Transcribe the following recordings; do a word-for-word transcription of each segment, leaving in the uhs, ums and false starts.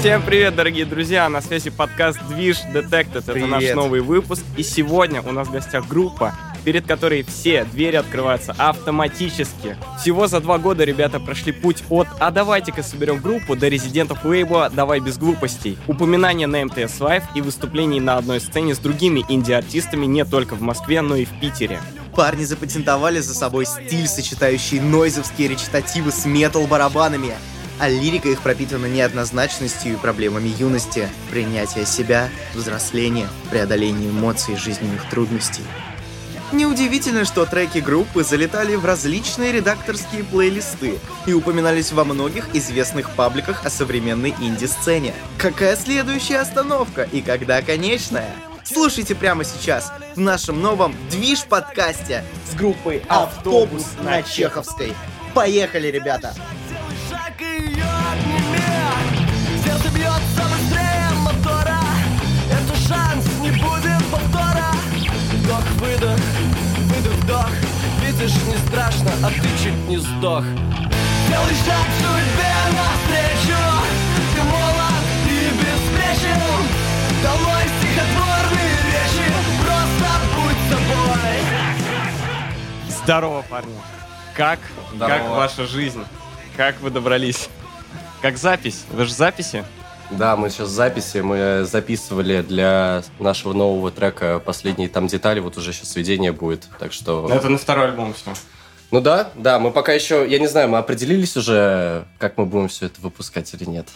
Всем привет, дорогие друзья! На связи подкаст Движ Detected. Это Привет. наш новый выпуск. И сегодня у нас в гостях группа, перед которой все двери открываются автоматически. Всего за два года ребята прошли путь от «А давайте-ка соберем группу» до резидентов лейбла «Давай без глупостей», упоминания на эм тэ эс Live и выступлений на одной сцене с другими инди-артистами не только в Москве, но и в Питере. Парни запатентовали за собой стиль, сочетающий нойзовские речитативы с метал-барабанами, а лирика их пропитана неоднозначностью и проблемами юности, принятия себя, взросления, преодоления эмоций и жизненных трудностей. Неудивительно, что треки группы залетали в различные редакторские плейлисты и упоминались во многих известных пабликах о современной инди-сцене. Какая следующая остановка и когда конечная? Слушайте прямо сейчас в нашем новом Движ-подкасте с группой «Автобус» на Чеховской. Поехали, ребята! Сердце бьется быстрее мотора. Это шанс, не будет повтора. Вдох-выдох, выдох-вдох. Видишь, не страшно, а ты чуть не сдох. Делай шаг судьбе навстречу. Ты молод и беспечен. Долой стихотворные речи. Просто будь собой. Здорово, парни! Как? Здорово. Как ваша жизнь? Как вы добрались? Как запись? Вы же в записи? Да, мы сейчас в записи, мы записывали для нашего нового трека последние там детали, вот уже сейчас сведение будет, так что... Это на второй альбом все. Ну да, да, мы пока еще, я не знаю, мы определились уже, как мы будем все это выпускать или нет.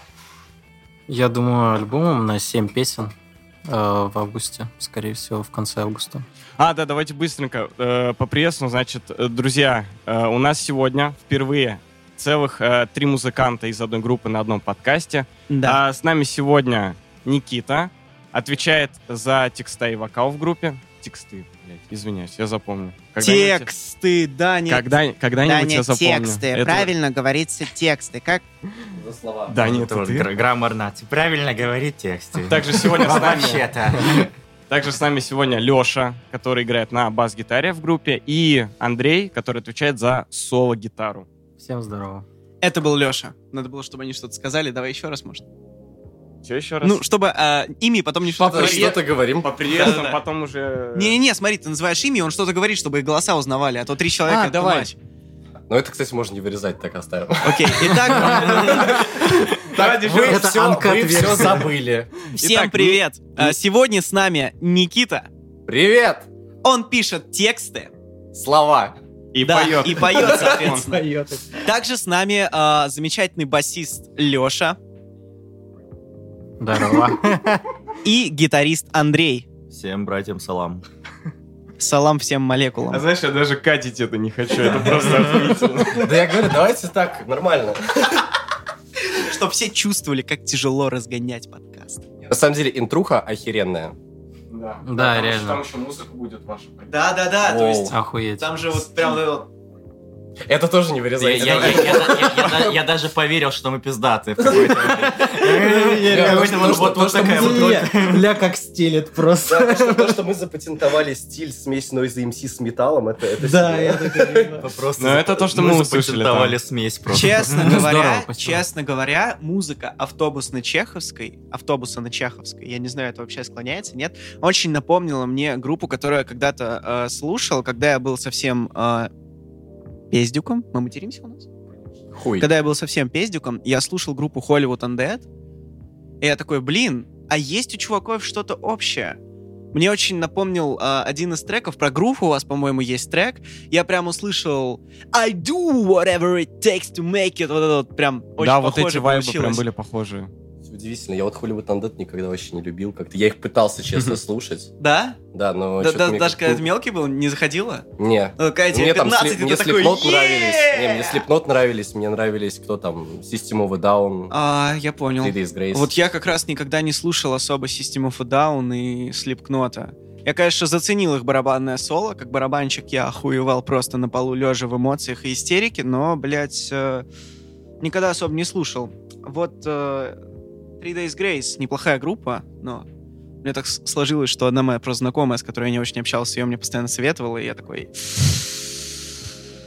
Я думаю, альбомом на семь песен э, в августе, скорее всего, в конце августа. А, да, давайте быстренько э, поприветствуем. Значит, э, друзья, э, у нас сегодня впервые целых э, три музыканта из одной группы на одном подкасте. Да. А с нами сегодня Никита, отвечает за текста и вокал в группе. Тексты, блядь, извиняюсь, я запомню. Когда-нибудь- Тексты, да, не... Когда, да, когда-нибудь не я запомню. тексты, Это- правильно говорится тексты. Как? За слова. Да, нет, Это вот ты. гра- граммарно. Ты правильно говорит тексты. Также сегодня с нами... Вообще-то. Также с нами сегодня Леша, который играет на бас-гитаре в группе, и Андрей, который отвечает за соло-гитару. Всем здорово. Это был Леша. Надо было, чтобы они что-то сказали. Давай еще раз, может. Все еще раз? Ну, чтобы э, ими потом не что-то Папа, говорили. что-то говорим. Поприветствуем, Да-да-да. потом уже... Не-не-не, смотри, ты называешь имя, он что-то говорит, чтобы их голоса узнавали, а то три человека... А, это давай. too much. Но это, кстати, можно не вырезать, так оставим. Окей, итак, Так, вы Это все, uncut вы все версия. забыли. всем Итак, привет. Э, Сегодня с нами Никита. Привет! Он пишет тексты. Слова. И Да, поет. и поет, соответственно. Также с нами э, замечательный басист Леша Здорово. и гитарист Андрей. Всем братьям салам. Салам всем А молекулам. знаешь, я даже катить это не хочу, это просто охуительно. Да я говорю, давайте так, нормально. Чтобы все чувствовали, как тяжело разгонять подкаст. На самом деле, интруха охеренная. Да, Да, там реально. еще- Там еще музыка будет ваша. Да-да-да, то Воу. есть Охуеть. там же вот прям вот Это тоже не Я, вырезайте. я- я- я- я- я да- я даже поверил, что мы пиздатые в какой-то момент. Какой-то вот- вот- Вот такая вот роль. Ля как стелет просто. Да, то, что, то, что мы запатентовали стиль смесь Noise эм си с металлом, это, это Да, сильно. я такой... Просто Ну, это то, что мы услышали запатентовали там. смесь просто. Честно Ну, говоря, здорово, спасибо. честно говоря, музыка автобус на Чеховской, автобуса на Чеховской, я не знаю, это вообще склоняется, нет, очень напомнила мне группу, которую я когда-то э, слушал, когда я был совсем э, пиздюком. Мы материмся у нас? Хуй. Когда я был совсем пиздюком, я слушал группу Hollywood Undead, и я такой, блин, а есть у чуваков что-то общее? Мне очень напомнил э, один из треков, про группу у вас, по-моему, есть трек. Я прям услышал I do whatever it takes to make it. Вот это вот прям очень Да, вот похоже эти вайбы получилось. прям были похожи. Удивительно, я вот Hollywood Undead никогда вообще не любил. Как-то я их пытался, честно, слушать. Да? Да, но... Да- чё-то да- мне даже как- когда ты мелкий был, не заходила? Не. Ну, когда тебе Мне там пятнадцать, Сли- и мне ты такой, Slipknot нравились. Не, мне «Yeah!» Slipknot нравились, мне нравились, кто там, System of a Down, А, я понял. Three Days Grace. Вот я как раз никогда не слушал особо System of a Down и Slipknot. Я, конечно, заценил их барабанное соло. Как барабанщик я охуевал просто на полу, лежа в эмоциях и истерике, но, блядь, э, никогда особо не слушал. Вот э, Three Days Grace неплохая группа, но мне так с- сложилось, что одна моя просто знакомая, с которой я не очень общался, ее мне постоянно советовала, и я такой...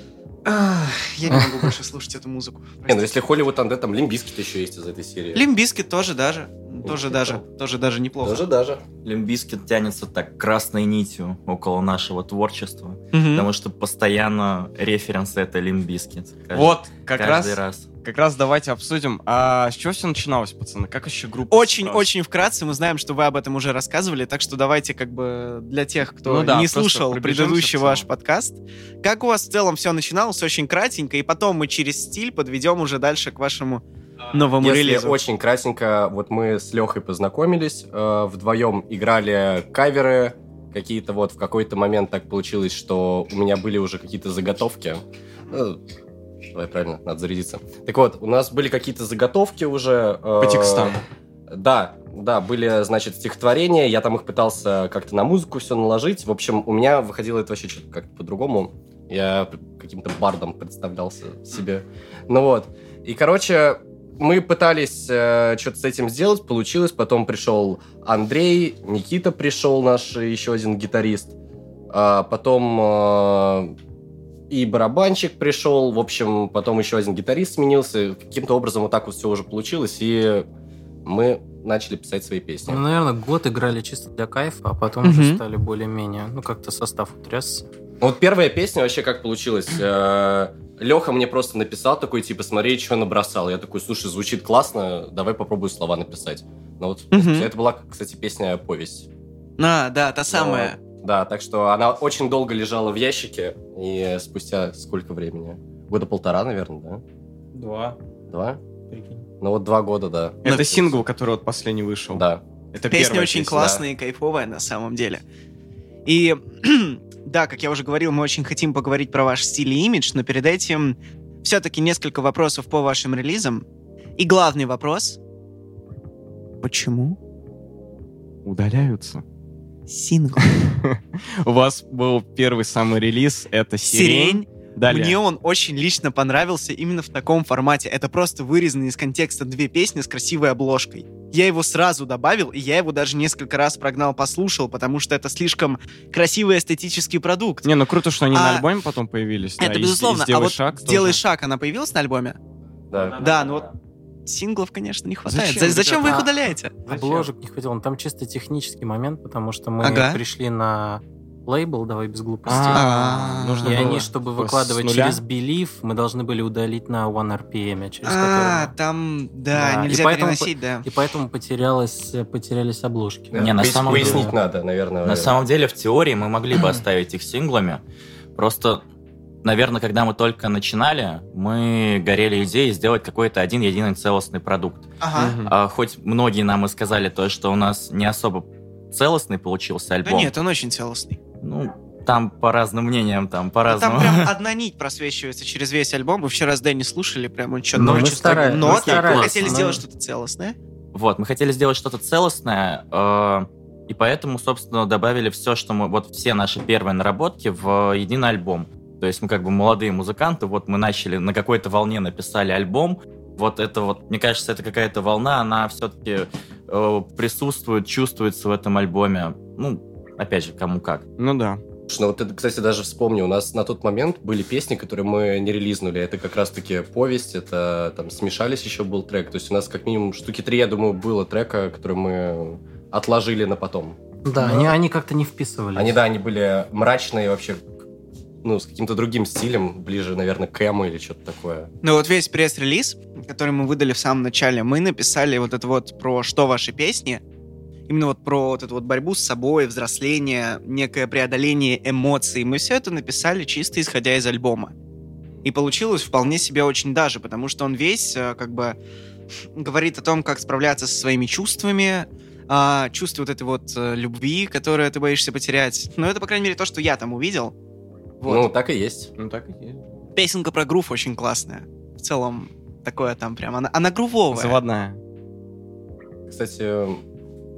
Ах, я не могу больше слушать эту музыку. Не, ну если Hollywood Undead, там Limp Bizkit еще есть из этой серии. Лимп Бизкит тоже даже. Тоже Ну, даже. типа. Тоже даже неплохо. Даже, даже. Лимп Бизкит тянется так красной нитью около нашего творчества, Мгм. потому что постоянно референсы это Лимп Бизкит. Вот, как раз, Каждый раз. как раз давайте обсудим. А с чего все начиналось, пацаны? Как еще группа создалась? Очень-очень вкратце, мы знаем, что вы об этом уже рассказывали, так что давайте как бы для тех, кто Ну да, не просто слушал пробежимся предыдущий в целом. ваш подкаст, как у вас в целом все начиналось, очень кратенько, и потом мы через стиль подведем уже дальше к вашему новому Если релизу. очень кратенько, вот мы с Лехой познакомились, э, вдвоем играли каверы, какие-то вот в какой-то момент так получилось, что у меня были уже какие-то заготовки. Э, Давай, правильно, надо зарядиться. Так вот, у нас были какие-то заготовки уже. э, По текстам. Да, да, были, значит, стихотворения, я там их пытался как-то на музыку все наложить. В общем, у меня выходило это вообще что-то как-то по-другому. Я каким-то бардом представлялся себе. Ну вот. И, короче, мы пытались э, что-то с этим сделать, получилось. Потом пришел Андрей, Никита пришел, наш еще один гитарист. А потом э, и барабанщик пришел. В общем, потом еще один гитарист сменился. Каким-то образом вот так вот все уже получилось. И мы начали писать свои песни. Ну, наверное, год играли чисто для кайфа, а потом Мгм. уже стали более-менее, ну, как-то состав утрясся. Вот первая песня вообще как получилась. Леха мне просто написал такой, типа, смотри, что набросал. Я такой, слушай, звучит классно, давай попробую слова написать. Ну вот, Мгм. это была, кстати, песня «Повесть». А, да, та самая. Но, да, так что она очень долго лежала в ящике, и спустя сколько времени? Года полтора, наверное, да? Два. Два? Прикинь. Ну вот два года, да. Это сингл, который вот последний вышел. Да. Это Песня первая очень песня. классная и кайфовая на самом деле. И да, как я уже говорил, мы очень хотим поговорить про ваш стиль и имидж, но перед этим все-таки несколько вопросов по вашим релизам. И главный вопрос. Почему Удаляются. сингл? У вас был первый самый релиз, это «Сирень». Сирень. Далее. Мне он очень лично понравился именно в таком формате. Это просто вырезанные из контекста две песни с красивой обложкой. Я его сразу добавил, и я его даже несколько раз прогнал, послушал, потому что это слишком красивый эстетический продукт. Не, ну круто, что они А- на альбоме потом появились. да, Это и- и безусловно. «Сделай а вот шаг» «Сделай тоже. шаг», она появилась на альбоме? Да. Да, ну вот синглов, конечно, не хватает. Зачем, За- Зачем вы их ребята? удаляете? Обложек не хватило. Ну, там чисто технический момент, потому что мы Ага. пришли на лейбл, давай без глупостей. А, нужно И было они, чтобы с выкладывать нуля? через Belief, мы должны были удалить на one эр пи эм, через А, который... там, да, Да, и нельзя поэтому переносить, да. И поэтому потерялось, потерялись обложки. Да. Не, на Пояс- самом деле- Пояснить надо, наверное. На самом деле, в теории мы могли бы оставить их синглами. Просто, наверное, когда мы только начинали, мы горели идеей сделать какой-то один единый целостный продукт. Ага. Мгм. А хоть многие нам и сказали то, что у нас не особо целостный получился Да альбом. нет, он очень целостный. Ну, там по разным мнениям, там Ну, по-разному. Там прям одна нить просвечивается через весь альбом. Вы вчера с Дэнни слушали, прям он что-то Ну, мы ночью старались, Но мы вы старались, хотели но- сделать что-то целостное. Вот, мы хотели сделать что-то целостное, э, и поэтому, собственно, добавили все, что мы... Вот все наши первые наработки в единый альбом. То есть мы как бы молодые музыканты, вот мы начали, на какой-то волне написали альбом. Вот это вот, мне кажется, это какая-то волна, она все-таки э, присутствует, чувствуется в этом альбоме. Ну, опять же, кому как. Ну да. Ну вот это, кстати, даже вспомню, у нас на тот момент были песни, которые мы не релизнули. Это как раз-таки «Повесть», это там «Смешались» еще был трек. То есть у нас как минимум штуки три, я думаю, было трека, которые мы отложили на потом. Да, они, они как-то не вписывались. Они, да, они были мрачные вообще, ну, с каким-то другим стилем, ближе, наверное, к эму или что-то такое. Ну вот весь пресс-релиз, который мы выдали в самом начале, мы написали вот это вот про что ваши песни. Именно вот про вот эту вот борьбу с собой, взросление, некое преодоление эмоций. Мы все это написали чисто исходя из альбома. И получилось вполне себе очень даже, потому что он весь э, как бы говорит о том, как справляться со своими чувствами, а, чувство вот этой вот э, любви, которую ты боишься потерять. Ну, это, по крайней мере, то, что я там увидел. Вот. Ну, так и есть. Ну так и есть. Песенка про грув очень классная. В целом, такое там прям... Она, она грувовая. Заводная. Кстати,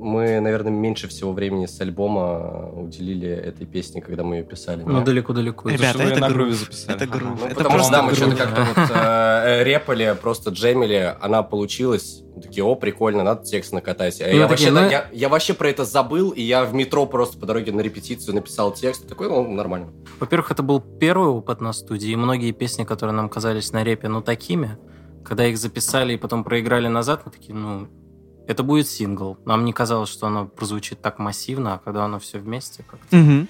мы, наверное, меньше всего времени с альбома уделили этой песне, когда мы ее писали. Ну, далеко-далеко. Ребята, Потому что это вы на грув. груве записали. Это грув. Ну, Это потому что, просто да, мы грув. что-то как-то вот э, репали, просто джемили, она получилась. Мы такие, о, прикольно, надо текст накатать. А Ну, я, такие, вообще, ну- я, я вообще про это забыл, и я в метро просто по дороге на репетицию написал текст. Такой, ну, нормально. Во-первых, это был первый опыт на студии, и многие песни, которые нам казались на репе, ну, такими, когда их записали и потом проиграли назад, мы такие, ну, это будет сингл. Нам не казалось, что оно прозвучит так массивно, а когда оно все вместе как-то... Мгм.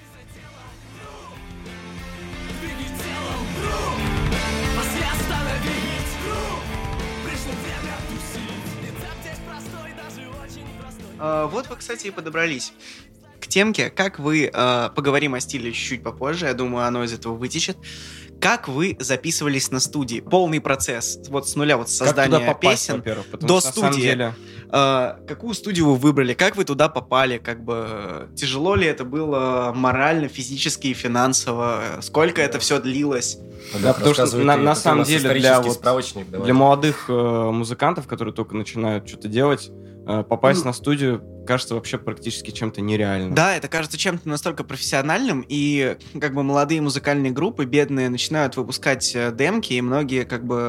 А, Вот вы, кстати, и подобрались к темке. Как вы, э, поговорим о стиле чуть-чуть попозже, я думаю, оно из этого вытечет. Как вы записывались на студии? Полный процесс, вот с нуля, вот с Как туда создания попасть, песен. во-первых? Потому до что, на самом студии. деле, Э, какую студию вы выбрали? Как вы туда попали? Как бы э, тяжело ли это было морально, физически и финансово? Сколько это все длилось? Да, потому что Рассказывай на- ты, на это у самом нас деле для исторический вот- справочник, давай. для молодых э, музыкантов, которые только начинают что-то делать, э, попасть на студию кажется вообще практически чем-то нереальным. Да, это кажется чем-то настолько профессиональным, и как бы молодые музыкальные группы, бедные, начинают выпускать э, демки, и многие как бы...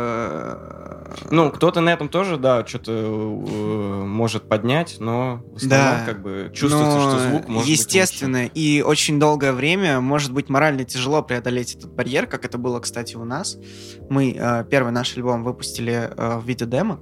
э, Ну, кто-то на этом тоже, да, что-то э, может поднять, но в основном Да. как бы чувствуется, но, что звук может естественно, и очень долгое время может быть морально тяжело преодолеть этот барьер, как это было, кстати, у нас. Мы э, первый наш альбом выпустили э, в виде демок,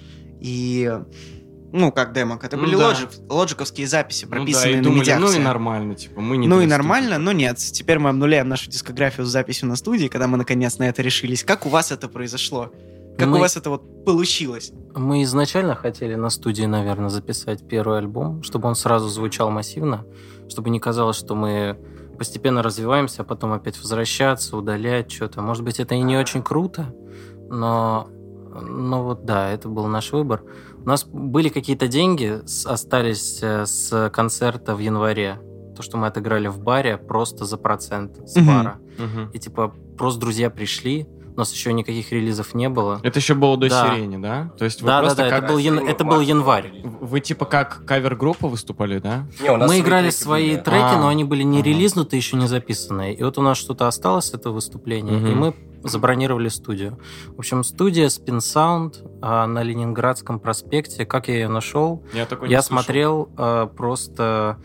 и... Ну, как демок, это Ну были да. лоджик, лоджиковские записи, быть лучше. Ну да, прописанные и на думали, медиах. ну и все. нормально, типа, мы не Ну и для нормально, студии. но нет. Теперь мы обнуляем нашу дискографию с записью на студии, когда мы наконец на это решились. Как у вас это произошло? Как Мы- у вас это вот получилось? Мы изначально хотели на студии, наверное, записать первый альбом, чтобы он сразу звучал массивно, чтобы не казалось, что мы постепенно развиваемся, а потом опять возвращаться, удалять что-то. Может быть, это и не очень круто, но, но вот да, это был наш выбор. У нас были какие-то деньги, с- остались э, с концерта в январе. То, что мы отыграли в баре просто за процент с Мгм. бара. Мгм. И типа просто друзья пришли, у нас еще никаких релизов не было. Это еще было до Да. сирени, да? То есть вы Да, да, просто да, как... это был, ян- это был январь. Вы типа как кавер-группа выступали, да? Не, у нас Мы свои играли треки свои были. треки, А, но они были не ага. релизнуты, еще не записанные. И вот у нас что-то осталось с этого выступления, Мгм. и мы забронировали студию. В общем, студия Spin Sound а, на Ленинградском проспекте. Как я ее нашел? Я такой не Я слышал. смотрел а, просто...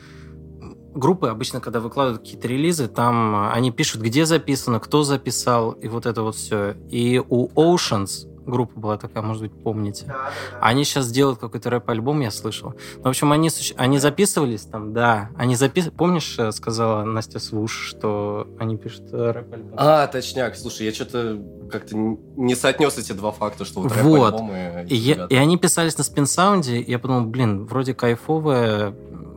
Группы обычно, когда выкладывают какие-то релизы, там а, они пишут, где записано, кто записал, и вот это вот все. И у Oceans, группа была такая, может быть, помните, они сейчас делают какой-то рэп-альбом, я слышал. Ну, в общем, они, суще- они записывались там, да. Они запис... Помнишь, э, сказала Настя Свуш, что они пишут э, рэп-альбом? А, точняк. Слушай, я что-то как-то н- не соотнес эти два факта, что вот, Вот. рэп-альбомы И, я- ребята. и они писались на спин-саунде, и я подумал, блин, вроде кайфовое.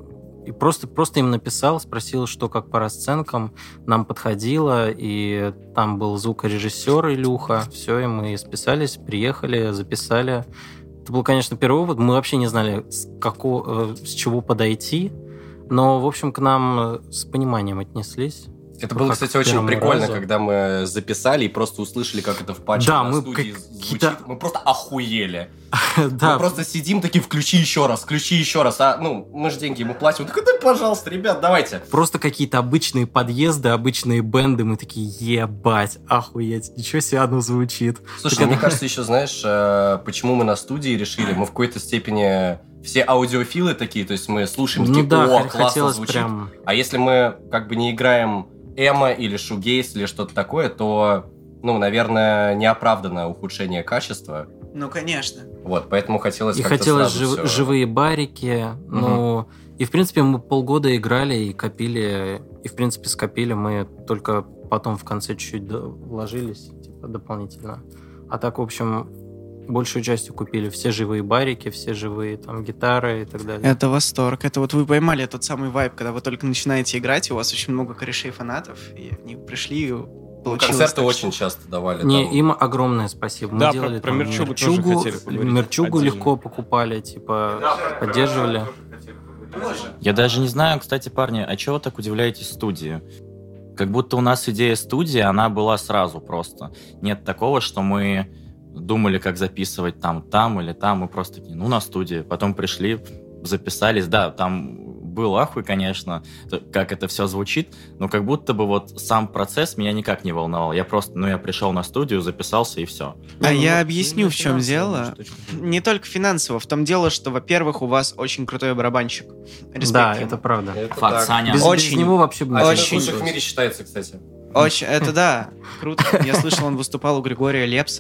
И просто, просто им написал, спросил, что как по расценкам. Нам подходило, и там был звукорежиссер Илюха. Все, и мы списались, приехали, записали. Это был, конечно, первый опыт. Мы вообще не знали, с, какого, э, с чего подойти. Но, в общем, к нам с пониманием отнеслись. Это было, Как кстати, к очень первому прикольно, разу. когда мы записали и просто услышали, как это в патче Да, на мы студии как- звучит. какие-то- Мы просто охуели. Да, Мы просто сидим такие, включи еще раз, включи еще раз. А, ну, мы же деньги ему платим. Он такой, да, пожалуйста, ребят, давайте. просто какие-то обычные подъезды, обычные бенды. Мы такие, ебать, охуеть, ничего себе оно звучит. Слушай, Так мне это- кажется, еще знаешь, э, почему мы на студии решили? Мы в какой-то степени все аудиофилы такие, то есть мы слушаем, Ну такие, да, о, х- классно хотелось звучит. прям... А если мы как бы не играем эмо или шугейс или что-то такое, то, ну, наверное, неоправданное ухудшение качества. Ну, конечно. Вот, поэтому хотелось И как-то хотелось сразу жив- всё- живые барики. Ну, и, в принципе, мы полгода играли и копили. И, в принципе, скопили. Мы только потом в конце чуть-чуть до- вложились, типа, дополнительно. А так, в общем, большую частью купили все живые барики, все живые там гитары и так далее. Это восторг. Это вот вы поймали тот самый вайб, когда вы только начинаете играть, и у вас очень много корешей фанатов, и они пришли, и Ну, получилось концерты так, очень что- часто давали. Не, там. им огромное спасибо. Мы Да, делали про- про там мерчугу тоже мерчугу, хотели поговорить мерчугу отдельно. легко покупали, типа, поддерживали. Я даже не знаю, кстати, парни, а чего так удивляетесь студии? Как будто у нас идея студии, она была сразу просто. Нет такого, что мы думали, как записывать там, там или там, мы просто такие, ну, на студии. Потом пришли, записались. Да, там был ахуй, конечно, как это все звучит, но как будто бы вот сам процесс меня никак не волновал. Я просто, ну, я пришел на студию, записался и все. А Ну, я ну, объясню, ну, в чем финансово, дело. что- Не только финансово. В том дело, что, во-первых, у вас очень крутой барабанщик. Респект Да, ему. это правда. Это Факт, так. Саня. Без, Очень- без него вообще бы Один ничего из не очень- лучших в получилось. мире считается, кстати. Очень, это да, круто. Я слышал, он выступал у Григория Лепса.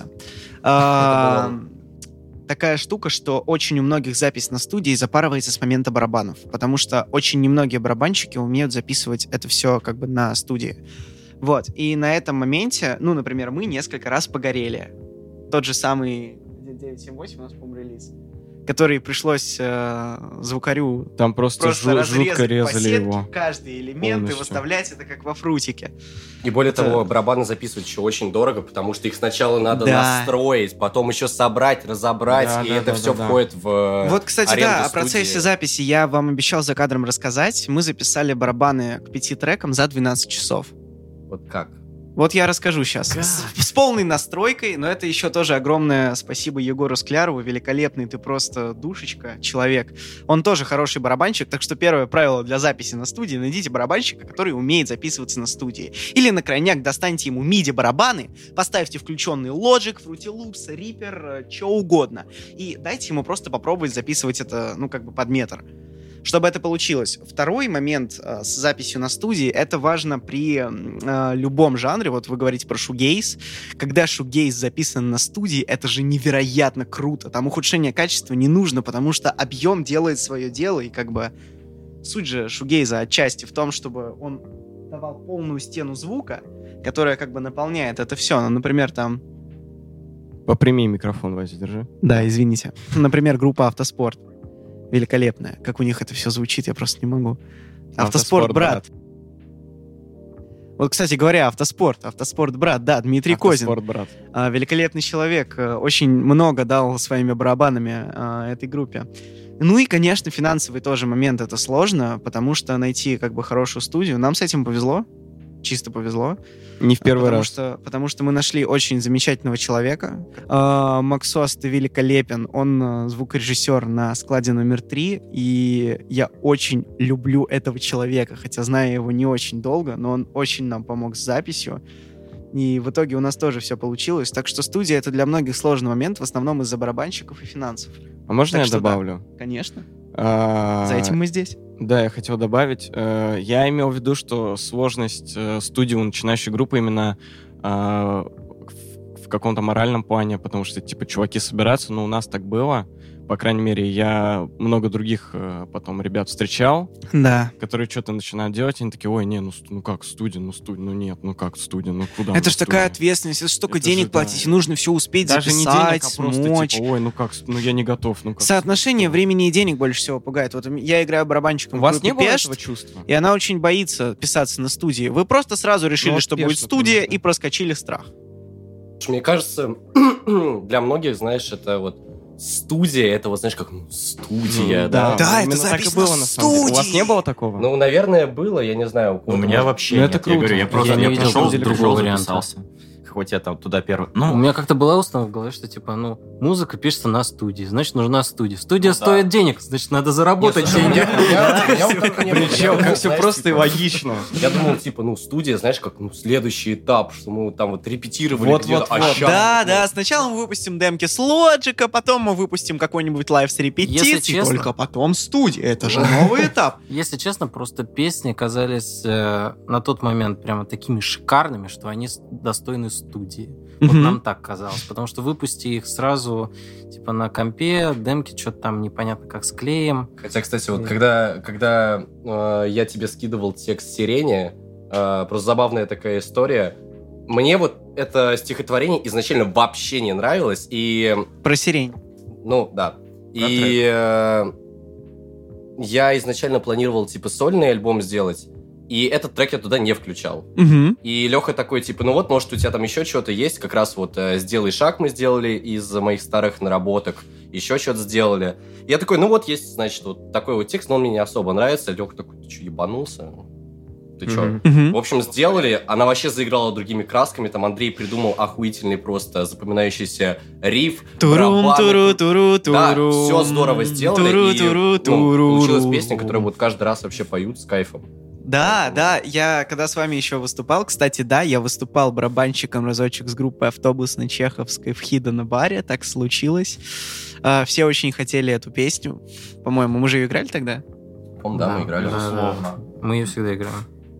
А, Такая штука, что очень у многих запись на студии запарывается с момента барабанов, потому что очень немногие барабанщики умеют записывать это все как бы на студии. Вот, и на этом моменте, ну, например, мы несколько раз погорели. Тот же самый один девять семь восемь у нас, по-моему, релиз, который пришлось э, звукарю Там просто, просто жу- разрезать жутко по резали сетке его. каждый элемент и полностью. выставлять это как во фрутике. И более Это- того, барабаны записывать еще очень дорого, потому что их сначала надо Да. настроить, потом еще собрать, разобрать, Да, и да, это да, все да, да. входит в Вот, кстати, аренду да, о студии. процессе записи я вам обещал за кадром рассказать. Мы записали барабаны к пяти трекам за двенадцать часов. Вот как? Вот я расскажу сейчас. С, с полной настройкой, но это еще тоже огромное спасибо Егору Склярову. Великолепный, ты просто душечка, человек. Он тоже хороший барабанщик, так что первое правило для записи на студии — найдите барабанщика, который умеет записываться на студии. Или на крайняк достаньте ему миди-барабаны, поставьте включенный Logic, Fruity Loops, Reaper, что угодно. И дайте ему просто попробовать записывать это, ну, как бы под метр, чтобы это получилось. Второй момент э, с записью на студии, это важно при э, любом жанре. Вот вы говорите про шугейз. Когда шугейз записан на студии, это же невероятно круто. Там ухудшение качества не нужно, потому что объем делает свое дело, и как бы суть же шугейза отчасти в том, чтобы он давал полную стену звука, которая как бы наполняет это все. Ну, например, там... Поприми микрофон, Вася, держи. Да, извините. Например, группа «Автоспорт». Великолепная. Как у них это все звучит, я просто не могу. «Автоспорт, «Автоспорт, брат». Вот, кстати говоря, «Автоспорт». «Автоспорт, брат», да, Дмитрий Козин. Автоспорт, брат. А, великолепный человек. э, Очень много дал своими барабанами а, этой группе. Ну и, конечно, финансовый тоже момент. Это сложно, потому что найти как бы хорошую студию... Нам с этим повезло. Чисто повезло. Не в первый потому раз. Что, потому что мы нашли очень замечательного человека. А, Максос, ты великолепен. Он а, звукорежиссер на складе номер три. И я очень люблю этого человека. Хотя знаю его не очень долго, но он очень нам помог с записью. И в итоге у нас тоже все получилось. Так что студия — это для многих сложный момент, в основном из-за барабанщиков и финансов. А можно Так я что да. добавлю? Конечно. А, За этим мы здесь. Да, я хотел добавить. э, Я имел в виду, что сложность э, студии у начинающей группы именно э, в в каком-то моральном плане, потому что, типа, чуваки собираются, но у нас так было. По крайней мере, я много других э, потом ребят встречал, Да. которые что-то начинают делать, и они такие: ой, не, ну, ст- ну как студия, ну студия, ну нет, ну как студия, ну куда? Это ну, ж такая студия?» ответственность, это ж столько Это денег же, да. платить, и нужно все успеть Даже не записать, денег, а просто смочь. типа: ой, ну как, с- ну я не готов, ну как. Соотношение студия?» времени и денег больше всего пугает. Вот я играю барабанщиком У вас в группе не было Пешт, этого чувства? и она очень боится писаться на студии. Вы просто сразу решили, Ну, вот что Пешт, будет студия, например, да. и проскочили страх. Мне кажется, для многих, знаешь, это вот студия, это вот, знаешь, как ну, студия, Ну, да? Да, это именно так и запись было на на самом деле. У вас студии. не было такого? Ну, наверное, было, я не знаю. У кого-то меня может- вообще Ну, нет, это я круто. говорю, я просто Я не я видел пришел, другого пришел, варианта. записался. Хоть я там туда первый... У Ну, меня как-то была установка в голове, что типа, ну, музыка пишется на студии, значит, нужна студия. Студия Ну, стоит да. денег, значит, надо заработать Нет, слушай, у деньги. меня- у меня- у меня вот так не было. Я Причем, думал, как все знаешь, просто и типа, логично. Я думал, типа, ну, студия, знаешь, как ну, следующий этап, что мы там вот репетировали Вот, где-то, вот, а вот. щас Да, вот, да, ну, сначала мы выпустим демки с Лоджика, потом мы выпустим какой-нибудь лайв с репетицией, Если честно- только потом студия. Это же новый этап. Если честно, просто песни казались э, на тот момент прямо такими шикарными, что они с- достойны студии. Вот Мгм. нам так казалось. Потому что выпусти их сразу типа на компе, демки что-то там непонятно как склеим. Хотя, кстати, вот Нет. когда, когда э, я тебе скидывал текст «Сирени», э, просто забавная такая история. Мне вот это стихотворение изначально вообще не нравилось, и, Про сирень. ну, да. И э, я изначально планировал, типа, сольный альбом сделать, и этот трек я туда не включал. Мгм. И Леха такой, типа, ну вот, может, у тебя там еще что-то есть, как раз вот э, «Сделай шаг» мы сделали из моих старых наработок, еще что-то сделали. Я такой, ну вот есть, значит, вот такой вот текст, но он мне не особо нравится. Леха такой: ты что, ебанулся? Ты чё? Мгм. В общем, сделали, она вообще заиграла другими красками, там Андрей придумал охуительный просто запоминающийся риф, Турум, барабаны. туру, туру, Да, турум. все здорово сделали, Туру, и туру, ну, туру. получилась песня, которую вот каждый раз вообще поют с кайфом. Да, да, я когда с вами еще выступал, кстати, да, я выступал барабанщиком разочек с группой Автобусно-Чеховской в Хидена баре, так случилось. А, все очень хотели эту песню. По-моему, мы же ее играли тогда? По-моему, да, мы играли. Да, да. Мы ее всегда играем.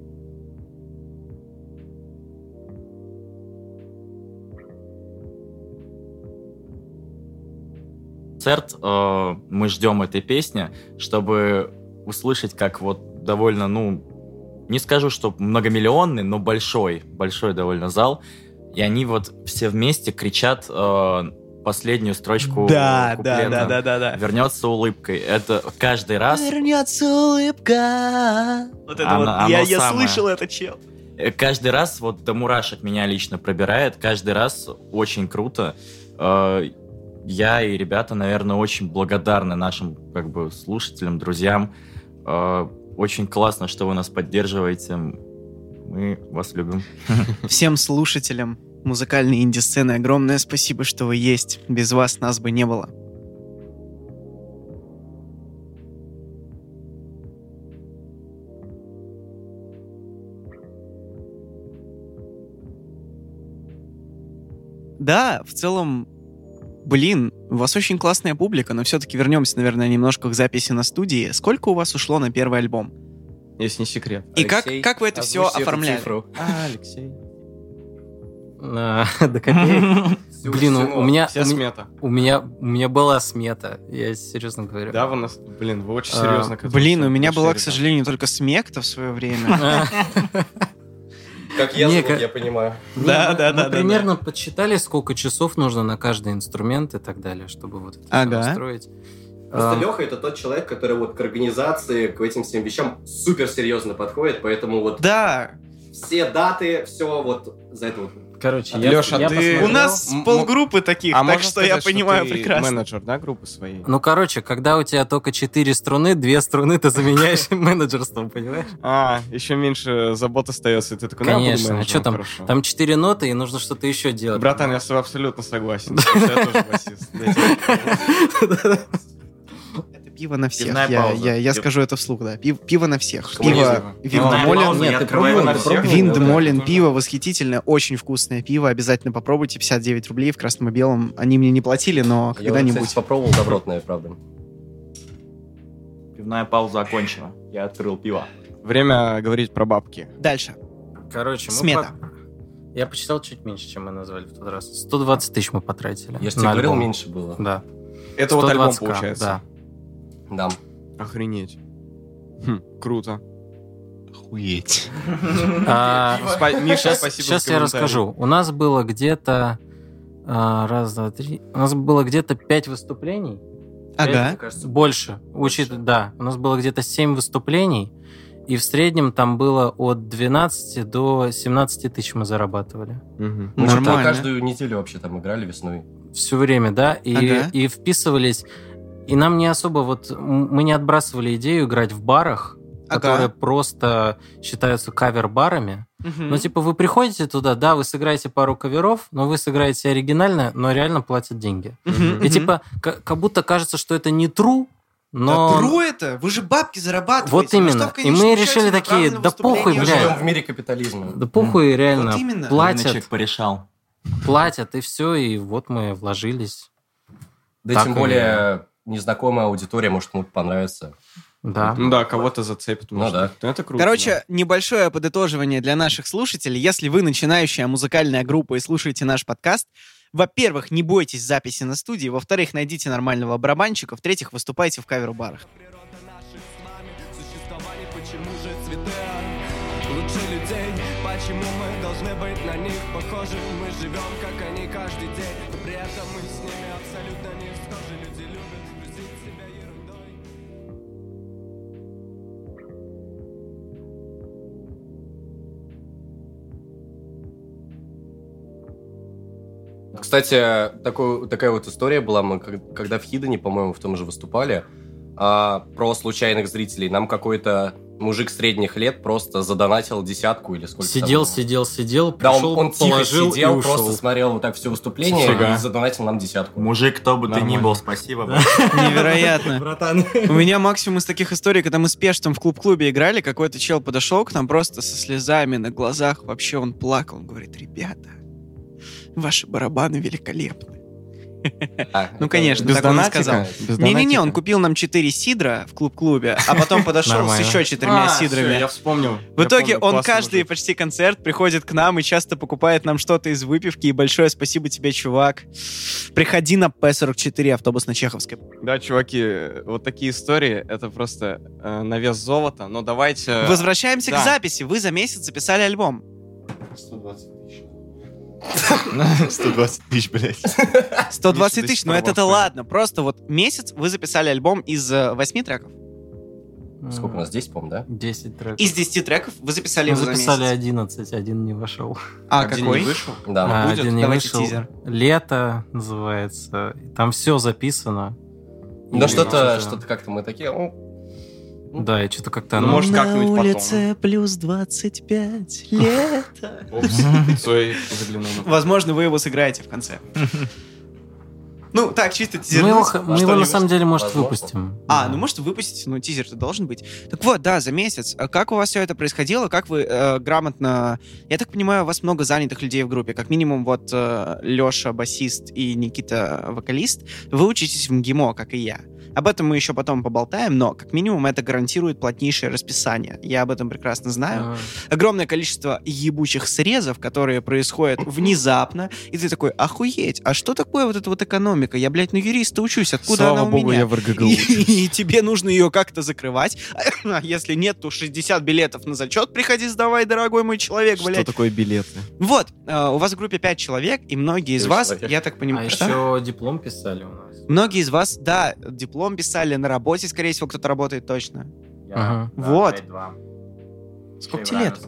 Концерт, э, мы ждем этой песни, чтобы услышать, как вот довольно, ну, не скажу, что многомиллионный, но большой, большой довольно зал, и они вот все вместе кричат э, последнюю строчку Да, да, куплета. да, да, да, да. Вернется улыбкой. Это каждый раз. Вернется улыбка. Вот это Оно- вот, оно я, я самое. слышал это, чел. Э, Каждый раз вот до мурашек меня лично пробирает. Каждый раз очень круто. Э, Я и ребята, наверное, очень благодарны нашим как бы слушателям, друзьям. Э, Очень классно, что вы нас поддерживаете. Мы вас любим. Всем слушателям музыкальной инди-сцены огромное спасибо, что вы есть. Без вас нас бы не было. Да, в целом, блин, у вас очень классная публика, но все-таки вернемся, наверное, немножко к записи на студии. Сколько у вас ушло на первый альбом? Если не секрет. И как, Алексей, как вы это все озвучьте эту оформляли? цифру. А, Алексей. А, До копеек. Блин, у у меня Вся у меня- смета. у меня у меня была смета, я серьезно говорю. Да, вы нас... Блин, вы очень А, серьезно к этому Блин, у всему меня подошли, была, к ребят. сожалению, только смекта в свое время. А, Как я Не, зовут, как- я понимаю. не, Да, мы- да, мы да, да, примерно подсчитали, сколько часов нужно на каждый инструмент и так далее, чтобы вот это всё Ага. настроить. Просто А, Леха это тот человек, который вот к организации, к этим всем вещам супер серьезно подходит, поэтому вот Да, все даты, все вот за это вот. Короче, я, Лёша, я ты- посмотрел- у нас М- полгруппы таких, А так можно что я сказать, понимаю ты прекрасно. менеджер, да, группы своей? Ну, короче, когда у тебя только четыре струны, две струны ты заменяешь менеджерством, понимаешь? А, еще меньше забот остается, и ты такой, ну, я буду Конечно, а менеджером, что там? хорошо. Там четыре ноты, и нужно что-то еще делать. Братан, я с тобой абсолютно согласен. потому что Я тоже басист. Я тебя- Это пиво на всех. Пивная Я, пауза. я, я Пив- скажу это вслух, да. Пив- пиво на всех. Коммунизм. Пиво Пивная Виндмолен. пауза, Нет, я ты открываю пробовал? на Ты всех. пробовал? Виндмолен Да, пиво восхитительное, очень вкусное пиво. Обязательно попробуйте. пятьдесят девять рублей в красном и белом. Они мне не платили, но Я уже, когда-нибудь. кстати, попробовал добротное, правда. Пивная пауза окончена. Я открыл пиво. Время говорить про бабки. Дальше. Короче, мы Смета. по- Я посчитал чуть меньше, чем мы назвали в тот раз. сто двадцать тысяч мы потратили. Я же на тебе говорил, альбом. меньше было. Да. Это вот альбом, сто двадцать ка, получается. Да. Да. Охренеть. Хм, круто. Охуеть. А, Спа- Миша, Сейчас, спасибо сейчас за я комментарий. расскажу. У нас было где-то а, раз, два, три. У нас было где-то пять выступлений. Ага. Мне кажется, Больше. Учит, да. У нас было где-то семь выступлений. И в среднем там было от двенадцати до семнадцати тысяч мы зарабатывали. Мгм. мы же Нормально. каждую неделю вообще там играли весной. Все время, да. И, Ага. и вписывались. И нам не особо вот... м, Мы не отбрасывали идею играть в барах, Ага. которые просто считаются кавер-барами. Мгм. Ну, типа, вы приходите туда, да, вы сыграете пару каверов, но вы сыграете оригинально, но реально платят деньги. Мгм, И мгм. типа, к- как будто кажется, что это не true, но... Да тру это? Вы же бабки зарабатываете. Вот Ну что именно. в И конечном мы счете решили такие, направлено да выступление похуй, Мы бля. живем в мире капитализма. Да похуй, реально. Вот именно. Платят, Рыночек порешал. платят, и все, и вот мы вложились. Да Так тем и- более незнакомая аудитория, может, кому-то понравится. Да. Ну да, кого-то зацепит. Ну может да. быть. Ну, это круто. Короче, небольшое подытоживание для наших слушателей. Если вы начинающая музыкальная группа и слушаете наш подкаст, во-первых, не бойтесь записи на студии, во-вторых, найдите нормального барабанщика, в-третьих, выступайте в кавер-барах. Существовали, почему же цветы лучше людей? Почему мы должны быть на них похожи? Мы живем, как они, каждый день, но при этом мы с ними абсолютно не схожи. Люди любят грузить себя ерундой. Кстати, такой, такая вот история была. Мы как- когда в Хидене, по-моему, в том же выступали, а, про случайных зрителей. Нам какой-то Мужик средних лет просто задонатил десятку или сколько Сидел, там. сидел, сидел, Да, он, пришел, он тихо положил сидел, и ушел. просто смотрел вот так все выступление Фига. и задонатил нам десятку. Мужик, кто бы ты ни Нормально. был, спасибо. Невероятно. Братан. У меня максимум из таких историй, когда мы с Пештом в клуб-клубе играли, какой-то чел подошел к нам просто со слезами на глазах. Вообще он плакал. Он говорит: ребята, ваши барабаны великолепны. А, Ну, это- конечно, Без так он и донатика? сказал. Без Не-не-не, он донатика? купил нам четыре сидра в клуб-клубе, а потом подошел с Нормально. еще четырьмя А, всё, сидрами. я вспомнил. В Я итоге помню, он классный каждый мужик. почти концерт приходит к нам и часто покупает нам что-то из выпивки. И большое спасибо тебе, чувак. Приходи на П сорок четыре, автобус на Чеховской. Да, чуваки, вот такие истории, это просто э, на вес золота, но давайте... Возвращаемся да. к записи. Вы за месяц записали альбом. сто двадцать тысяч. сто двадцать тысяч, блядь. сто двадцать Миша до тысяч, сих но пор это-то в восторге. ладно. Просто вот месяц вы записали альбом из э, восьми треков. Сколько у нас? десять, по-моему, да? десять треков. Из десяти треков вы записали Мы его за записали месяц. одиннадцать, один не вошел. А, Один какой? не вышел? Да. А, будет? один не Давайте вышел. тизер. Лето называется. Там все записано. Да И что-то, что-то- что-то как-то мы такие... ну, Да, и что-то как-то... Ну, оно- может, как-нибудь потом. плюс двадцать пять лето. Упс, Цой заглянул на- Возможно, вы его сыграете в конце. Ну, так, чисто Мы тизернуть. его, х- мы его на что-нибудь. самом деле, может, Возможно. выпустим. А, Да. ну может выпустите, но тизер-то должен быть. Так вот, да, за месяц. А как у вас все это происходило? Как вы э, грамотно... Я так понимаю, у вас много занятых людей в группе. Как минимум, вот э, Леша, басист, и Никита, вокалист. Вы учитесь в МГИМО, как и я. Об этом мы еще потом поболтаем, но как минимум это гарантирует плотнейшее расписание. Я об этом прекрасно знаю. А, Огромное количество ебучих срезов, которые происходят внезапно, и ты такой: охуеть, а что такое вот эта вот экономика? Я, блядь, на юриста учусь, откуда Слава она у богу, меня? я в РГГУ И, учусь. и тебе нужно ее как-то закрывать. А если нет, то шестьдесят билетов на зачет приходи сдавай, дорогой мой человек, Что блядь. такое билеты? Вот, э, у вас в группе пять человек, и многие из Девять вас, человек. я так а понимаю, что? еще диплом писали у нас. Многие из вас, да, диплом писали, на работе, скорее всего, кто-то работает точно. Ага. Вот. Сколько тебе лет?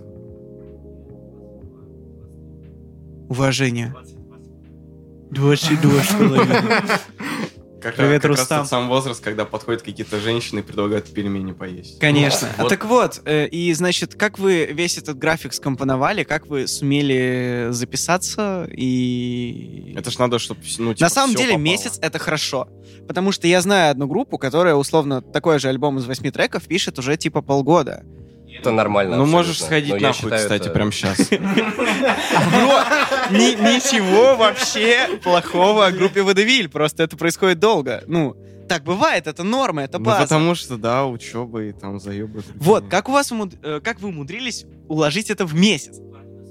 Уважение. двадцать два с половиной. Как, Привет, как раз Рустам. тот сам возраст, когда подходят какие-то женщины и предлагают пельмени поесть. Конечно. Вот. Так вот, э, и, значит, как вы весь этот график скомпоновали, как вы сумели записаться и... Это ж надо, чтобы, ну, типа, На самом всё деле попало. месяц — это хорошо. Потому что я знаю одну группу, которая, условно, такой же альбом из восьми треков пишет уже типа полгода. Это нормально. Ну, абсолютно. можешь сходить Но я нахуй, считаю, кстати, это- прямо сейчас. Ни- Ничего вообще плохого о группе Водевиль. Просто это происходит долго. Ну, так бывает, это норма, это Ну, база. потому что, да, учеба и там заебы. другие. Вот, как у вас умуд- э, как вы умудрились уложить это в месяц?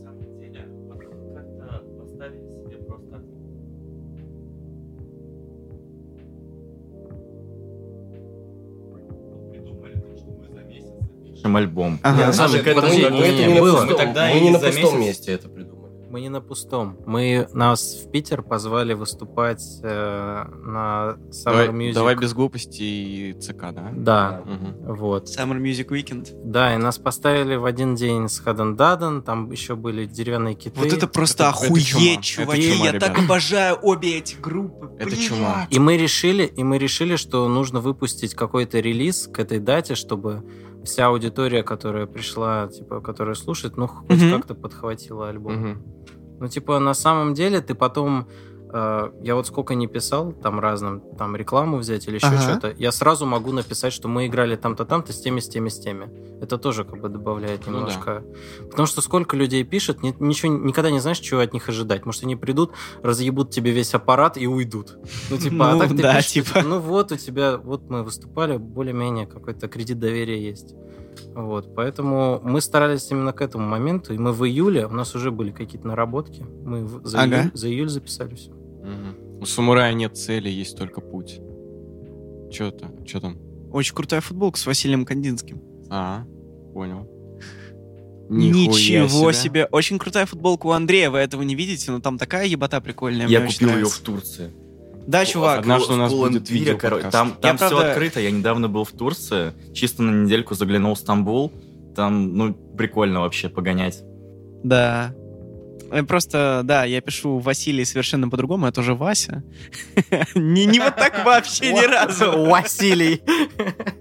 Пишем альбом. Ага. Не, на самом Слушай, деле, мы- подожди, мы- не, мы это не, не на было. пустом- Тогда мы и не на за пустом месяц- месте это придумали. Мы не на пустом. Мы нас в Питер позвали выступать э, на Summer Давай, Music. давай без глупостей и ЦК, да? Да, Мгм. вот. Summer Music Weekend. Да, и нас поставили в один день с Хаден-Даден, там еще были деревянные киты. Вот это просто это- это чума. охуеть, Это чуваки. чума, Я ребят. так обожаю обе эти группы. Это Блядь. чума. И мы решили, и мы решили, что нужно выпустить какой-то релиз к этой дате, чтобы вся аудитория, которая пришла, типа, которая слушает, ну, хоть Мгм. как-то подхватила альбом. Мгм. Ну, типа, на самом деле ты потом... э, я вот сколько не писал, там разным, там рекламу взять или еще Ага. что-то, я сразу могу написать, что мы играли там-то, там-то, с теми, с теми, с теми. Это тоже как бы добавляет Ну да. немножко. Потому что сколько людей пишет, ни- ничего, никогда не знаешь, чего от них ожидать. Может, они придут, разъебут тебе весь аппарат и уйдут. Ну, типа, а Ну, так ты да, пишешь, типа. ну вот у тебя, вот мы выступали, более-менее какой-то кредит доверия есть. Вот, поэтому мы старались именно к этому моменту, и мы в июле, у нас уже были какие-то наработки, мы в- за, Ага. июль, за июль записали все. Мгм. У самурая нет цели, есть только путь. Че то? Че там? Очень крутая футболка с Василием Кандинским. А, понял. Ничего себе. Очень крутая футболка у Андрея, вы этого не видите, но там такая ебота прикольная. Я мне очень купил ее нравится. в Турции. Да, чувак. Однажды у нас В будет Пуландире, видео короче, подкаст. Там, там Я, все правда- открыто. Я недавно был в Турции. Чисто на недельку заглянул в Стамбул. Там, ну, прикольно вообще погонять. Да. Э, Просто, да, я пишу Василий совершенно по-другому, это уже Вася. Не не вот так вообще ни разу. Василий.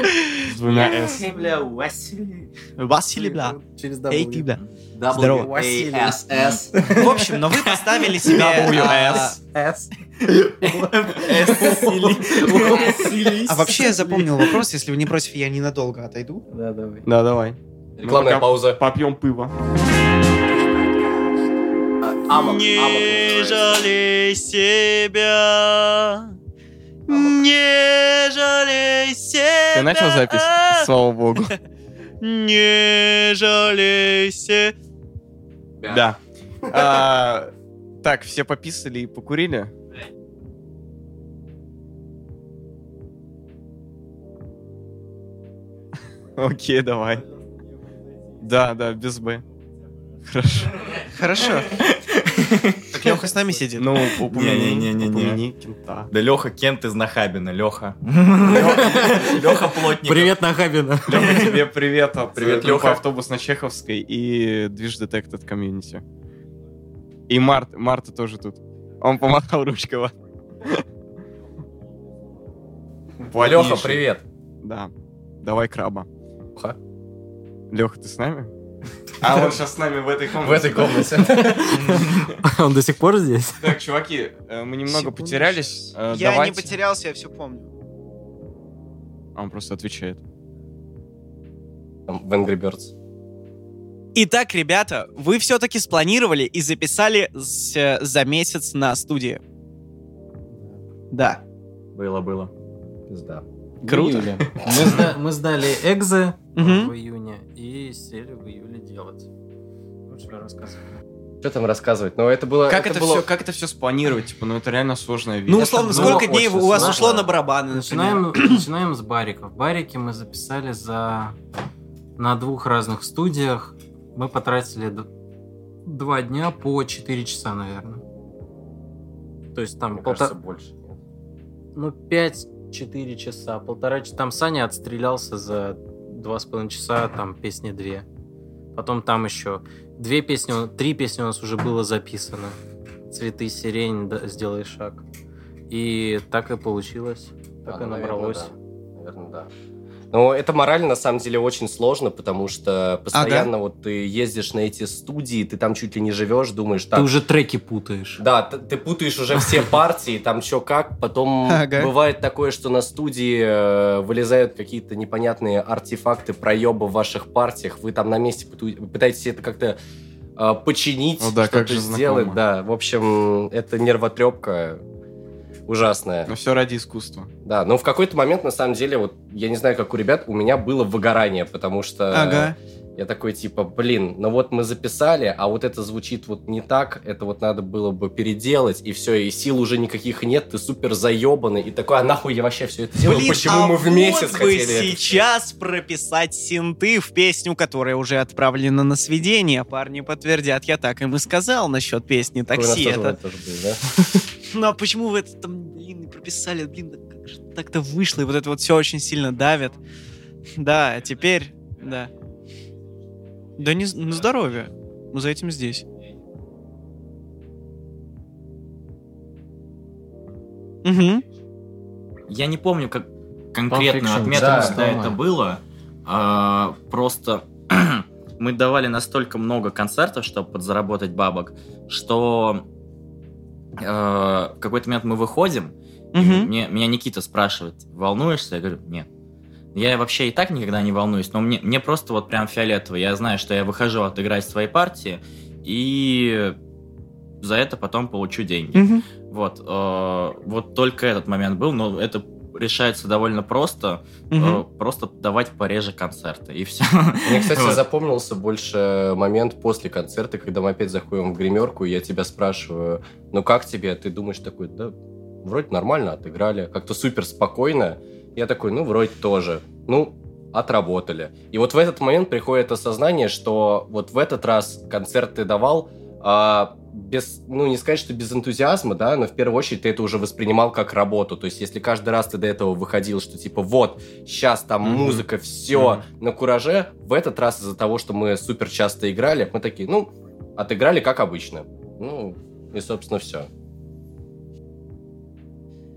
С двумя «с». Бля, Василий. Василий, бля. Через Эй, W. ты, бля. дабл ю Здорово. эй эс эс. В общем, но вы поставили себе... а, S. А вообще я запомнил вопрос, если вы не против, я ненадолго отойду. Да, давай. Да, давай. Рекламная Ну-ка, пауза. Попьем пиво. Амок, амок называется. жалей себя, не жалей себя. Ты начал запись? Слава богу. Не жалей себя. Да. А, Так, все пописали и покурили? Окей, давай. Да, да, без «Б». Хорошо. Хорошо. Так Леха с нами сидит. Ну, упомяни, Не-не-не-не-не. упомяни кента. Да Леха Кент из Нахабина, Леха. Леха Плотников. Привет, Нахабина. Лёха, тебе привет от Привет, группы Лёха. «Автобус» на Чеховской и Движ Detected Community. И Март, Марта тоже тут. Он помахал ручкой. вот. Леха, Плотнейший. привет. Да. Давай краба. Ха. Леха, ты с нами? А он сейчас с нами в этой комнате. В этой комнате. Он до сих пор здесь? Так, чуваки, э, мы немного Секунду, потерялись. Э, Я не давайте- потерялся, я все помню. А он просто отвечает. Там, в Angry Birds. Итак, ребята, вы все-таки спланировали и записали с- за месяц на студии. Да. Было, было. Пизда. Круто. В июле. Мы, сда- мы сдали экзы Мгм. в июне и сели в июле делать. Лучше рассказывай. Что там рассказывать? Ну, это было... Как это, было... все, как это все спланировать? Типа, ну это реально сложная вещь. Ну, условно, было сколько дней очень у вас сложно. ушло на барабаны, например? Начинаем, начинаем с бариков. Барики мы записали за на двух разных студиях. Мы потратили д- два дня по четыре часа, наверное. То есть там Мне полта- кажется, больше. ну, пять-четыре часа. Полтора часа. Там Саня отстрелялся за два с половиной часа, там песни две. Потом там еще две песни, у- три песни у нас уже было записано. «Цветы, сирень», да, «Сделай шаг». И так и получилось. Так А, и ну, набралось. Наверное, да. Наверное, да. Но это морально, на самом деле, очень сложно, потому что постоянно вот ты ездишь на эти студии, ты там чуть ли не живешь, думаешь, так... Ты уже треки путаешь. Да, т- ты путаешь уже все партии, там что как, потом Ага. бывает такое, что на студии э, вылезают какие-то непонятные артефакты, проебы в ваших партиях, вы там на месте пыту- пытаетесь это как-то э, починить, О, да, как что-то же сделать, знакомо. да, в общем, это нервотрепка ужасная. Но все ради искусства. Да, но в какой-то момент, на самом деле, вот, я не знаю, как у ребят, у меня было выгорание, потому что Ага. я такой, типа, блин, ну вот мы записали, а вот это звучит вот не так, это вот надо было бы переделать, и все, и сил уже никаких нет, ты супер заебанный, и такой, а нахуй я вообще все это делаю, Блин, почему а мы в месяц вот бы хотели это всё?» сейчас прописать синты в песню, которая уже отправлена на сведение. Парни подтвердят, я так им и сказал насчет песни Такой у нас «Такси». тоже Это... вариант тоже был, да? Ну а почему вы это там, блин, не прописали? Блин, да как же так-то вышло, и вот это вот все очень сильно давит. Да, а теперь, да. Да не, на здоровье. Мы за этим здесь. Угу. Я не помню, как конкретную Fiction, отметку, да, когда да. это было. А, просто мы давали настолько много концертов, чтобы подзаработать бабок, что э, в какой-то момент мы выходим, и Мгм. мне, меня Никита спрашивает, волнуешься? Я говорю, нет. Я вообще и так никогда не волнуюсь, но мне, мне просто вот прям фиолетово. Я знаю, что я выхожу отыграть свои партии, и за это потом получу деньги. Угу. Вот, э, вот только этот момент был, но это решается довольно просто. Э, просто давать пореже концерты, и все. Мне, кстати, Вот. запомнился больше момент после концерта, когда мы опять заходим в гримерку, и я тебя спрашиваю, ну как тебе? Ты думаешь такой, да, вроде нормально отыграли, как-то супер спокойно. Я такой, ну, вроде тоже. Ну, отработали. И вот в этот момент приходит осознание, что вот в этот раз концерт ты давал а, без, ну, не сказать, что без энтузиазма, да, но в первую очередь ты это уже воспринимал как работу. То есть если каждый раз ты до этого выходил, что типа вот, сейчас там Мгм. музыка, все на кураже, в этот раз из-за того, что мы супер часто играли, мы такие, ну, отыграли как обычно. Ну, и, собственно, все.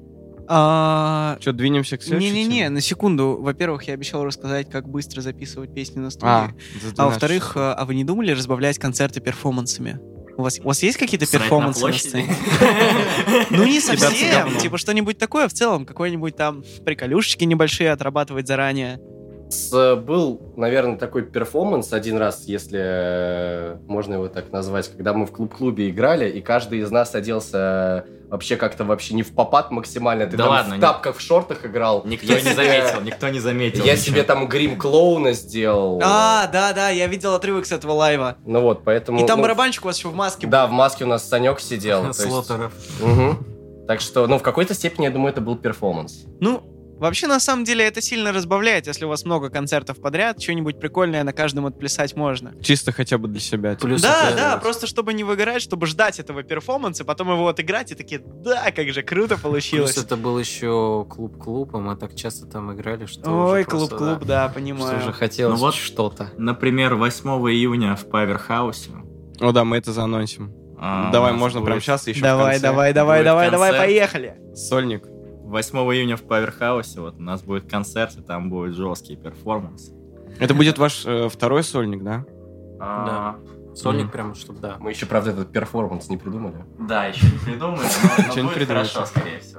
А, Что, двинемся к следующей Не-не-не, теме? на секунду. Во-первых, я обещал рассказать, как быстро записывать песни на студии. А, за А двенадцать во-вторых, часов. а а вы не думали разбавлять концерты перформансами? У вас, у вас есть какие-то Срать на перформансы на площади? сцене? Ну, не Кидаться совсем. говном. Типа что-нибудь такое в целом. Какой-нибудь там приколюшечки небольшие отрабатывать заранее. С- Был, наверное, такой перформанс один раз, если э, можно его так назвать, когда мы в клуб-клубе играли, и каждый из нас оделся вообще как-то вообще не в попад максимально. Ты Да там ладно, в не- тапках, в шортах играл. Никто Я не себе- заметил, никто не заметил. Я ничего. себе там грим клоуна сделал. А, да-да, я видел отрывок с этого лайва. Ну вот, поэтому... И там ну, барабанщик у вас еще в маске был. Да, в маске у нас Санек сидел. то есть- Слотеров. Мгм. Так что, ну, в какой-то степени, я думаю, это был перформанс. Ну, вообще, на самом деле, это сильно разбавляет. Если у вас много концертов подряд, что-нибудь прикольное на каждом отплясать можно. Чисто хотя бы для себя. типа. Плюс Да, это- да, просто чтобы не выгорать, чтобы ждать этого перформанса, потом его отыграть и такие, да, как же круто получилось. Плюс это был еще клуб-клуб, и мы так часто там играли, что Ой, уже просто, клуб-клуб, да, да, что понимаю. уже хотелось Ну вот. что-то. Например, восьмого июня в Паверхаусе. О, да, мы это заанонсим. а, Давай, у нас можно будет- прямо сейчас еще в Давай, конце. давай, давай, будет давай, давай, концерт. поехали. Сольник. восьмого июня в Паверхаусе вот у нас будет концерт, и там будет жесткий перформанс. Это будет ваш э, второй сольник, да? А, Сольник Мгм. прям, чтобы да. Мы еще, правда, этот перформанс не придумали. Да, еще не придумали, но- Ничего не но будет придумайте. хорошо, скорее всего.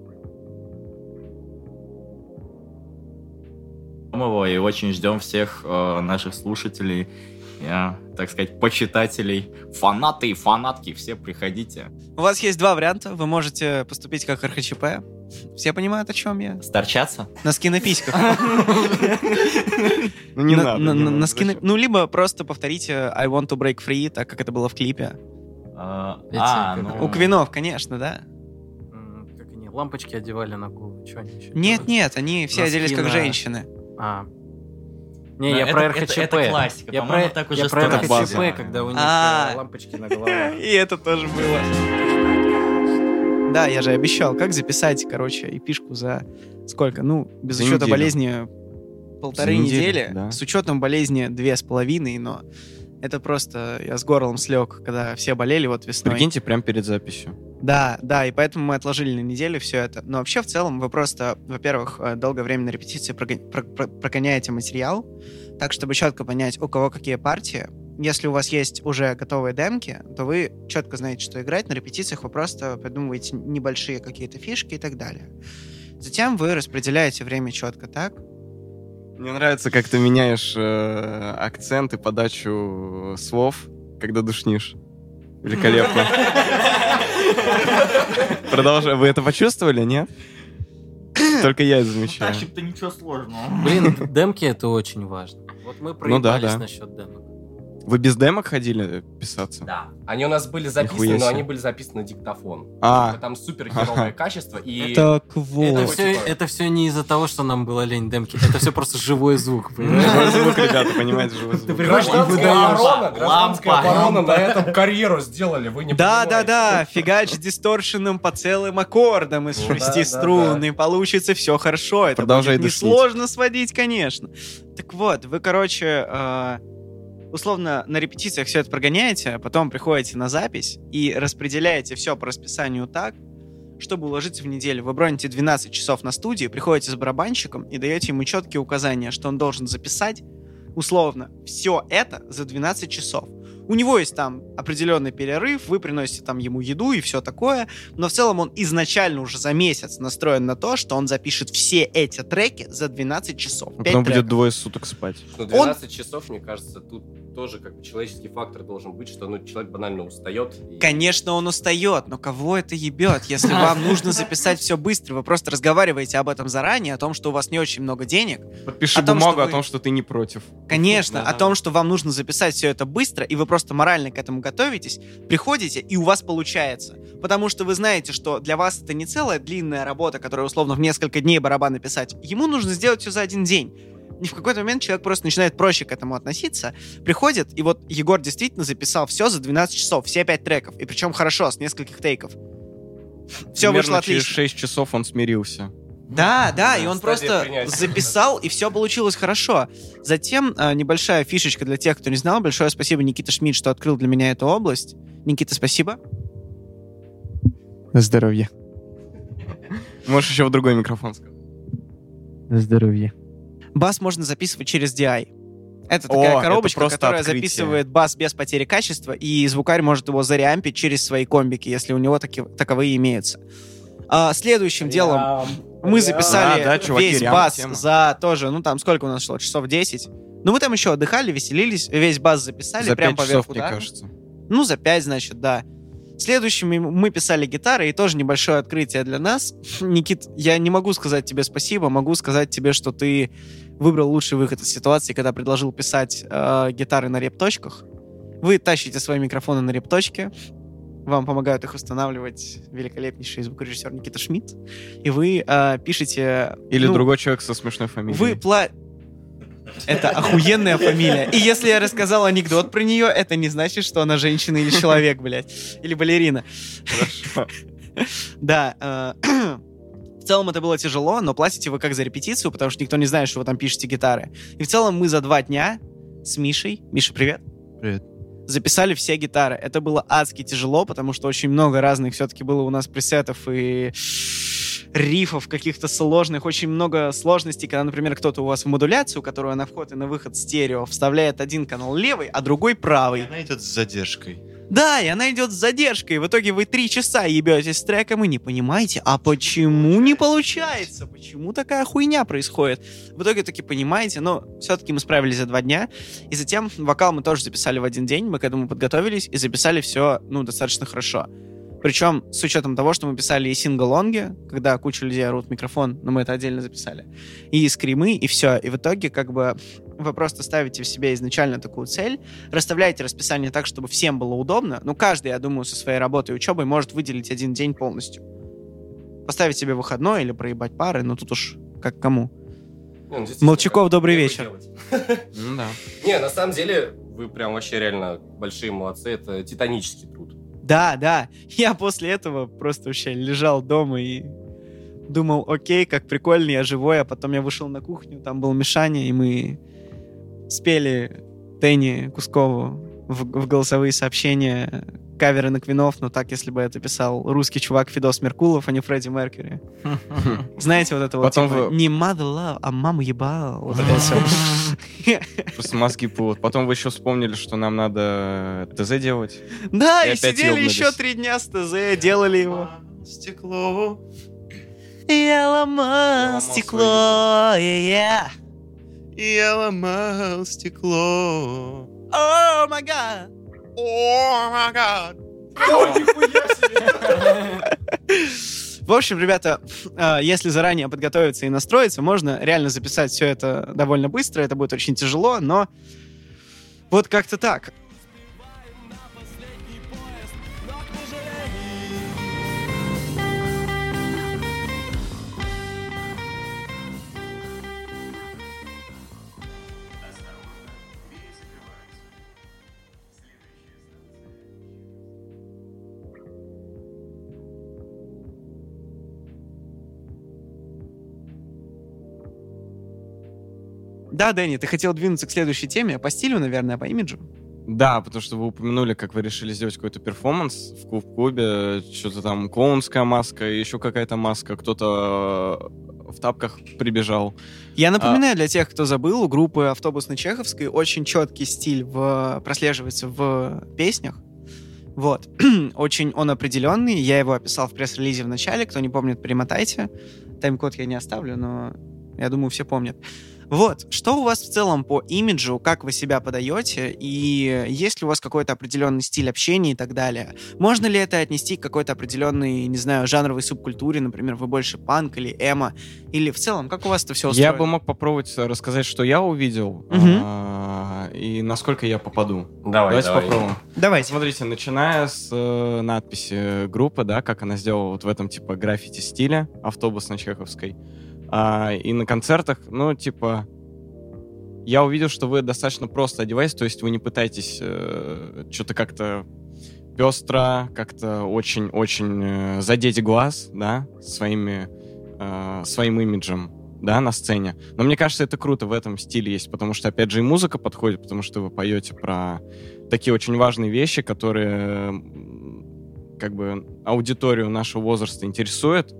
Его и очень ждем всех э, наших слушателей, я, так сказать, почитателей, фанаты и фанатки, все приходите. У вас есть два варианта. Вы можете поступить как эр ха че пэ. Все понимают, о чем я? Сторчаться? Носки на письках. Ну не На- надо. на- не на- надо. носки на- Зачем? Ну, либо просто повторите I want to break free, так как это было в клипе. А, Эти, а, как- ну, У Квинов, конечно, да. М, Как они лампочки одевали на голову, что они еще Нет, делали? нет, они все Носки оделись как на- женщины. А. Не, Ну, я это- про это- эр ха че это пэ. классика, Я по-моему, про, так я уже про сто эр раз ха че база. пэ, когда у них А. э, лампочки на головах. И это тоже было. Да, я же обещал, как записать, короче, эпишку за сколько? Ну, без За учета неделю. болезни полторы За неделю, недели, да. с учетом болезни две с половиной, но это просто я с горлом слег, когда все болели вот весной. Прикиньте, прям перед записью. Да, да, и поэтому мы отложили на неделю все это. Но вообще, в целом, вы просто, во-первых, э, долгое время на репетиции прога- про- про- прогоняете материал, так, чтобы четко понять, у кого какие партии. Если у вас есть уже готовые демки, то вы четко знаете, что играть. На репетициях вы просто придумываете небольшие какие-то фишки и так далее. Затем вы распределяете время четко так. Мне нравится, как ты меняешь э, акцент и подачу слов, когда душнишь. Великолепно. Продолжай. Вы это почувствовали, нет? Только я это замечаю. Тащик-то ничего сложного. Блин, демки это очень важно. Вот мы Ну да, проебались да. насчет демок. Вы без демок ходили писаться? Да. Они у нас были записаны, Нихуя но себе. они были записаны на диктофон. А. Там супер херовое качество. И Это Это квоз. все, типа- это все не из-за того, что нам было лень демки. Это все просто живой звук, понимаешь? Живой звук, ребята, понимаете, живой звук. гражданская выдаешь. оборона, гражданская Лампа. оборона на этом карьеру сделали. Вы не Да, да, понимаете. да, фигач дисторшеном по целым аккордам из Ну шести да, да, струн, да. и получится все хорошо. Это Продолжай будет душнить. несложно сводить, конечно. Так вот, вы, короче, э, условно на репетициях все это прогоняете, а потом приходите на запись и распределяете все по расписанию так, чтобы уложиться в неделю. Вы броните двенадцать часов на студии, приходите с барабанщиком и даете ему четкие указания, что он должен записать условно все это за двенадцать часов. У него есть там определенный перерыв, вы приносите там ему еду и все такое, но в целом он изначально уже за месяц настроен на то, что он запишет все эти треки за двенадцать часов. А Пять потом будет треков. двое суток спать. Ну, двенадцать часов, мне кажется, тут тоже как бы человеческий фактор должен быть, что ну, человек банально устает. и- Конечно, он устает, но кого это ебет, если вам нужно записать все быстро? Вы просто разговариваете об этом заранее, о том, что у вас не очень много денег. Подпиши О том, бумагу что о вы- том, что ты не против. Конечно, Да. о том, что вам нужно записать все это быстро, и вы просто морально к этому готовитесь, приходите, и у вас получается. Потому что вы знаете, что для вас это не целая длинная работа, которая условно в несколько дней барабаны писать. Ему нужно сделать все за один день. И в какой-то момент человек просто начинает проще к этому относиться, приходит, и вот Егор действительно записал все за двенадцать часов, все пять треков, и причем хорошо, с нескольких тейков. Все Примерно вышло через отлично. шесть часов он смирился. Да, да, и он стадия просто принятия. записал, и все получилось хорошо. Затем а, небольшая фишечка для тех, кто не знал. Большое спасибо Никита Шмидт, что открыл для меня эту область. Никита, спасибо. Здоровья. Можешь еще в другой микрофон сказать. Здоровье. Бас можно записывать через ди ай. Это такая О, это коробочка, просто которая открытие. записывает бас без потери качества, и звукарь может его зареампить через свои комбики, если у него таки, таковые имеются. А, следующим делом мы записали Да, да, чуваки, весь реально бас тема. за тоже, ну там сколько у нас шло, часов десять. Ну мы там еще отдыхали, веселились, весь бас записали За прям пять поверх часов, мне удара. кажется. Ну, за пять, значит, да. Следующими мы писали гитары, и тоже небольшое открытие для нас. Никит, я не могу сказать тебе спасибо, могу сказать тебе, что ты выбрал лучший выход из ситуации, когда предложил писать э, гитары на репточках. Вы тащите свои микрофоны на репточке, вам помогают их устанавливать великолепнейший звукорежиссер Никита Шмидт, и вы э, пишете... Или ну, другой человек со смешной фамилией. Вы пла... Это охуенная фамилия. И если я рассказал анекдот про нее, это не значит, что она женщина или человек, блядь. Или балерина. Хорошо. Да. э, В целом это было тяжело, но платите вы как за репетицию, потому что никто не знает, что вы там пишете гитары. И в целом мы за два дня с Мишей... Миша, привет. Привет. Записали все гитары. Это было адски тяжело, потому что очень много разных все-таки было у нас пресетов и рифов каких-то сложных, очень много сложностей, когда, например, кто-то у вас в модуляцию, которая на вход и на выход стерео, вставляет один канал левый, а другой правый. Она идет с задержкой. Да, и она идет с задержкой. В итоге вы три часа ебетесь с треком и не понимаете, а почему не получается? Почему такая хуйня происходит? В итоге таки понимаете, но все-таки мы справились за два дня. И затем вокал мы тоже записали в один день. Мы к этому подготовились и записали все, ну, достаточно хорошо. Причем с учетом того, что мы писали и синглонги, когда куча людей орут в микрофон, но мы это отдельно записали, и скримы, и все. И в итоге как бы вы просто ставите в себе изначально такую цель, расставляете расписание так, чтобы всем было удобно. Ну, каждый, я думаю, со своей работой и учебой может выделить один день полностью. Поставить себе выходной или проебать пары, ну тут уж как кому. Не, ну, действительно, Молчаков, как- добрый как вечер. делать. Ну да. Не, на самом деле, вы прям вообще реально большие молодцы. Это титанический труд. Да, да. Я после этого просто вообще лежал дома и думал, окей, как прикольно, я живой. А потом я вышел на кухню, там был Мишаня, и мы спели Тенни Кускову в, в голосовые сообщения каверы на Квинов, но так, если бы это писал русский чувак Федос Меркулов, а не Фредди Меркьюри. Знаете, вот это вот, Потом типа, вы- не mother love, а маму ебал. Вот это все. Просто мозги плывут. Потом вы еще вспомнили, что нам надо ТЗ делать. Да, И и опять сидели ёбнулись. еще три дня с ТЗ, делали его. Стекло. Я ломал ломал стекло, yeah. И я ломал стекло. О май гад. О, май гад. В общем, ребята, э, если заранее подготовиться и настроиться, можно реально записать все это довольно быстро. Это будет очень тяжело, но вот как-то так. Да, Дэнни, ты хотел двинуться к следующей теме. По стилю, наверное, по имиджу. Да, потому что вы упомянули, как вы решили сделать какой-то перформанс в клуб-клубе, что-то там клоунская маска, и еще какая-то маска, кто-то э, в тапках прибежал. Я напоминаю для тех, кто забыл, у группы «Автобусной Чеховской» очень четкий стиль в... прослеживается в песнях. Вот. Очень он определенный. Я его описал в пресс-релизе в начале. Кто не помнит, перемотайте. Тайм-код я не оставлю, но я думаю, все помнят. Вот. Что у вас в целом по имиджу, как вы себя подаете, и есть ли у вас какой-то определенный стиль общения и так далее? Можно ли это отнести к какой-то определенной, не знаю, жанровой субкультуре, например, вы больше панк или эмо, или в целом, как у вас это все устроено? Я бы мог попробовать рассказать, что я увидел, Мгм. а, и насколько я попаду. Давай, Давайте давай. попробуем. Давайте. Смотрите, начиная с э, надписи группы, да, как она сделала вот в этом, типа, граффити стиле, автобусной Чеховской. А, и на концертах, ну, типа, я увидел, что вы достаточно просто одеваетесь, то есть вы не пытаетесь э, что-то как-то пестро, как-то очень-очень э, задеть глаз, да, своими, э, своим имиджем, да, на сцене. Но мне кажется, это круто в этом стиле есть, потому что, опять же, и музыка подходит, потому что вы поете про такие очень важные вещи, которые м, как бы аудиторию нашего возраста интересуют.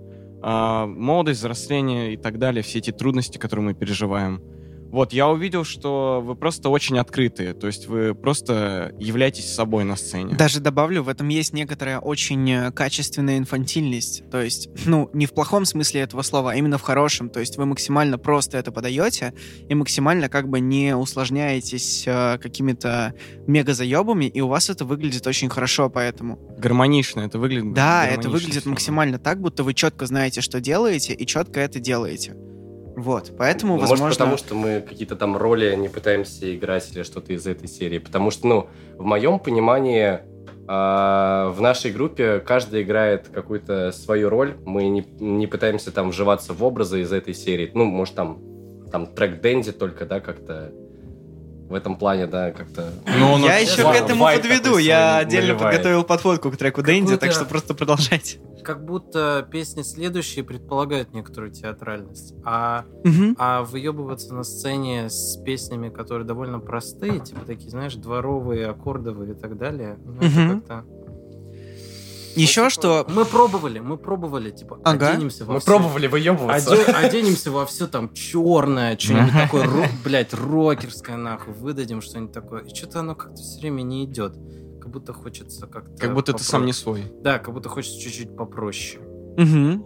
а, молодость, взросление и так далее, все эти трудности, которые мы переживаем. Вот, я увидел, что вы просто очень открытые, то есть вы просто являетесь собой на сцене. Даже добавлю, в этом есть некоторая очень э, качественная инфантильность. То есть, ну, не в плохом смысле этого слова, а именно в хорошем. То есть вы максимально просто это подаете и максимально как бы не усложняетесь э, какими-то мега-заебами, и у вас это выглядит очень хорошо, поэтому... Гармонично это выглядит. Да, это гармонично выглядит всё. максимально так, будто вы четко знаете, что делаете, и четко это делаете. Вот, поэтому, Ну, возможно... Может, потому что мы какие-то там роли не пытаемся играть или что-то из этой серии. Потому что, ну, в моем понимании, а, в нашей группе каждый играет какую-то свою роль. Мы не, не пытаемся там вживаться в образы из этой серии. Ну, может, там, там трек Дэнди только, да, как-то в этом плане, да, как-то... Ну, он я вообще еще к вайб этому подведу. такой Я свой отдельно наливает. подготовил подводку к треку Дэнди, так Какой-то- что просто продолжайте. Как будто песни следующие предполагают некоторую театральность, а, Мгм. а выебываться на сцене с песнями, которые довольно простые, типа такие, знаешь, дворовые, аккордовые и так далее, ну, это Мгм. как-то... Еще что... Мы пробовали, мы пробовали, типа, Ага. оденемся во Мы всё- пробовали выебываться. Оде- оденемся во все там черное, что-нибудь такое, ро- блядь, рокерское, нахуй, выдадим что-нибудь такое. И что-то оно как-то все время не идет. Как будто хочется как-то... Как будто ты попро- сам не свой. Да, как будто хочется чуть-чуть попроще. Мгм.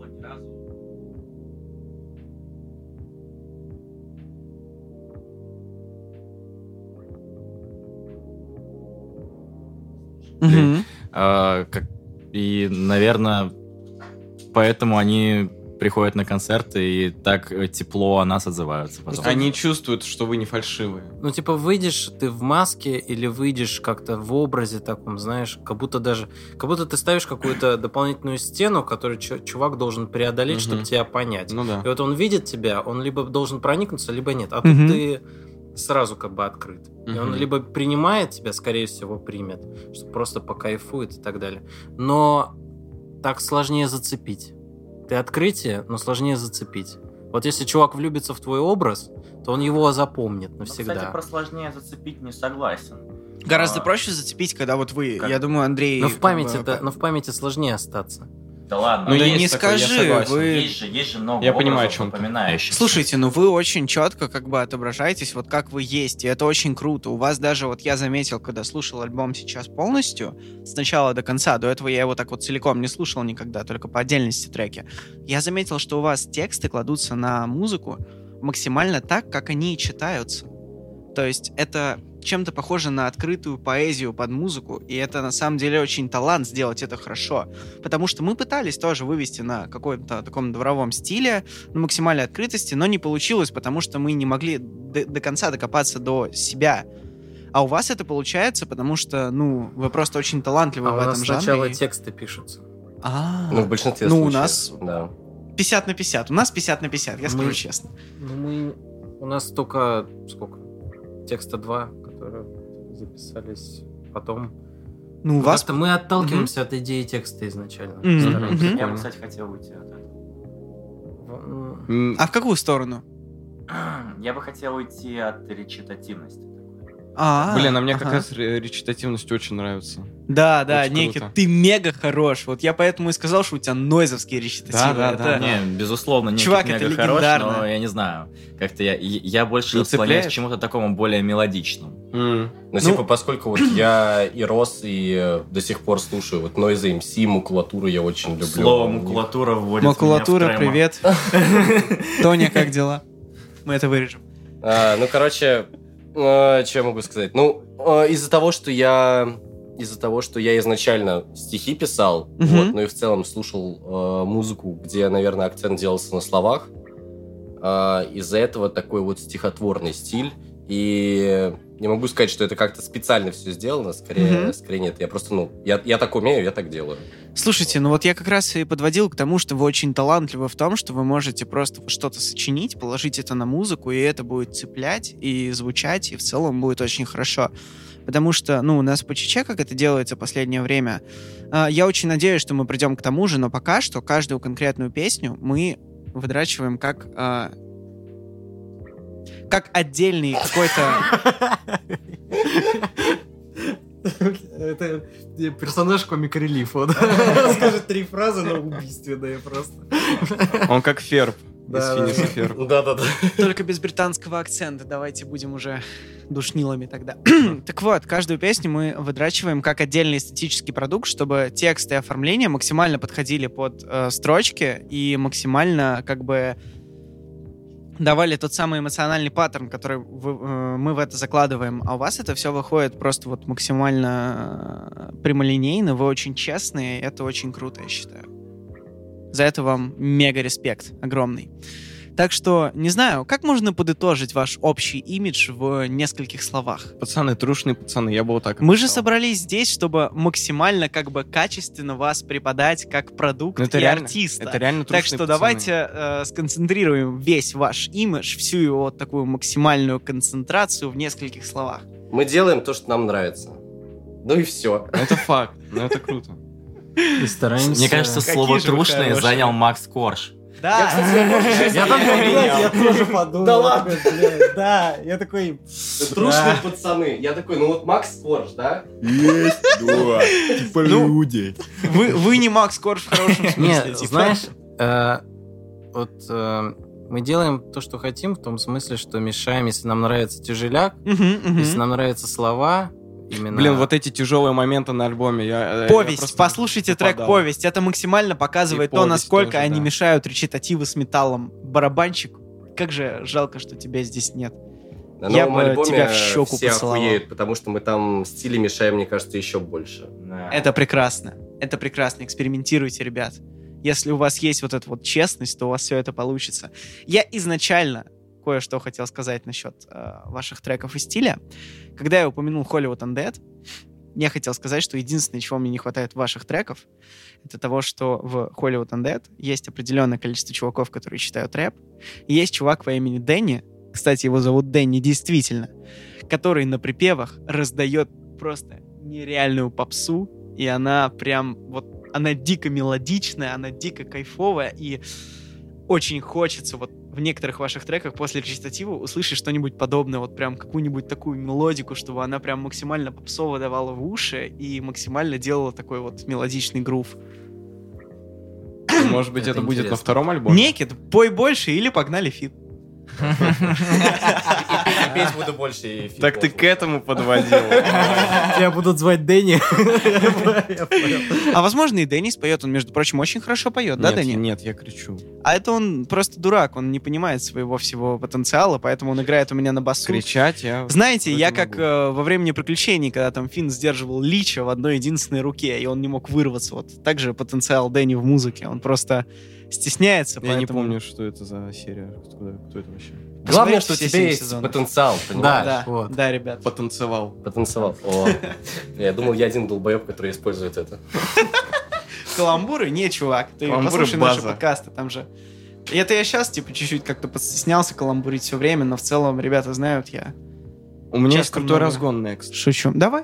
Мгм. А, как- И, наверное, поэтому они приходят на концерты и так э, тепло о нас отзываются потом. Они чувствуют, что вы не фальшивые. Ну, типа, выйдешь ты в маске или выйдешь как-то в образе таком, знаешь, как будто даже... Как будто ты ставишь какую-то дополнительную стену, которую чу- чувак должен преодолеть, Мгм. чтобы тебя понять. Ну да. И вот он видит тебя, он либо должен проникнуться, либо нет. А тут Мгм. ты сразу как бы открыт. И он Мгм. либо принимает тебя, скорее всего, примет, что просто покайфует и так далее. Но так сложнее зацепить. Ты открытие, но сложнее зацепить. Вот если чувак влюбится в твой образ, то он его запомнит Ну, навсегда. кстати, про сложнее зацепить не согласен. Гораздо А, проще зацепить, когда вот вы, Как- я думаю, Андрей... но в как памяти, бы, это, по- но в памяти сложнее остаться. Да ладно. Ну, да есть не такое, я скажи, согласен. вы... Есть же, есть же много Я понимаю, образов о чем ты. напоминающих. Слушайте, ну вы очень четко как бы отображаетесь вот как вы есть, и это очень круто. У вас даже, вот я заметил, когда слушал альбом сейчас полностью, с начала до конца, до этого я его так вот целиком не слушал никогда, только по отдельности треки, я заметил, что у вас тексты кладутся на музыку максимально так, как они и читаются. То есть это чем-то похоже на открытую поэзию под музыку, и это на самом деле очень талант сделать это хорошо. Потому что мы пытались тоже вывести на каком-то таком дворовом стиле, на максимальной открытости, но не получилось, потому что мы не могли до, до конца докопаться до себя. А у вас это получается, потому что, ну, вы просто очень талантливы А в у этом нас жанре. сначала и- тексты пишутся. А, Ну, в большинстве Ну, у случаев. нас- Да. пятьдесят на пятьдесят. У нас пятьдесят на пятьдесят, я скажу Мы- честно. Ну, мы... У нас только... Сколько? Текста два, которые записались потом. Ну, у вас... Как-то мы отталкиваемся от идеи текста изначально. Мгм, Стараемся. мгм. Я бы, кстати, хотел уйти от этого. М, М, А в какую сторону? Я бы хотел уйти от речитативности. А, Блин, а мне ага. как раз ре- речитативность очень нравится. Да, да, Очень Некий, круто. ты мега хорош. Вот я поэтому и сказал, что у тебя нойзовские речитативы. Да, да, Это- да. Не, безусловно, не Чувак, мега это хорош, легендарно. но я не знаю. Как-то я, я больше Не склоняюсь цепляет? к чему-то такому более мелодичному. М. Ну, Ну- типа, поскольку вот я и рос, и э, до сих пор слушаю вот Noise эм си, макулатуру я очень люблю. Слово У них- макулатура вводит Макулатура, меня в трема. привет. Тоня, как дела? Мы это вырежем. А, ну, короче, э, что я могу сказать? Ну, э, из-за того, что я... Из-за того, что я изначально стихи писал, Мгм. вот, ну и в целом слушал э, музыку, где, наверное, акцент делался на словах, э, из-за этого такой вот стихотворный стиль. И не могу сказать, что это как-то специально все сделано, скорее, Мгм. скорее нет. Я просто, ну, я, я так умею, я так делаю. Слушайте, ну вот я как раз и подводил к тому, что вы очень талантливы в том, что вы можете просто что-то сочинить, положить это на музыку, и это будет цеплять и звучать, и в целом будет очень хорошо. Потому что, ну, у нас по ЧЧ, как это делается в последнее время, а, я очень надеюсь, что мы придем к тому же, но пока что каждую конкретную песню мы выдрачиваем как... а, как отдельный какой-то... Это персонаж комик-релифа. Скажет три фразы, но убийственные просто. Он как Ферб из Да, Финиса да. Ферб. Да-да-да. Только без британского акцента. Давайте будем уже душнилами тогда. Так вот, каждую песню мы выдрачиваем как отдельный эстетический продукт, чтобы текст и оформление максимально подходили под э, строчки и максимально как бы давали тот самый эмоциональный паттерн, который вы- э, мы в это закладываем. А у вас это все выходит просто вот максимально э, прямолинейно, вы очень честные, это очень круто, я считаю. За это вам мега респект огромный. Так что, не знаю, как можно подытожить ваш общий имидж в нескольких словах? Пацаны, трушные пацаны, я бы вот так Мы же описал. собрались здесь, чтобы максимально как бы качественно вас преподать как продукт Ну, это и реально- артиста. Это реально Так трушные что пацаны. давайте э, сконцентрируем весь ваш имидж, всю его вот такую максимальную концентрацию в нескольких словах. Мы делаем то, что нам нравится. Ну и все. Это факт, но это круто. И стараемся... Мне кажется, Какие слово же вы «трушные» хорошие. занял Макс Корж. Да, Я там, блядь, я тоже подумал. Да ладно? такой, блядь, Да, я такой... Трушные пацаны. Я такой, ну вот Макс Корж, да? Есть, да. Типа Ну, люди. вы, вы не Макс Корж в хорошем смысле. Не, типа. знаешь, э, вот э, мы делаем то, что хотим, в том смысле, что мешаем, если нам нравится тяжеляк, Мгм, мгм. если нам нравятся слова, именно... Блин, вот эти тяжелые моменты на альбоме. Я, я Повесть, просто послушайте трек попадал. «Повесть». Это максимально показывает И то, «Повесть» насколько тоже, они да. мешают речитативы с металлом. Барабанщик, как же жалко, что тебя здесь нет. На Я новом бы альбоме тебя в щеку все поцеловал. охуеют, потому что мы там стили мешаем, мне кажется, еще больше. Это прекрасно. Это прекрасно. Экспериментируйте, ребят. Если у вас есть вот эта вот честность, то у вас все это получится. Я изначально кое-что хотел сказать насчет э, ваших треков и стиля. Когда я упомянул Hollywood Undead, я хотел сказать, что единственное, чего мне не хватает в ваших треков, это того, что в Hollywood Undead есть определенное количество чуваков, которые читают рэп, и есть чувак по имени Дэнни, кстати, его зовут Дэнни действительно, который на припевах раздает просто нереальную попсу, и она прям вот, она дико мелодичная, она дико кайфовая, и очень хочется вот в некоторых ваших треках после речитатива услышать что-нибудь подобное, вот прям какую-нибудь такую мелодику, чтобы она прям максимально попсово давала в уши и максимально делала такой вот мелодичный грув. Может быть, Это это будет на интересно. втором альбоме? Некит, пой больше или погнали фит. И петь буду больше. и фит Так ты можно. к этому подводил. Тебя будут звать Дэнни. Я понял. А возможно и Дэнни споет, он, между прочим, очень хорошо поет, да, Нет, Дэнни? Нет, я кричу. А это он просто дурак, он не понимает своего всего потенциала, поэтому он играет у меня на басу. Кричать я... Знаете, вроде я могу. как э, во времени приключений, когда там Финн сдерживал Лича в одной единственной руке, и он не мог вырваться. Вот так же потенциал Дэнни в музыке. Он просто стесняется, Я не поэтому... помню, что это за серия. Кто, кто это вообще? Главное, Посмотрите что у все тебя семь есть сезонов. потенциал, Да. понимаешь? Да, Вот. да, ребят. Потанцевал. Потанцевал. О, я думал, я один долбоеб, который использует это. Каламбуры? Не, чувак, ты Каламбуры послушай наши база. подкасты, там же... И это я сейчас, типа, чуть-чуть как-то подстеснялся каламбурить все время, но в целом ребята знают, я У меня есть Часто крутой много. разгон next. шучу. Давай.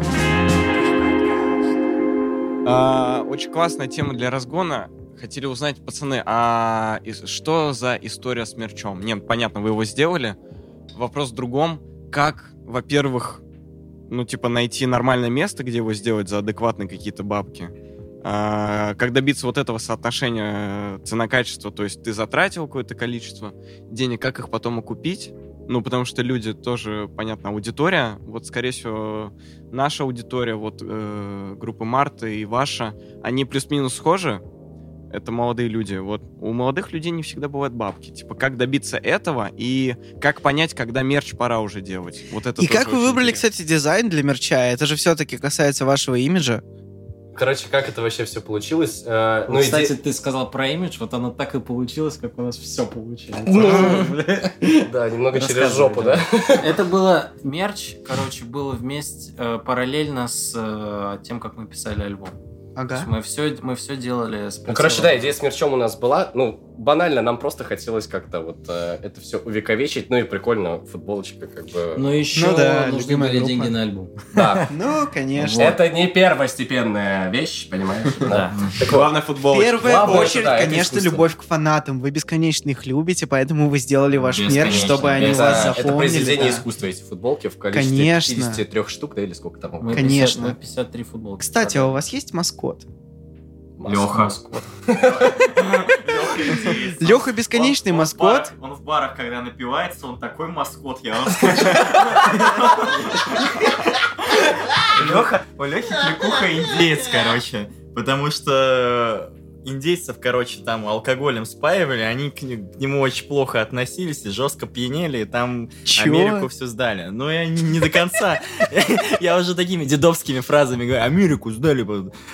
А, очень классная тема для разгона. Хотели узнать, пацаны, а ис- что за история с мерчом? Нет, понятно, вы его сделали. Вопрос в другом. Как, во-первых, ну, типа, найти нормальное место, где его сделать за адекватные какие-то бабки? А, как добиться вот этого соотношения цена-качество? То есть ты затратил какое-то количество денег, как их потом окупить? Ну, потому что люди тоже, понятно, аудитория. Вот, скорее всего, наша аудитория, вот э, группа Марта и ваша, они плюс-минус схожи. Это молодые люди. Вот у молодых людей не всегда бывают бабки. Типа, как добиться этого и как понять, когда мерч пора уже делать. Вот это И тоже как вы очень выбрали, интересно. кстати, дизайн для мерча? Это же все-таки касается вашего имиджа. Короче, как это вообще все получилось? Э, Ну, ну, кстати, иде- ты сказал про имидж, вот оно так и получилось, как у нас все получилось. Ну, да, немного через Рассказывай, жопу, да? Это было мерч, короче, было вместе э, параллельно с э, тем, как мы писали альбом. Ага. Мы все, мы все делали с Ну, короче, да, идея с мерчом у нас была. Ну, банально, нам просто хотелось как-то вот э, это все увековечить. Ну и прикольно, футболочка как бы... Но еще Ну да, нужны любимая были группа. деньги на альбом. Да. Ну, конечно. Это не первостепенная вещь, понимаешь? Да. Главное футболочка. В первую Главное, очередь, да, это конечно, искусство. любовь к фанатам. Вы бесконечно их любите, поэтому вы сделали ваш мерч, Бесконечно. чтобы они это, вас это запомнили. произведение да. искусства, эти футболки в количестве Конечно. пятьдесят три штук, да, или сколько там? Мы Конечно. пятьдесят мы пятьдесят три футболки. Кстати, а у вас есть маскот? Леха. Леха бесконечный маскот. Он в барах, когда напивается, он такой маскот, я вам скажу. Леха, у Лехи кликуха индеец, короче. Потому что индейцев, короче, там алкоголем спаивали, они к, не- к нему очень плохо относились и жестко пьянели, и там Чего? Америку все сдали. Ну, я не, не до конца. Я уже такими дедовскими фразами говорю, Америку сдали.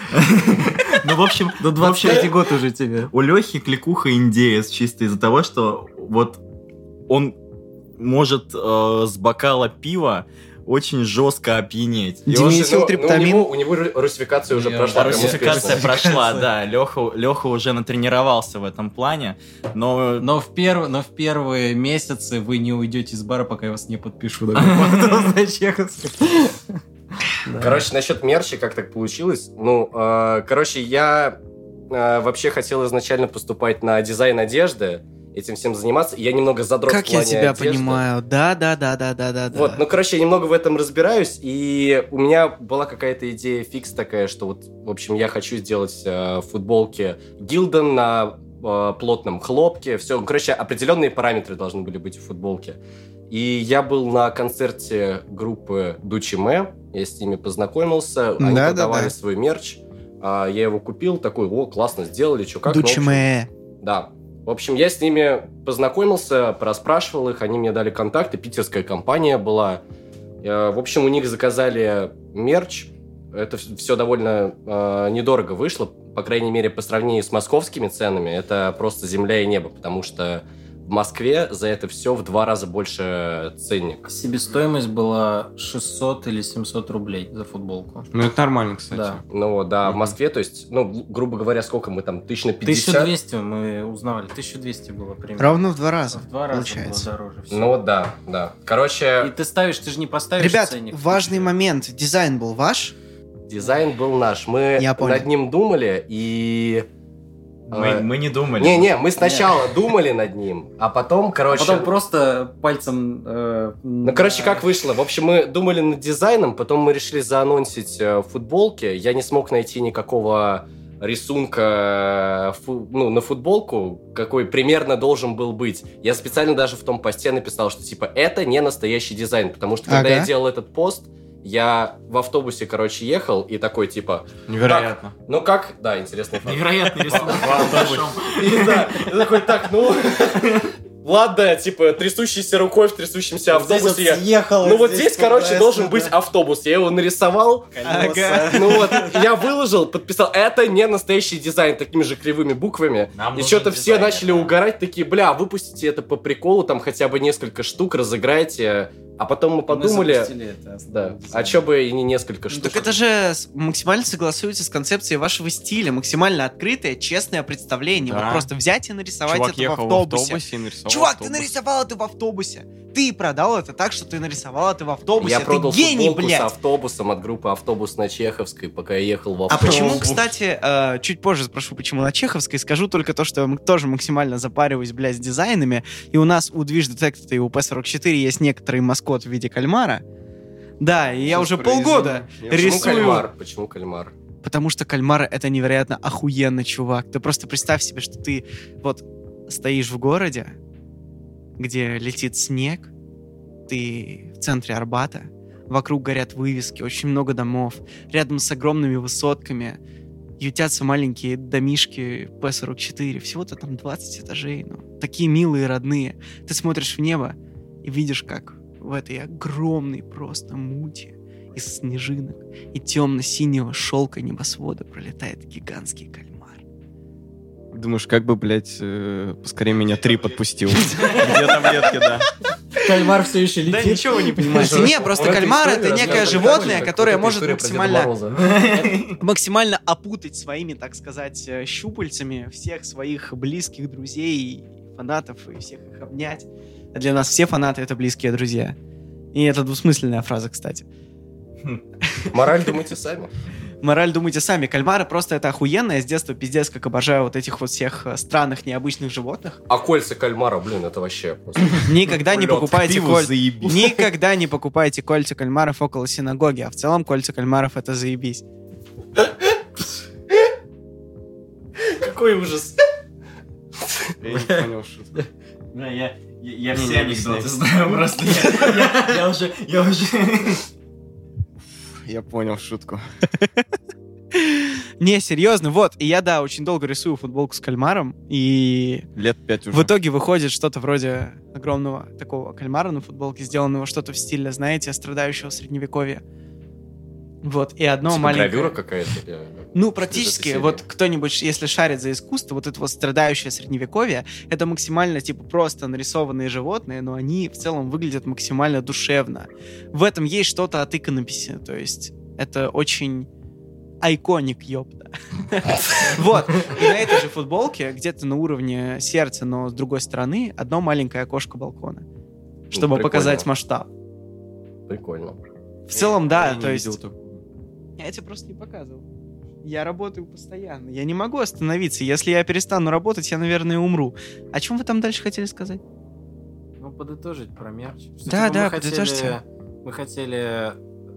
Ну, в общем, До двадцать третий год уже тебе. у Лехи кликуха индеец чисто из-за того, что вот он может э, с бокала пива очень жестко опьянеть. И он же, Диметил ну, триптамин. ну, у него, у него русификация уже Я прошла. уже прям Русификация успешно. прошла, да. Леха, Леха уже натренировался в этом плане, но... Но в, перв... Но в первые месяцы вы не уйдете из бара, пока я вас не подпишу. до какого-то на чеховской. Да. Короче, насчет мерча, как так получилось? Ну, э, короче, я э, вообще хотел изначально поступать на дизайн одежды, этим всем заниматься. Я немного задрот Как в я плане тебя одежды. понимаю. Да, да, да, да, да, да. Вот, ну, короче, я немного в этом разбираюсь, и у меня была какая-то идея фикс такая, что вот, в общем, я хочу сделать э, футболки Гилден на э, плотном хлопке, все, короче, определенные параметры должны были быть в футболке. И я был на концерте группы Дучиме, я с ними познакомился, они Да, да, продавали да. свой мерч, а, я его купил, такой, о, классно сделали, что как. Ну, в общем, Дучиме. да. В общем, я с ними познакомился, проспрашивал их, они мне дали контакты, питерская компания была. Э, В общем, у них заказали мерч. Это все довольно э, недорого вышло, по крайней мере, по сравнению с московскими ценами. Это просто земля и небо, потому что в Москве за это все в два раза больше ценник. Себестоимость была шестьсот или семьсот рублей за футболку. Ну, это нормально, кстати. Да. Ну вот, да, в Мгм. Москве, то есть, ну, грубо говоря, сколько мы там, тысяч на тысяча пятьдесят? двести мы узнавали. тысяча двести было примерно. Ровно в два раза. В два раза получается. было дороже. всё. Ну вот, да, да. Короче, И ты ставишь, ты же не поставишь Ребят, ценник. важный момент. Дизайн был ваш? дизайн был наш. Мы Я понял. над ним думали, и... Мы, мы не думали. Не-не, мы сначала думали над ним, а потом, А короче... потом просто пальцем... э, Ну, короче, как вышло? В общем, мы думали над дизайном, потом мы решили заанонсить э, футболки. Я не смог найти никакого рисунка э, фу- ну, на футболку, какой примерно должен был быть. Я специально даже в том посте написал, что типа это не настоящий дизайн, потому что когда Ага. я делал этот пост, я в автобусе, короче, ехал и такой типа, Невероятно. ну как? Да, интересный факт. Невероятный рисунок. И да, я такой, так, ну... Ладно, типа, трясущейся рукой в трясущемся автобусе я... съехал. Ну вот здесь, короче, должен быть автобус. Я его нарисовал. Ага. Ну вот, я выложил, подписал. Это не настоящий дизайн, такими же кривыми буквами. Нам И нужен что-то все дизайнер, начали да. угорать, такие, бля, выпустите это по приколу, там хотя бы несколько штук, разыграйте. А потом мы подумали, да, а чё бы и не несколько Ну, штук. так это же с- максимально согласуется с концепцией вашего стиля. Максимально открытое, честное представление. Да. Вот просто взять и нарисовать Чувак это в ехал в автобусе. автобусе и нарисовал Чувак, автобус. ты нарисовал это в автобусе. Ты продал это так, что ты нарисовал это в автобусе. Я ты продал гений, футболку блядь. с автобусом от группы «Автобус» на Чеховской, пока я ехал в А автобус. почему, кстати, э, чуть позже спрошу, почему на Чеховской, скажу только то, что я м- тоже максимально запариваюсь, блядь, с дизайнами, и у нас у Движ Детектора и у Пэ сорок четыре есть некоторый маскот в виде кальмара. Да, и я Сейчас уже произведу. полгода Почему рисую... кальмар? Почему кальмар? Потому что кальмар — это невероятно охуенно, чувак. Ты просто представь себе, что ты вот стоишь в городе, где летит снег, ты в центре Арбата, вокруг горят вывески, очень много домов, рядом с огромными высотками ютятся маленькие домишки Пэ сорок четыре, всего-то там двадцать этажей, ну, такие милые, родные. Ты смотришь в небо и видишь, как в этой огромной просто мути из снежинок и темно-синего шелка небосвода пролетает гигантский кальмар. Думаешь, как бы, блядь, э, поскорее меня три подпустил. Где таблетки, да. Кальмар все еще Да летит. ничего вы не понимаете. Не, просто кальмар — это некое животное, которое может максимально максимально опутать своими, так сказать, щупальцами всех своих близких друзей, фанатов, и всех их обнять. А для нас все фанаты — это близкие друзья. И это двусмысленная фраза, кстати. Мораль думайте сами. Мораль думайте сами. Кальмары просто это охуенно. Я с детства пиздец как обожаю вот этих вот всех странных, необычных животных. А кольца кальмара, блин, это вообще просто... Никогда не покупайте Пиво кольца. заебись. Никогда не покупайте кольца кальмаров около синагоги. А в целом кольца кальмаров — это заебись. Какой ужас. Я не понял, что это. Да, я, я, я Не, все не анекдоты объясняй. знаю, просто я, я, я уже, я уже... Я понял шутку. Не, серьезно, вот. И я, да, очень долго рисую футболку с кальмаром, и Лет пять уже. в итоге выходит что-то вроде огромного такого кальмара на футболке, сделанного что-то в стиле, знаете, страдающего средневековья. Вот, и одно Типа маленькое... гравюра какая-то? или- Ну, Что практически, из этой вот серии? кто-нибудь, если шарит за искусство, вот это вот страдающее средневековье, это максимально, типа, просто нарисованные животные, но они в целом выглядят максимально душевно. В этом есть что-то от иконописи, то есть это очень айконик, ёпта. Вот, и на этой же футболке, где-то на уровне сердца, но с другой стороны, одно маленькое окошко балкона, чтобы прикольно. показать масштаб. Прикольно. В целом, да, Я не то есть... видел такого. Я тебе просто не показывал. Я работаю постоянно. Я не могу остановиться. Если я перестану работать, я, наверное, умру. О чем вы там дальше хотели сказать? Ну, подытожить про мерч. Что, Да, типа, да, мы хотели- подытожьте. Мы хотели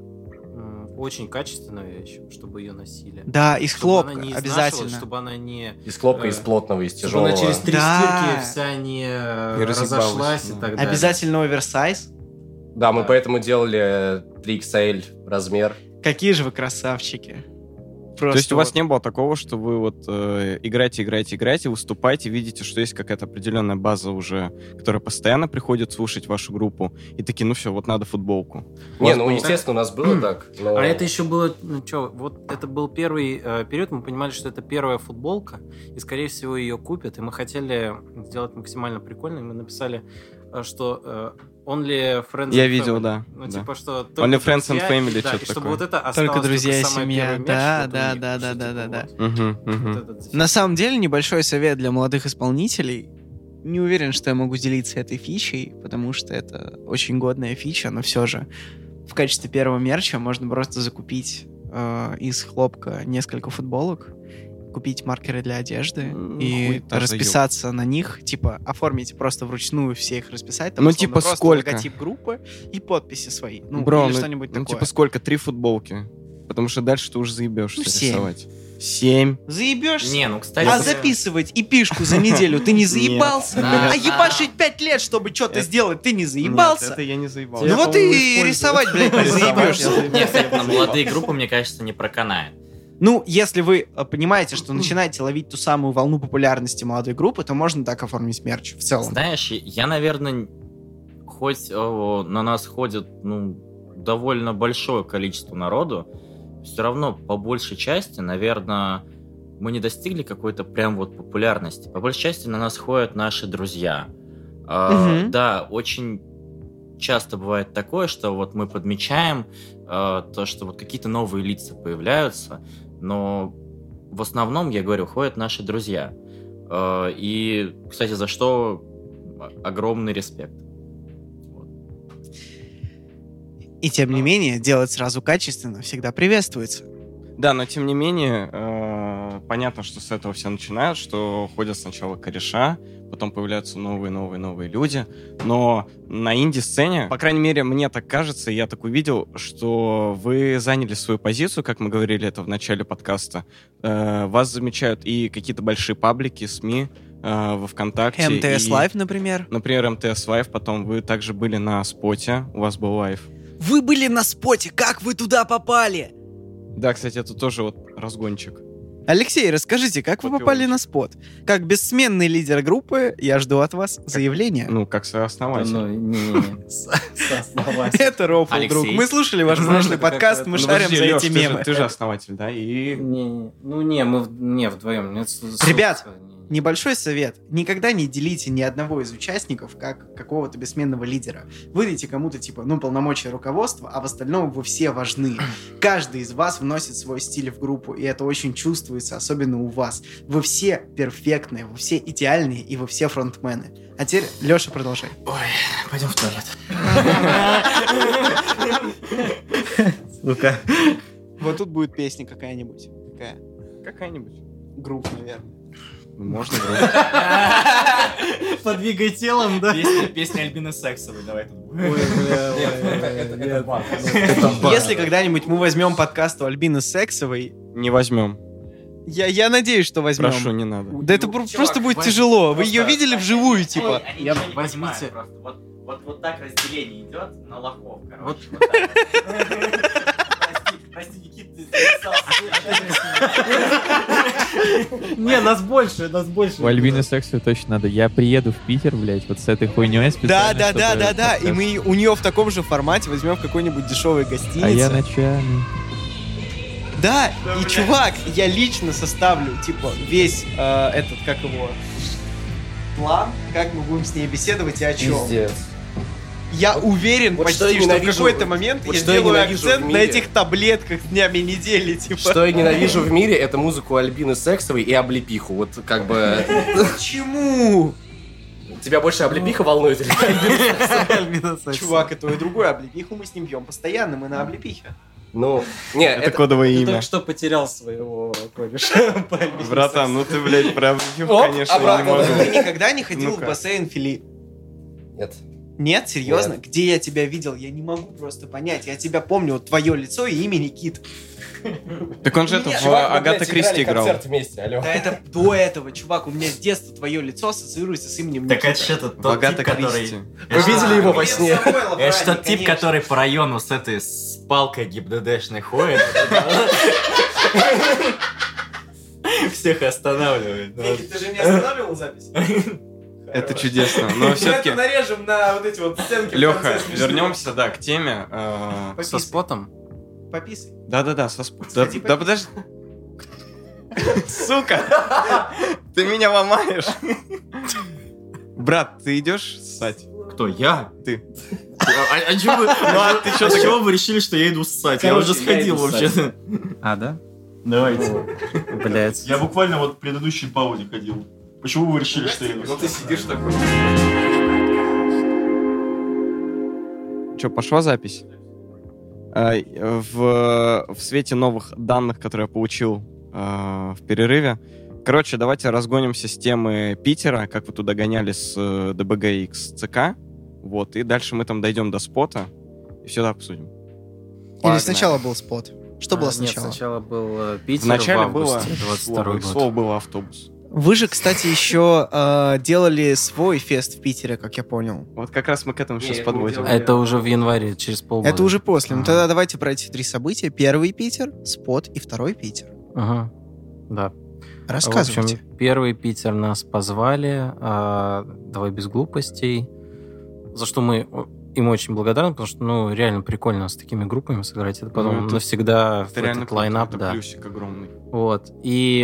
м, очень качественную вещь, чтобы ее носили. Да, из Чтобы она хлопка, не обязательно. изнашивалась, чтобы она не... Из хлопка, Э, из плотного, из Чтобы тяжелого. она через три Да. стирки вся не, э, Не разъебалась, разошлась да. и так далее. Обязательно оверсайз. Да, мы Да. поэтому делали три икс эль размер. Какие же вы красавчики. Просто То есть у вас вот. не было такого, что вы вот э, играете, играете, играете, выступаете, видите, что есть какая-то определенная база уже, которая постоянно приходит слушать вашу группу, и такие, ну все, вот надо футболку. У Не, вас ну, было- естественно, у нас было так. но- А это еще было, ну что, вот это был первый э, период, мы понимали, что это первая футболка, и, скорее всего, ее купят, и мы хотели сделать максимально прикольно, и мы написали, э, что э, only friends Я and видел, family. да, Ну, да. типа, что Only только friends and друзья, family, да, что-то и чтобы такое. вот это осталось Только друзья и самая семья. первая мерч, Да, вот у да, них, да, что да, типа да, да, вот. Мгм, мгм. Вот этот На самом деле, небольшой совет для молодых исполнителей. Не уверен, что я могу делиться этой фичей, потому что это очень годная фича, но все же в качестве первого мерча можно просто закупить э, из хлопка несколько футболок, купить маркеры для одежды М, и хуй та расписаться на них, типа оформить просто вручную все их расписать, там, Ну, условно, типа, просто сколько? логотип группы и подписи свои, ну Бро, или ну, что-нибудь ну, такое. типа сколько? Три футболки? Потому что дальше ты уже заебешься Ну, семь. рисовать. Семь. Заебешься? Не, ну, кстати... А это- записывать эпишку за неделю ты не заебался? Нет. А ебашить пять лет, чтобы что-то Это- сделать, ты не заебался? Нет, это я не заебался. Ну Я, вот по-моему, и использую. рисовать, блядь, не Рисовать заебешься. я Не, кстати, на молодые группы, мне кажется, не проканает. Ну, если вы э, понимаете, что начинаете ловить ту самую волну популярности молодой группы, то можно так оформить мерч в целом. Знаешь, я, наверное, хоть о, на нас ходит ну, довольно большое количество народу, все равно по большей части, наверное, мы не достигли какой-то прям вот популярности. По большей части на нас ходят наши друзья. А, Мгм. Да, очень часто бывает такое, что вот мы подмечаем а, то, что вот какие-то новые лица появляются, но в основном, я говорю, ходят наши друзья. А, И, кстати, за что огромный респект. И тем не менее, делать сразу качественно всегда приветствуется. Да, но тем не менее, э, понятно, что с этого все начинают, что ходят сначала кореша, потом появляются новые-новые-новые люди, но на инди-сцене, по крайней мере, мне так кажется, я так увидел, что вы заняли свою позицию, как мы говорили это в начале подкаста, Э, вас замечают и какие-то большие паблики, СМИ э, во ВКонтакте. эм тэ эс и, Live, например. Например, эм тэ эс Live, потом вы также были на споте, у вас был лайв. Вы были на споте, как вы туда попали? Да, кстати, это тоже вот разгончик. Алексей, расскажите, как вы Попёрочек. попали на спот? Как бессменный лидер группы, я жду от вас заявления. Ну, как сооснователь. Ну, не-не-не, со- сооснователь. Это Рофл, Алексей. друг. Мы слушали ваш Ну, прошлый это подкаст, какая-то- мы Ну, шарим подожди, за Лёш, эти ты же- мемы. Ты же основатель, да? И Не, не, ну не, мы в- не вдвоем. Нет, с- Ребят, с- не, не. Небольшой совет. Никогда не делите ни одного из участников как какого-то бессменного лидера. Выдайте кому-то, типа, ну, полномочия руководства, а в остальном вы все важны. Каждый из вас вносит свой стиль в группу, и это очень чувствуется, особенно у вас. Вы все перфектные, вы все идеальные, и вы все фронтмены. А теперь, Леша, продолжай. Ой, пойдем в туалет. Ну-ка. Вот тут будет песня какая-нибудь. Какая? Какая-нибудь. Группа, наверное. Можно Подвигай телом, да? Песня, песня Альбины Сексовой, давай тут будем. Ой, бля, Это банк. Если когда-нибудь мы возьмем подкаст у Альбины Сексовой, Не возьмем. я, я надеюсь, что возьмем. Прошу, не надо. Да это про- просто будет тяжело. Вы ее видели вживую, типа? Я возьмите- Вот, вот, вот так разделение идет на лохов, короче. Вот. Вот так. Прости, прости, Никита, ты записался. Не, нас больше, нас больше. У Альбины Сексу точно надо. Я приеду в Питер, блядь, вот с этой хуйней Да, специально. да, да, чтобы да, да. И подкаст. мы у нее в таком же формате возьмем в какой-нибудь дешевой А я гостинице. начальник. Да, и чувак, я лично составлю, типа, весь э, этот, как его, план, как мы будем с ней беседовать и о чем. Пиздец. Я уверен Вот что почти, я что, в ненавижу- какой-то момент вот я что я сделаю ненавижу акцент в на мире. этих таблетках днями недели, типа. Что я ненавижу в мире, это музыку Альбины Сексовой и облепиху. Вот как бы... Почему? Тебя больше облепиха волнует или Альбина Сексовая? Чувак, и то и другое. Облепиху мы с ним пьем постоянно, мы на облепихе. Ну, не, Это это... кодовое Ты имя. только что потерял своего кореша. по Альбине Братан, ну ты, блядь, про облепиху, Оп, конечно, не обратно. могу. Ты никогда не ходил в Ну-ка. бассейн Фили? Нет. Нет, серьезно? Нет. Где я тебя видел? Я не могу просто понять. Я тебя помню, вот твое лицо и имя Никит. Так он же это Нет, в Чувак, мы, Агата блядь, Кристи играли играл. концерт вместе, алло. Да это до этого, чувак. У меня с детства твое лицо ассоциируется с именем Так это Никита. что-то В тот Агата тип, который... Кристи. Вы видели его во сне? Это ж тот тип, который по району с этой с палкой ГИБДДшной ходит. Всех останавливает. Ты же не останавливал запись? Это чудесно. Но все-таки, нарежем на вот эти вот сценки. Леха, вернемся, да, к теме. э, Со спотом? Пописай. Да-да-да, со спо- Да, Сходи, да подожди. Сука! Ты меня ломаешь. Брат, ты идешь ссать? Кто, я? Ты. А, а чего вы, а ты чё а так- чего вы решили, что я иду ссать? Я Короче, уже я сходил иду ссать. вообще-то. А, да? Давайте. Блять. Я буквально вот в предыдущей паузе ходил. Почему вы решили, что я иду? Ну ты сидишь такой. Че, пошла запись? А, В, в свете новых данных, которые я получил а, в перерыве. Короче, давайте разгонимся с темы Питера, как вы туда гоняли с э, ди би джи икс си кей. Вот, и дальше мы там дойдем до спота и все обсудим. Или Погнали. сначала был спот? Что было А, Нет, сначала? сначала был э, Питер Вначале в было августе, двадцать слово, второй и год. слово было автобус. Вы же, кстати, еще э, делали свой фест в Питере, как я понял. Вот как раз мы к этому сейчас Нет, подводим. мы Это уже в январе, через полгода. Это уже после. Ну Ага. тогда давайте про эти три события. Первый Питер, спот и второй Питер. Ага. Да. Рассказывайте. В общем, первый Питер нас позвали, а, давай без глупостей, за что мы им очень благодарны, потому что, ну, реально прикольно с такими группами сыграть. Это потом Ну, это- навсегда в Это реально этот круто, лайнап, это да. плюсик огромный. Вот. И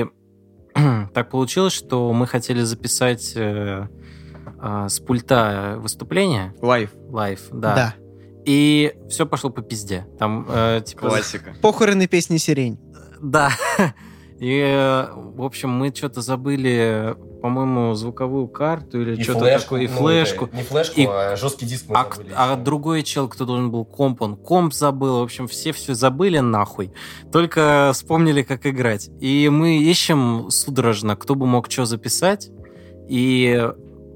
так получилось, что мы хотели записать э, а, с пульта выступление, Лайф. лайв, да. Да. И все пошло по пизде. Там, э, типа... Классика. Похороны песни «Сирень». Да. И, э, в общем, мы что-то забыли, по-моему, звуковую карту или И что-то флешку. такое, и ну, флешку. это, Не флешку, И- а жесткий диск мы А, забыли. а еще. другой чел, кто должен был комп, он комп забыл. В общем, все все забыли нахуй. Только вспомнили, как играть. И мы ищем судорожно, кто бы мог что записать. И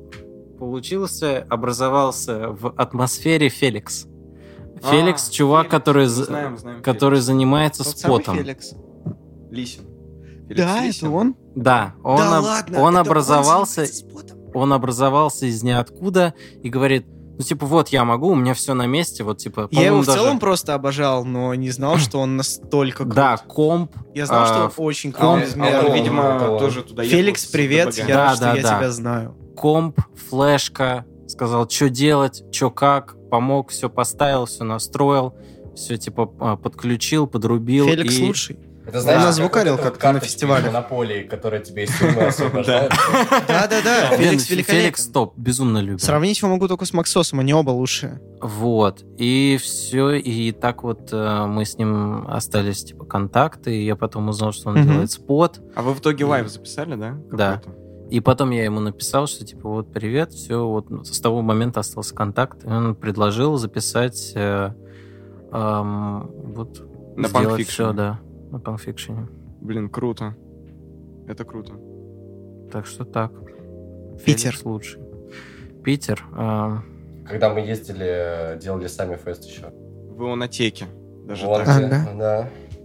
получился, образовался в атмосфере Феликс. Феликс, А, чувак, Феликс, который, мы за- знаем, знаем который Феликс. занимается Тот самый спотом. Феликс. Лисин. Феликс Да, Лисин. это он? Да, он, Да об- ладно, он это образовался, занимается спотом? он образовался из ниоткуда и говорит, ну типа вот я могу, у меня все на месте, вот типа. Я его по-моему, в даже- целом просто обожал, но не знал, что он настолько крут. Да, комп. Я знал, что а, он очень А крут. он, Комп, безмерно. а он, это видимо, это он. тоже туда ехал Феликс, с привет, ДБГ. я Да, рад, что да, я да. тебя знаю. комп, флешка, сказал, что делать, что как, помог, все поставил, все настроил, все типа а, подключил, подрубил. Феликс и... лучший. Это, знаешь, У нас как звукарил вот эта вот как-то на карточка фестивале. Монополии, которая тебе из тюрьмы освобождает. Да-да-да, Блин, Феликс Феликс великолепен. топ, безумно любим. Сравнить его могу только с Максосом, они оба лучшие. Вот. И все, и так вот э, мы с ним остались, типа, контакты, и я потом узнал, что он Мгм. делает спот. А вы в итоге И- лайв записали, да? Да. Какой-то? И потом я ему написал, что, типа, вот, привет, все, вот ну, с того момента остался контакт. И он предложил записать э, эм, вот, На сделать Punk все, Fiction. да, на панкфикшене. Блин, круто. Это круто. Так что так. Питер. Феликс лучший. Питер. эм, Когда мы ездили, делали сами фест еще. В ионотеке. Даже Вот, так. Ага. да.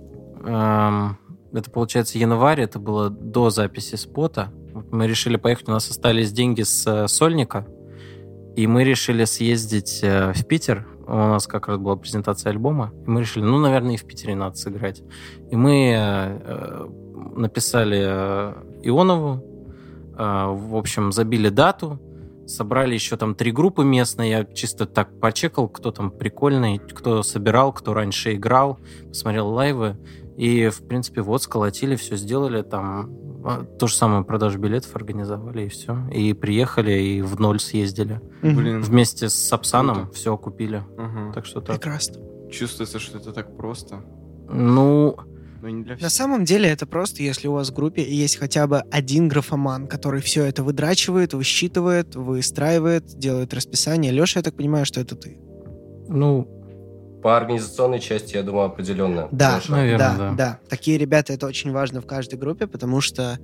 Эм, это, получается, январь, это было до записи спота. Вот мы решили поехать, у нас остались деньги с э, Сольника, и мы решили съездить э, в Питер. У нас как раз была презентация альбома, и мы решили, ну, наверное, и в Питере надо сыграть. И мы э, э, написали э, Ионову, э, в общем, забили дату, собрали еще там три группы местные, я чисто так почекал, кто там прикольный, кто собирал, кто раньше играл, посмотрел лайвы, и, в принципе, вот, сколотили, все сделали, там, а, то же самое, продажу билетов организовали, и все. И приехали, и в ноль съездили. Блин. Вместе с Сапсаном Круто. все купили. Ага. Так что так. Прекрасно. Чувствуется, что это так просто. Ну, Но не для На всех. самом деле это просто, если у вас в группе есть хотя бы один графоман, который все это выдрачивает, высчитывает, выстраивает, делает расписание. Леша, я так понимаю, что это ты. ну, По организационной части, я думаю, определенно. Да, Хорошо. наверное, да, да. да. Такие ребята, это очень важно в каждой группе, потому что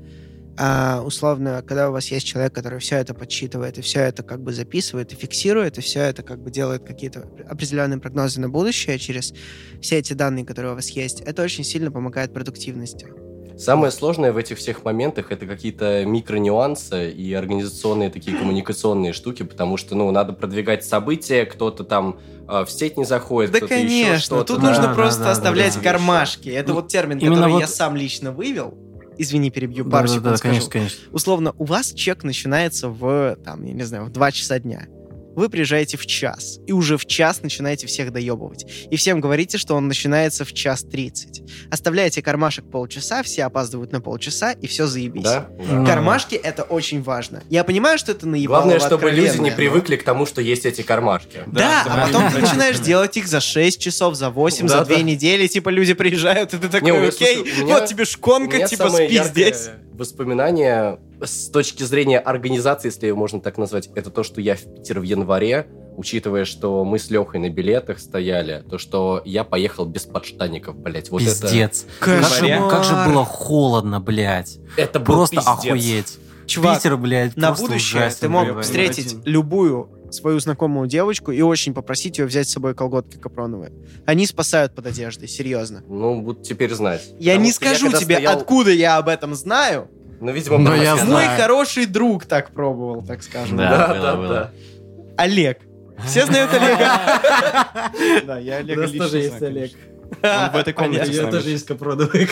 а, условно, когда у вас есть человек, который все это подсчитывает, и все это как бы записывает и фиксирует, и все это как бы делает какие-то определенные прогнозы на будущее через все эти данные, которые у вас есть, это очень сильно помогает продуктивности. Самое сложное в этих всех моментах это какие-то микронюансы и организационные такие коммуникационные штуки, потому что, ну, надо продвигать события, кто-то там э, в сеть не заходит, Да, кто-то еще конечно. что-то. Тут да. нужно Да, просто да, да, оставлять да, да. кармашки. Это Ну, вот термин, именно который вот- я сам лично вывел. Извини, перебью, пару да, секунд да, скажу. конечно, конечно. Условно, у вас чек начинается в, там, я не знаю, в два часа дня. Вы приезжаете в час, и уже в час начинаете всех доебывать. И всем говорите, что он начинается в час тридцать. Оставляете кармашек полчаса, все опаздывают на полчаса, и все заебись. Да? Ну, Кармашки — это очень важно. Я понимаю, что это наебалово Главное, чтобы люди откровенное, не но- привыкли к тому, что есть эти кармашки. Да, а потом ты начинаешь делать их за шесть часов, за восемь, Да, за две да. недели, типа люди приезжают, и ты такой, Не, у меня, окей, слушай, у меня- вот тебе У шконка, меня типа самое спи яркое здесь. воспоминание с точки зрения организации, если ее можно так назвать, это то, что я в Питер в январе, учитывая, что мы с Лехой на билетах стояли, то, что я поехал без подштанников, блядь. Вот Пиздец. Как же, Кошмар. как же было холодно, блядь. это, это был Просто пиздец. охуеть. Чувак, Питер, блядь, на просто будущее ужасен, ты мог блядь. встретить любую свою знакомую девочку и очень попросить ее взять с собой колготки капроновые. Они спасают под одеждой, серьезно. Ну, вот теперь знать. Я Потому не что я скажу когда тебе, стоял- откуда я об этом знаю. Ну, видимо, Но потому я что- Мой знаю. хороший друг так пробовал, так скажем. Да, Да, было, да, было. да. Олег. Все знают Олега? Да, я Олега лично знаю, конечно. Он в этой комнате с нами. есть капроновые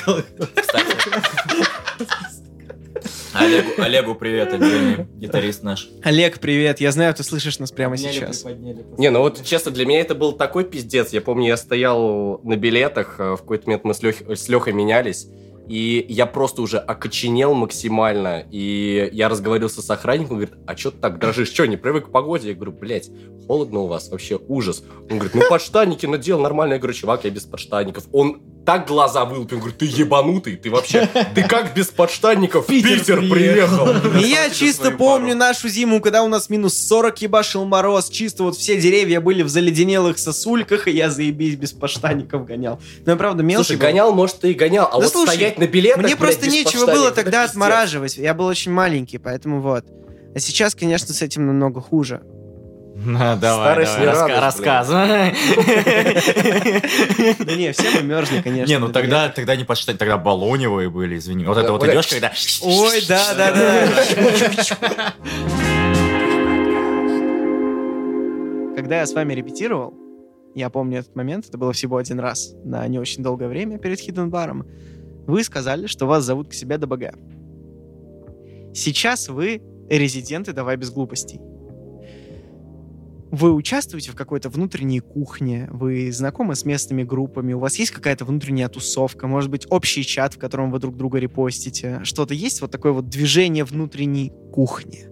Олегу, Олегу привет, отдельный гитарист наш. Олег, привет. Я знаю, ты слышишь нас прямо сейчас. Не, ну вот, честно, для меня это был такой пиздец. Я помню, я стоял на билетах, э, в какой-то момент мы с, Лех... с Лехой менялись, и я просто уже окоченел максимально. И я разговаривался с охранником, он говорит, а что ты так дрожишь? Что, не привык к погоде? Я говорю, блядь, холодно у вас, вообще ужас. Он говорит, ну подштанники надел нормально. Я говорю, чувак, я без подштанников. Он так глаза вылупил, он говорит, ты ебанутый, ты вообще, ты как без подштанников в Питер приехал? И я чисто помню нашу зиму, когда у нас минус сорок ебашил мороз, чисто вот все деревья были в заледенелых сосульках, и я заебись без подштаников гонял. Но я правда мелкий Слушай, был. гонял, может, ты и гонял, а Да вот слушай, стоять на билетах, Мне блядь, просто без нечего подштанников, было это тогда пиздец. отмораживать. Я был очень маленький, поэтому вот. А сейчас, конечно, с этим намного хуже. На, давай, Старость давай, не раска- радость, рассказывай. Да не, все мы мерзли, конечно. Не, ну до тогда, билета. тогда не подштань, тогда баллоневые были, извини. Вот Да, это вот вот идешь, это- когда... Ой, да, да, да. Когда я с вами репетировал, я помню этот момент, это было всего один раз, на не очень долгое время перед Hidden Bar'ом, вы сказали, что вас зовут к себе ДБГ. Сейчас вы резиденты «Давай без глупостей». вы участвуете в какой-то внутренней кухне, вы знакомы с местными группами, у вас есть какая-то внутренняя тусовка, может быть, общий чат, в котором вы друг друга репостите, что-то есть вот такое вот движение внутренней кухни?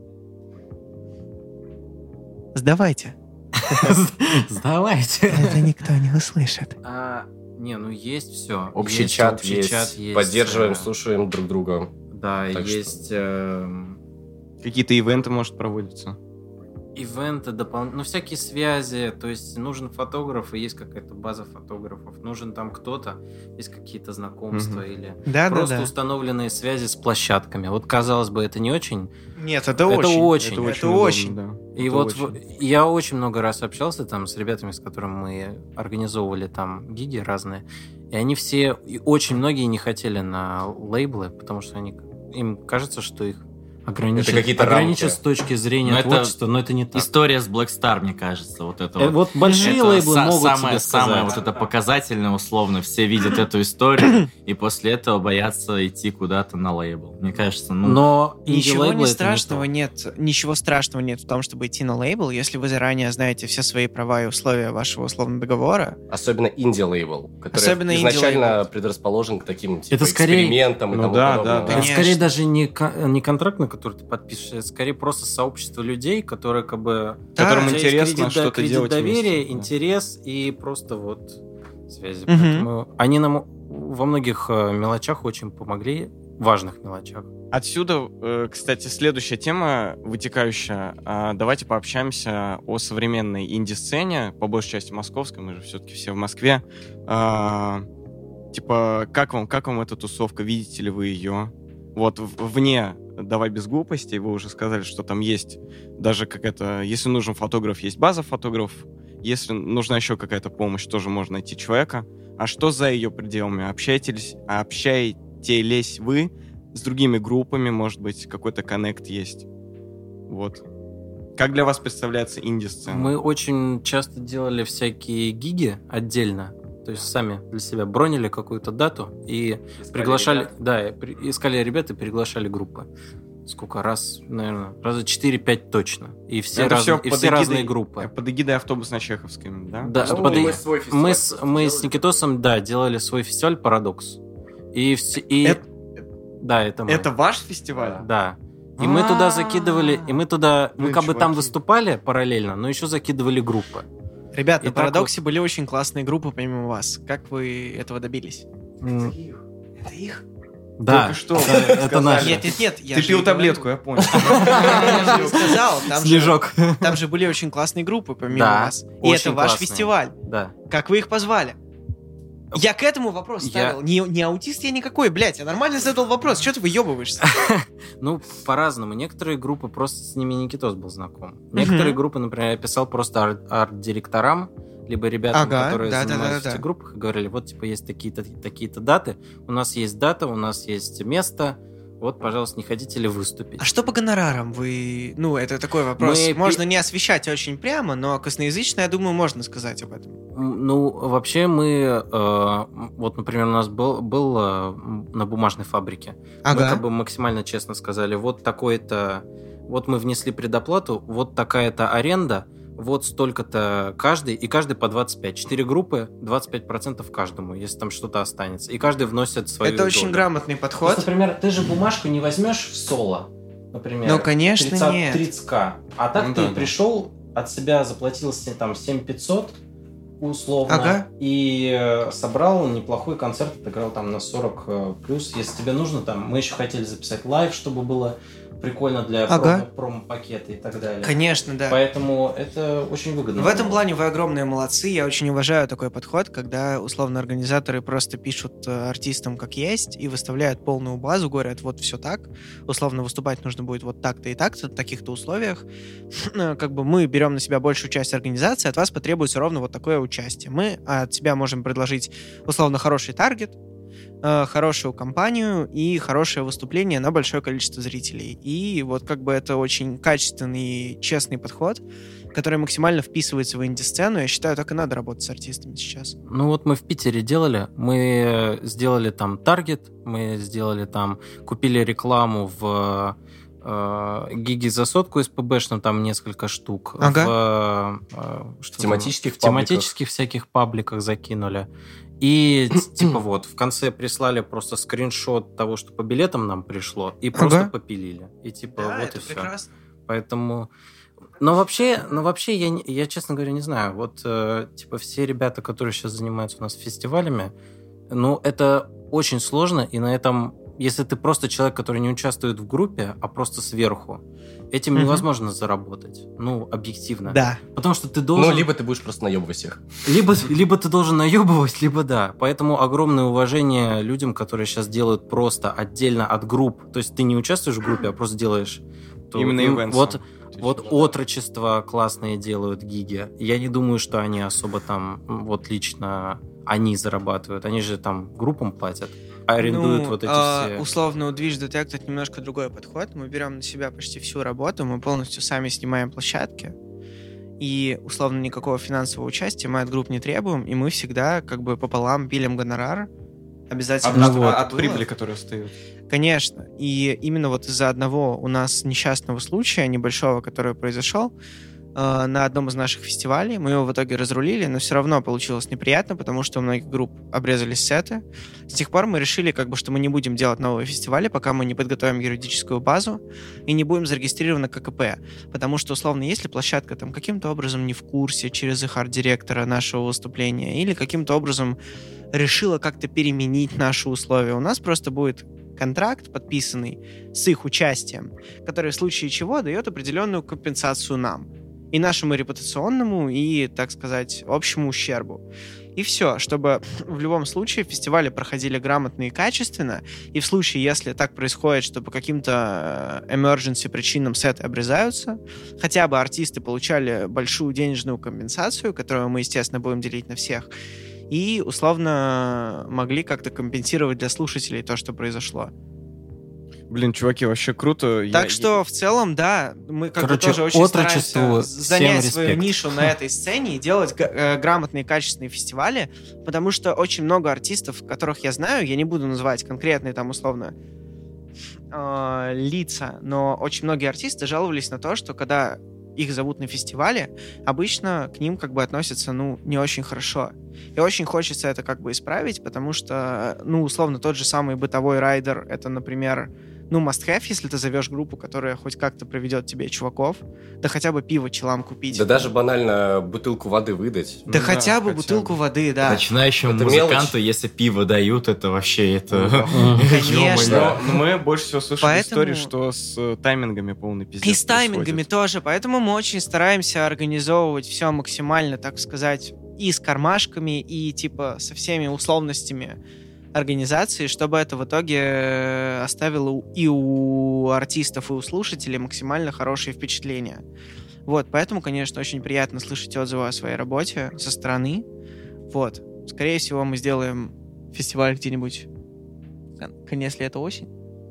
Сдавайте. Сдавайте. Это никто не услышит. А, не, ну есть все. Общий есть, чат общий есть, чат есть, поддерживаем, э, слушаем друг друга. Да, Так что- есть эм, Какие-то ивенты, может, проводятся? ивенты, допол- ну, всякие связи, то есть нужен фотограф, и есть какая-то база фотографов, нужен там кто-то, есть какие-то знакомства Мгм. или Да, да, просто да. установленные связи с площадками. Вот, казалось бы, это не очень. Нет, это Это очень. очень. Это удобно, очень. да. И Это вот очень. в- я очень много раз общался там с ребятами, с которыми мы организовывали там гиги разные, и они все, и очень многие не хотели на лейблы, потому что они, им кажется, что их ограничат, Это какие-то ограничат рамки. с точки зрения Но это творчества, но это не так. История с Black Star, мне кажется, вот это Э, вот. Вот большие Это лейблы са- могут самое, тебе сказать. самое вот это показательное, условно, все видят эту историю, и после этого боятся идти куда-то на лейбл. Мне кажется, ну... Но Ничего инди-лейблы не это страшного то. нет, ничего страшного нет в том, чтобы идти на лейбл, если вы заранее знаете все свои права и условия вашего условного договора. Особенно инди-лейбл, который Особенно изначально инди-лейбл. предрасположен к таким типа, Это скорее- экспериментам и Ну тому да, подобное. да, да. Это Конечно. скорее даже не, ко- не контракт, на который ты подпишешь, это скорее просто сообщество людей, которые как бы... Да, Которым у тебя есть интересно кредит, да, что-то кредит делать доверия, вместе, да. интерес и просто вот связи. Мгм. Поэтому они нам во многих э, мелочах очень помогли, важных мелочах. Отсюда, э, кстати, следующая тема, вытекающая. А, Давайте пообщаемся о современной инди-сцене, по большей части московской, мы же все-таки все в Москве. А, Типа, как вам, как вам эта тусовка, видите ли вы ее? Вот, в- вне «Давай без глупостей», вы уже сказали, что там есть даже какая-то... Если нужен фотограф, есть база фотографов. Если нужна еще какая-то помощь, тоже можно найти человека. А что за ее пределами? Общаетесь, общаетесь вы с другими группами, может быть, какой-то коннект есть? Вот. Как для вас представляется инди-сцена? Мы очень часто делали всякие гиги отдельно, то есть сами для себя бронили какую-то дату и приглашали, да, и при- искали ребят и приглашали группы. Сколько раз, наверное, раза четыре-пять точно. И все, Это раз- всё и под все эгидой- разные группы. Под эгидой автобусно-чеховской, да? Да, Ну, под- мы свой фестиваль мы, с, просто мы делали. с Никитосом, да, делали свой фестиваль «Парадокс». И, все, и... Это- Да, это мы. Это ваш фестиваль? Да. И мы туда закидывали, и мы туда, мы Блин, как бы там чуваки. выступали параллельно, но еще закидывали группы. Ребят, И на так Парадоксе были очень классные группы помимо вас. Как вы этого добились? М, Это их? Да, Только что это, вы это сказали. наше. Нет, нет, нет. я Ты же пил и говорю. таблетку, я понял. Я же и сказал, там же, Снежок. там же были очень классные группы помимо Да, вас. И очень это ваш классные. фестиваль. Да. Как вы их позвали? Я к этому вопрос Я- ставил. Не, не аутист я никакой, блядь. Я нормально задал вопрос. Что ты выебываешься? Ну, по-разному. Некоторые группы просто с ними Никитос был знаком. Некоторые группы, например, я писал просто ар- арт-директорам, либо ребятам, Ага, которые да, да, занимаются да, в да. этих группах, и говорили, вот, типа, есть такие-то, такие-то даты, у нас есть дата, у нас есть место, вот, пожалуйста, не хотите ли выступить? А что по гонорарам? Вы... Ну, это такой вопрос. Мы Можно пи- не освещать очень прямо, но косноязычно, я думаю, можно сказать об этом. М, Ну, вообще мы, э, вот, например, у нас был, был э, на бумажной фабрике. Мы как бы максимально честно сказали, вот такой-то, вот мы внесли предоплату, вот такая-то аренда, вот столько-то каждый, и каждый по двадцать пять. Четыре группы, двадцать пять процентов каждому, если там что-то останется. И каждый вносит свою Это очень долю. грамотный То есть, подход. например, ты же бумажку не возьмешь в соло, например. Ну, конечно, тридцать нет. тридцать тысяч. А так Ну ты да, да. пришел, от себя заплатил се- там семь тысяч пятьсот условно, Ага. и э, собрал неплохой концерт, отыграл там на сорок э, плюс. Если тебе нужно, там, мы еще хотели записать лайв, чтобы было прикольно для Ага. промо- промо-пакета и так далее. Конечно, да. Поэтому это очень выгодно. В этом плане вы огромные молодцы. Я очень уважаю такой подход, когда, условно, организаторы просто пишут э, артистам как есть и выставляют полную базу, говорят, вот все так. Условно, выступать нужно будет вот так-то и так-то, в таких-то условиях. Как бы мы берем на себя большую часть организации, от вас потребуется ровно вот такое участие. Мы от себя можем предложить, условно, хороший таргет, э, хорошую компанию и хорошее выступление на большое количество зрителей. И вот как бы это очень качественный и честный подход, который максимально вписывается в инди-сцену. Я считаю, так и надо работать с артистами сейчас. Ну вот мы в Питере делали, мы сделали там таргет, мы сделали там, купили рекламу в Э, Гиги за сотку СПБшным, там несколько штук. Ага. В, э, что В тематических там? В тематических всяких пабликах закинули. И типа вот, в конце прислали просто скриншот того, что по билетам нам пришло, и просто Ага. попилили. И типа Да, вот это и все. прекрасно. Поэтому... Но вообще, но вообще я, не- я, честно говоря, не знаю. Вот, э, типа, все ребята, которые сейчас занимаются у нас фестивалями, ну, это очень сложно, и на этом, если ты просто человек, который не участвует в группе, а просто сверху, этим Мгм. невозможно заработать. Ну, объективно. Да. Потому что ты должен... Ну, либо ты будешь просто наебывать всех. Либо, либо ты должен наебывать, либо да. Поэтому огромное уважение людям, которые сейчас делают просто отдельно от групп. То есть ты не участвуешь в группе, а просто делаешь... то Именно им- ивент Вот, сам. вот отрочество классные делают гиги. Я не думаю, что они особо там, м, вот лично они зарабатывают. Они же там группам платят, а арендуют Ну, вот эти а, все... условно, у Twitch Detect это немножко другой подход. Мы берем на себя почти всю работу, мы полностью сами снимаем площадки. И, условно, никакого финансового участия мы от групп не требуем, и мы всегда как бы пополам пилим гонорар. Обязательно. От, чтобы от- это от было. прибыли, которая остается. Конечно. И именно вот из-за одного у нас несчастного случая, небольшого, который произошел, э, на одном из наших фестивалей, мы его в итоге разрулили, но все равно получилось неприятно, потому что у многих групп обрезались сеты. С тех пор мы решили, как бы, что мы не будем делать новые фестивали, пока мы не подготовим юридическую базу и не будем зарегистрированы как КП. Потому что, условно, если площадка там каким-то образом не в курсе через их арт-директора нашего выступления или каким-то образом решила как-то переменить наши условия, у нас просто будет контракт, подписанный с их участием, который в случае чего дает определенную компенсацию нам. И нашему репутационному, и, так сказать, общему ущербу. И все, чтобы в любом случае фестивали проходили грамотно и качественно, и в случае, если так происходит, что по каким-то emergency причинам сеты обрезаются, хотя бы артисты получали большую денежную компенсацию, которую мы, естественно, будем делить на всех, и, условно, могли как-то компенсировать для слушателей то, что произошло. Блин, чуваки, вообще круто. Так Я- что, в целом, да, мы как бы Короче, тоже очень отрочеству стараемся занять всем свою респект. нишу на этой сцене и делать г- э, грамотные, качественные фестивали, потому что очень много артистов, которых я знаю, я не буду называть конкретные там, условно, э, лица, но очень многие артисты жаловались на то, что когда их зовут на фестивале, обычно к ним как бы относятся, ну, не очень хорошо. И очень хочется это как бы исправить, потому что, ну, условно, тот же самый бытовой райдер, это, например, ну, must-have, если ты зовешь группу, которая хоть как-то проведет тебе чуваков, да хотя бы пиво челам купить. Да даже банально бутылку воды выдать. Да Ну хотя да, бы хотя бутылку бы. воды, да. Начинающему Это музыканту, мелочь. если пиво дают, это вообще это... Конечно. Но, но мы больше всего слышали Поэтому- истории, что с э, таймингами полный пиздец И с таймингами происходит. тоже, поэтому мы очень стараемся организовывать все максимально, так сказать, и с кармашками, и типа со всеми условностями организации, чтобы это в итоге э, оставило у- и у артистов, и у слушателей максимально хорошие впечатления. Вот, поэтому, конечно, очень приятно слышать отзывы о своей работе со стороны. Вот. Скорее всего, мы сделаем фестиваль где-нибудь кон- конец лета, осень.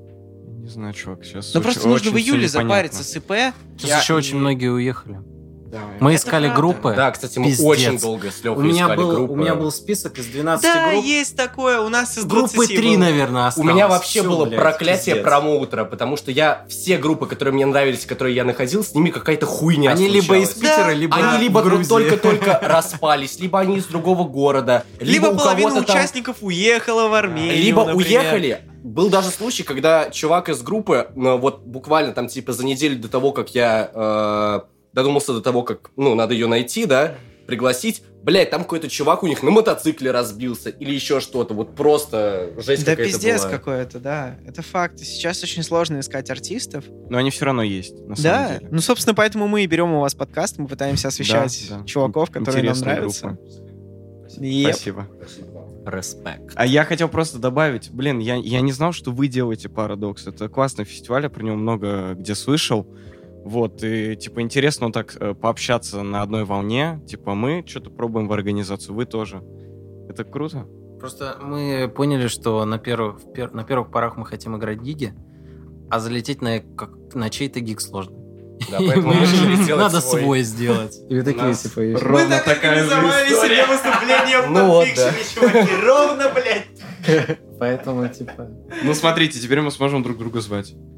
Не знаю, чувак, сейчас Ну, очень- просто нужно в очень всё июле непонятно. запариться с ИП. Сейчас Я- еще очень многие уехали. Да, Мы Это искали правда. группы. Да, кстати, мы Пиздец. очень долго с У Лехой меня, искали был, группы. у меня был список из двенадцати Да, групп. есть такое, у нас из Группы двадцати три, было. наверное, У осталось. меня вообще Всё, было блядь, проклятие пиздец. промоутера, потому что я все группы, которые мне нравились, которые я находил, с ними какая-то хуйня Они либо из случалась. Питера, Да. либо Они либо в Грузии. только-только распались, либо они из другого города, либо, Либо у половина кого-то там... участников уехала в Армению, Либо например. уехали. Был даже случай, когда чувак из группы, ну, вот буквально там типа за неделю до того, как я э, додумался до того, как, ну, надо ее найти, да, пригласить, блядь, там какой-то чувак у них на мотоцикле разбился или еще что-то, вот просто жесть Да какая-то пиздец была. какой-то, да. Это факт. Сейчас очень сложно искать артистов. Но они все равно есть, на самом Да, деле. ну, собственно, поэтому мы и берем у вас подкаст, мы пытаемся освещать Да, да. чуваков, которые нам Интересная нравятся. группа. Еп. Спасибо. Респект. А я хотел просто добавить, блин, я, я не знал, что вы делаете Парадокс. Это классный фестиваль, я про него много где слышал. Вот, и, типа, интересно вот так э, пообщаться на одной волне. Типа, мы что-то пробуем в организацию, вы тоже. Это круто. Просто мы поняли, что на первых, в пер- на первых порах мы хотим играть гиги, а залететь на, как, на чей-то гиг сложно. Да, поэтому мы решили сделать Надо свой. свой сделать. И вы такие, нас типа, и- ровно такая же история. выступление в Ну вот, да. чуваки. Ровно, блядь. Поэтому, типа... Ну, смотрите, теперь мы сможем друг друга звать.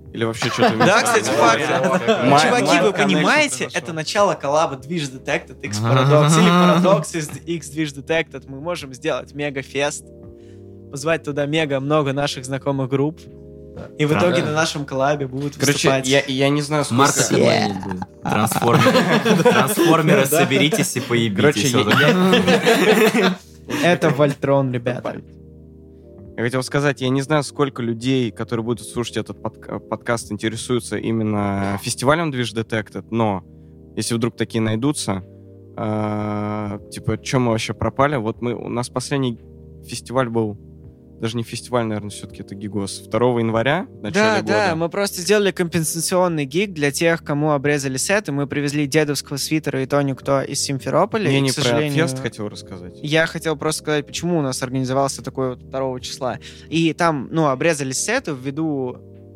Или вообще что-то... Да, кстати, факт. Май- Чуваки, Май- вы Connection понимаете, произошел. это начало коллаба Движ Detected X Paradox или Paradox X Движ Detected. Мы можем сделать мега-фест, позвать туда мега много наших знакомых групп, и в итоге Да. на нашем коллабе будут Короче, выступать... я, я не знаю, сколько... Марка headline'ить будет. Трансформеры. Трансформеры, соберитесь и поебитесь. Короче, Вот я- Это Вольтрон, ребята. Я хотел сказать, я не знаю, сколько людей, которые будут слушать этот подка- подкаст, интересуются именно фестивалем Движ Detected, но если вдруг такие найдутся, э, типа, чем мы вообще пропали? Вот мы, у нас последний фестиваль был, даже не фестиваль, наверное, все-таки это Гигос, второго января, в начале Да, года. да, мы просто сделали компенсационный гиг для тех, кому обрезали сет, и мы привезли дедовского свитера и Тоню, кто из Симферополя. Я и, не к про сожалению, фест хотел рассказать. Я хотел просто сказать, почему у нас организовался такой вот второго числа. И там, ну, обрезали сеты ввиду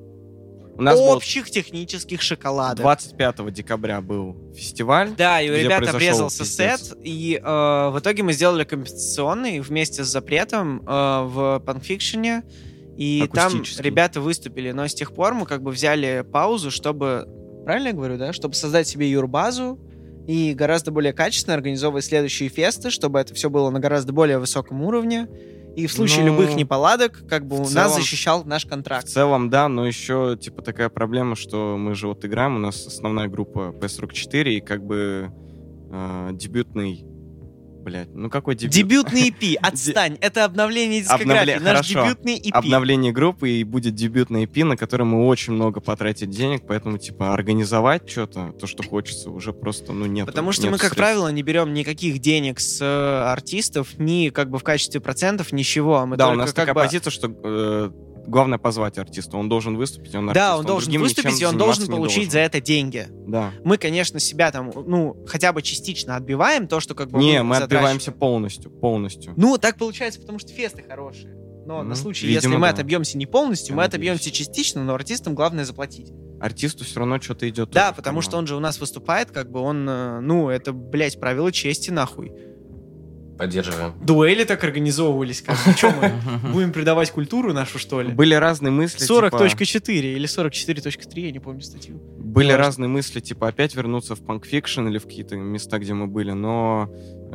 У нас был общих технических шоколадок. двадцать пятого декабря был фестиваль. Да, и у где ребят произошел обрезался пиздец. сет, и э, в итоге мы сделали компенсационный вместе с запретом э, в Панкфикшене, и там Акустический. ребята выступили, но с тех пор мы как бы взяли паузу, чтобы, правильно я говорю, да, чтобы создать себе юрбазу и гораздо более качественно организовывать следующие фесты, чтобы это все было на гораздо более высоком уровне, и в случае Ну, любых неполадок, как бы в нас целом- защищал наш В контракт. целом, да, но еще, типа, такая проблема, что мы же вот играем, у нас основная группа пи сорок четыре, и как бы э, дебютный... Блять, ну какой дебют? Дебютный и пи, отстань, это обновление дискографии, Обновле- наш хорошо. дебютный и пи. Обновление группы, и будет дебютный и пи, на который мы очень много потратили денег, поэтому, типа, организовать что-то, то, что хочется, уже просто, ну, нет. Потому что мы, как правило, не берем никаких денег с э, артистов, ни как бы в качестве процентов, ничего. Мы Да, у только нас как такая бы... позиция, что э, главное позвать артиста, он должен выступить, он артист. Да, он должен другим выступить, ничем и он должен заниматься не получить за должен. это деньги. Да. Мы, конечно, себя там, ну, хотя бы частично отбиваем то, что как бы Не, мы мы затрачиваем. отбиваемся полностью, полностью. Ну, так получается, потому что фесты хорошие. Но Ну, на случай, видимо, если мы да. отобьемся не полностью, Я мы надеюсь. отобьемся частично, но артистам главное заплатить. Артисту все равно что-то идет. Да, потому что он же у нас выступает, как бы он, э, ну, это, блядь, правило чести, нахуй. Поддерживаем. Дуэли так организовывались, как бы. Чё мы будем придавать культуру нашу, что ли? Были разные мысли, сорок типа, точка четыре или сорок четыре точка три, я не помню статью. были Неважно. разные мысли, типа опять вернуться в Панкфикшн или в какие-то места, где мы были, но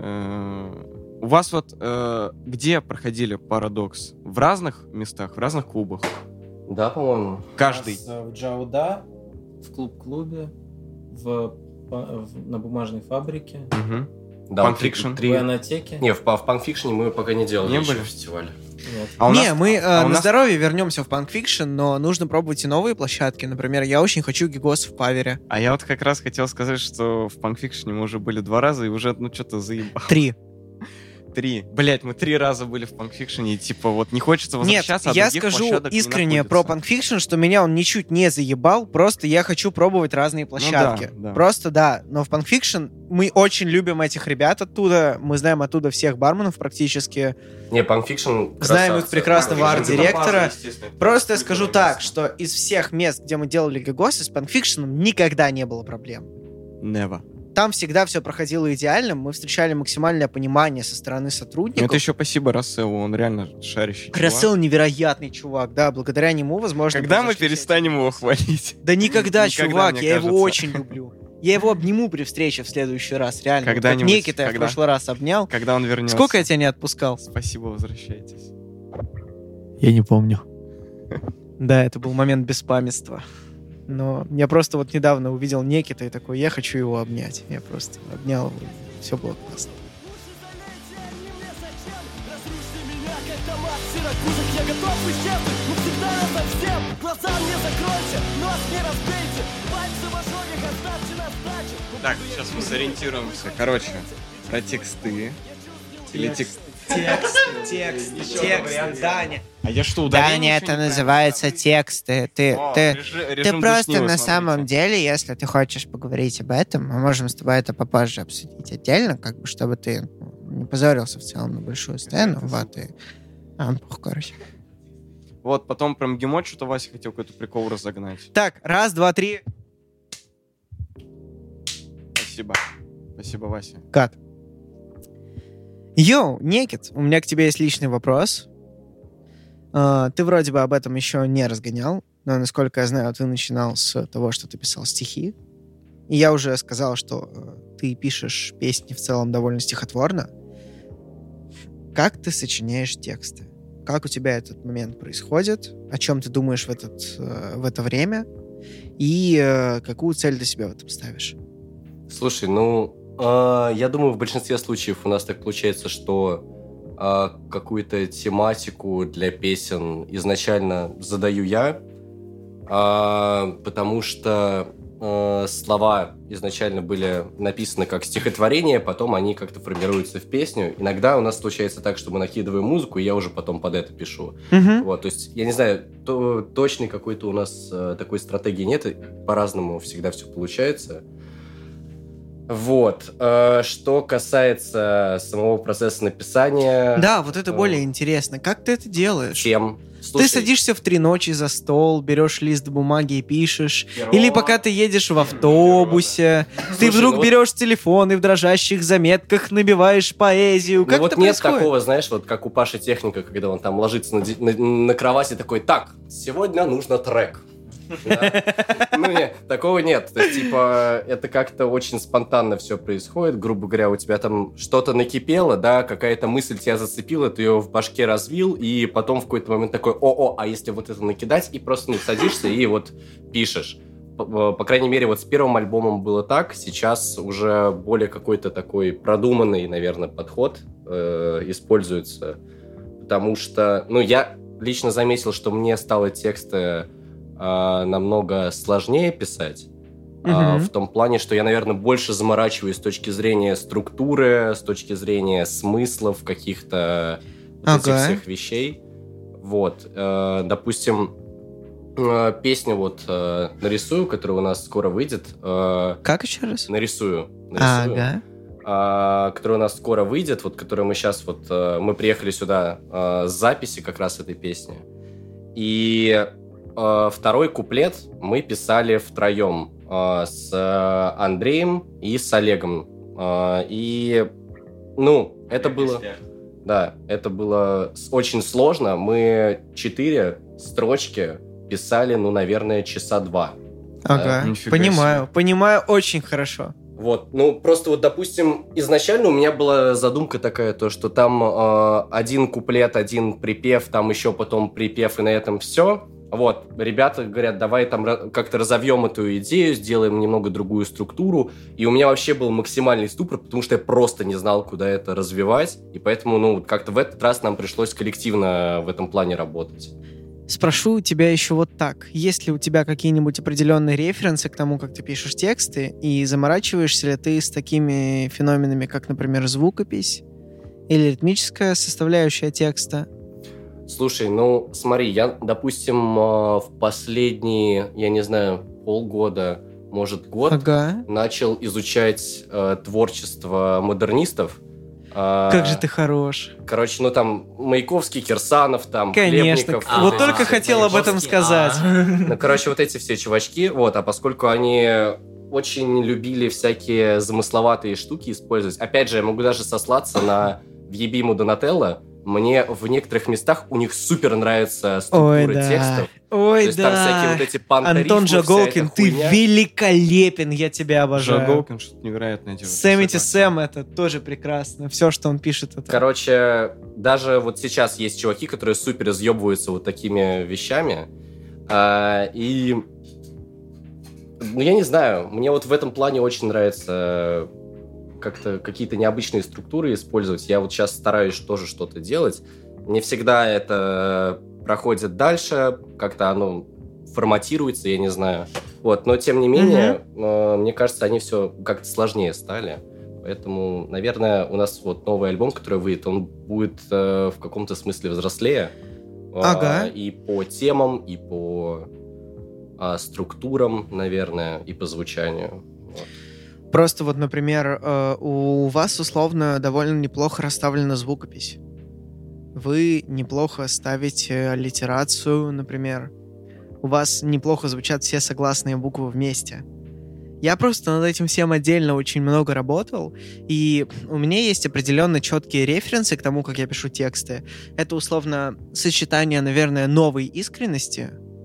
э, у вас вот э, где проходили Парадокс? В разных местах, в разных клубах? Да, по-моему. Каждый. У нас, э, в Джауда, в клуб-клубе, в, по- в- на бумажной фабрике, Мгм. Да, Punk вот три- Fiction. три- в Анатеке. Не, в, в Панкфикшне мы пока не делали Не еще были? фестиваля. Нет. А у не, нас- мы э, а у на нас- здоровье вернемся в Punk Fiction, но нужно пробовать и новые площадки. Например, я очень хочу Гигос в Павере. А я вот как раз хотел сказать, что в Панкфикшне мы уже были два раза, и уже, ну, что-то заебал. Три. Три. Блять, мы три раза были в Панкфикшне, и, типа, вот не хочется Нет, возвращаться, а я других скажу площадок не искренне про находится. Punk Fiction, что меня он ничуть не заебал, просто я хочу пробовать разные площадки. Ну да, да. Просто да, но в Punk Fiction мы очень любим этих ребят оттуда, мы знаем оттуда всех барменов практически. Не, Панкфикшн Знаем их прекрасного Punk Fiction арт-директора. безопасно, естественно. Просто я скажу так, что из всех мест, где мы делали Гигосы, с Punk Fiction никогда не было проблем. Never. Там всегда все проходило идеально, мы встречали максимальное понимание со стороны Ну, сотрудников. это еще спасибо Расселу, он реально шарящий чувак. Рассел невероятный чувак, да, благодаря нему, возможно... Когда мы произошли все перестанем его хвалить? Да никогда, Никогда, чувак, мне я его кажется. очень люблю. Я его обниму при встрече в следующий раз, реально. Вот как Когда-нибудь, Никита я в когда? прошлый раз обнял. Когда он вернется? Сколько я тебя не отпускал? Спасибо, возвращайтесь. Я не помню. Да, это был момент беспамятства. Но я просто вот недавно увидел Никита и такой, я хочу его обнять. Я просто обнял его, и все было классно. Так, сейчас мы сориентируемся. Короче, про тексты. Или тек- Текст, текст, текст, Даня. А я что, ударение Даня, еще это неправильно называется тексты. Ты, О, ты, режи- ты режим просто Душнила, на смотрите. самом деле, если ты хочешь поговорить об этом, мы можем с тобой это попозже обсудить отдельно, как бы, чтобы ты ну, не позорился в целом на большую сцену. Вот, и... А, пух, короче. Вот, потом про МГИМО что-то Вася хотел какой-то прикол разогнать. Так, раз, два, три. Спасибо. Спасибо, Вася. Кат. Йоу, Некит, у меня к тебе есть личный вопрос. А, ты вроде бы об этом еще не разгонял. но, насколько я знаю, ты начинал с того, что ты писал стихи. И я уже сказал, что э, ты пишешь песни в целом довольно стихотворно. Как ты сочиняешь тексты? Как у тебя этот момент происходит? О чем ты думаешь в, этот, э, в это время? И э, какую цель для себя в этом ставишь? Слушай, ну, э, я думаю, в большинстве случаев у нас так получается, что э, какую-то тематику для песен изначально задаю я, э, потому что э, слова изначально были написаны как стихотворение, потом они как-то формируются в песню. Иногда у нас случается так, что мы накидываем музыку, и я уже потом под это пишу. Мгм. Вот, то есть, я не знаю, то, точной какой-то у нас э, такой стратегии нет, и по-разному всегда все получается. Вот. Э, что касается самого процесса написания... Да, вот это э, более интересно. Как ты это делаешь? Тем. Слушай, Ты садишься в три ночи за стол, берешь лист бумаги и пишешь. Или пока ты едешь в автобусе, ты Слушай, вдруг ну вот- берешь телефон и в дрожащих заметках набиваешь поэзию. Ну Как вот это нет происходит? такого, знаешь, вот как у Паши Техника, когда он там ложится на, ди- на- на кровати такой, так, сегодня нужно трек. Да. Ну, нет, такого нет. То есть, типа, это как-то очень спонтанно все происходит. Грубо говоря, у тебя там что-то накипело, да, какая-то мысль тебя зацепила, ты ее в башке развил, и потом в какой-то момент такой, о-о, а если вот это накидать, и просто, ну, садишься и вот пишешь. По, по крайней мере, вот с первым альбомом было так, сейчас уже более какой-то такой продуманный, наверное, подход э, используется, потому что, ну, я лично заметил, что мне стало тексты э, намного сложнее писать, э, Мгм. в том плане, что я, наверное, больше заморачиваюсь с точки зрения структуры, с точки зрения смыслов каких-то вот этих Ага. всех вещей. Вот, э, допустим, э, песню вот э, нарисую, которая у нас скоро выйдет. э, Как еще раз? нарисую. нарисую Ага. а, которая у нас скоро выйдет, вот, которую мы сейчас вот, э, мы приехали сюда э, с записи как раз этой песни. И э, второй куплет мы писали втроем э, с э, Андреем и с Олегом. Э, и, ну, это было... Да, это было с- очень сложно. Мы четыре строчки писали, ну, наверное, часа два. Ага. Нифига Понимаю. Понимаю очень хорошо. Вот, ну, просто вот, допустим, изначально у меня была задумка такая, то, что там э, один куплет, один припев, там еще потом припев, и на этом все. Вот, ребята говорят, давай там ра- как-то разовьем эту идею, сделаем немного другую структуру. И у меня вообще был максимальный ступор, потому что я просто не знал, куда это развивать. И поэтому, ну, вот как-то в этот раз нам пришлось коллективно в этом плане работать. Спрошу у тебя еще вот так. Есть ли у тебя какие-нибудь определенные референсы к тому, как ты пишешь тексты? И заморачиваешься ли ты с такими феноменами, как, например, звукопись или ритмическая составляющая текста? Слушай, ну, смотри, я, допустим, э, в последние, я не знаю, полгода, может, год, Ага. начал изучать э, творчество модернистов. А, Как же ты хорош. Короче, ну там Маяковский, Кирсанов, там Конечно. Хлебников. А, вот эти только все. хотел об этом сказать. Ну, короче, вот эти все чувачки, вот, а поскольку они очень любили всякие замысловатые штуки использовать, опять же, я могу даже сослаться на Вьебиму Донателло. Мне в некоторых местах у них супер нравится структура Ой, да. текстов. Ой, То есть там всякие да. вот эти панторифмы, Антон вся Джаголкин, эта ты хуйня. великолепен, я тебя обожаю. Жаголкин что-то невероятное делает. Сэмити Согласен. Сэм, это тоже прекрасно. Все, что он пишет, это... Короче, даже вот сейчас есть чуваки, которые супер изъебываются вот такими вещами. А, и... Ну, я не знаю, мне вот в этом плане очень нравится как-то какие-то необычные структуры использовать. Я вот сейчас стараюсь тоже что-то делать. Не всегда это проходит дальше, как-то оно форматируется, я не знаю. Вот, но тем не менее, э, мне кажется, они все как-то сложнее стали. Поэтому, наверное, у нас вот новый альбом, который выйдет, он будет э, в каком-то смысле взрослее. Э, Ага. И по темам, и по э, структурам, наверное, и по звучанию. Вот. Просто вот, например, э, у вас условно довольно неплохо расставлена звукопись. Вы неплохо ставите аллитерацию, например. У вас неплохо звучат все согласные буквы вместе. Я просто над этим всем отдельно очень много работал, и у меня есть определенно четкие референсы к тому, как я пишу тексты. Это условно сочетание, наверное, новой искренности,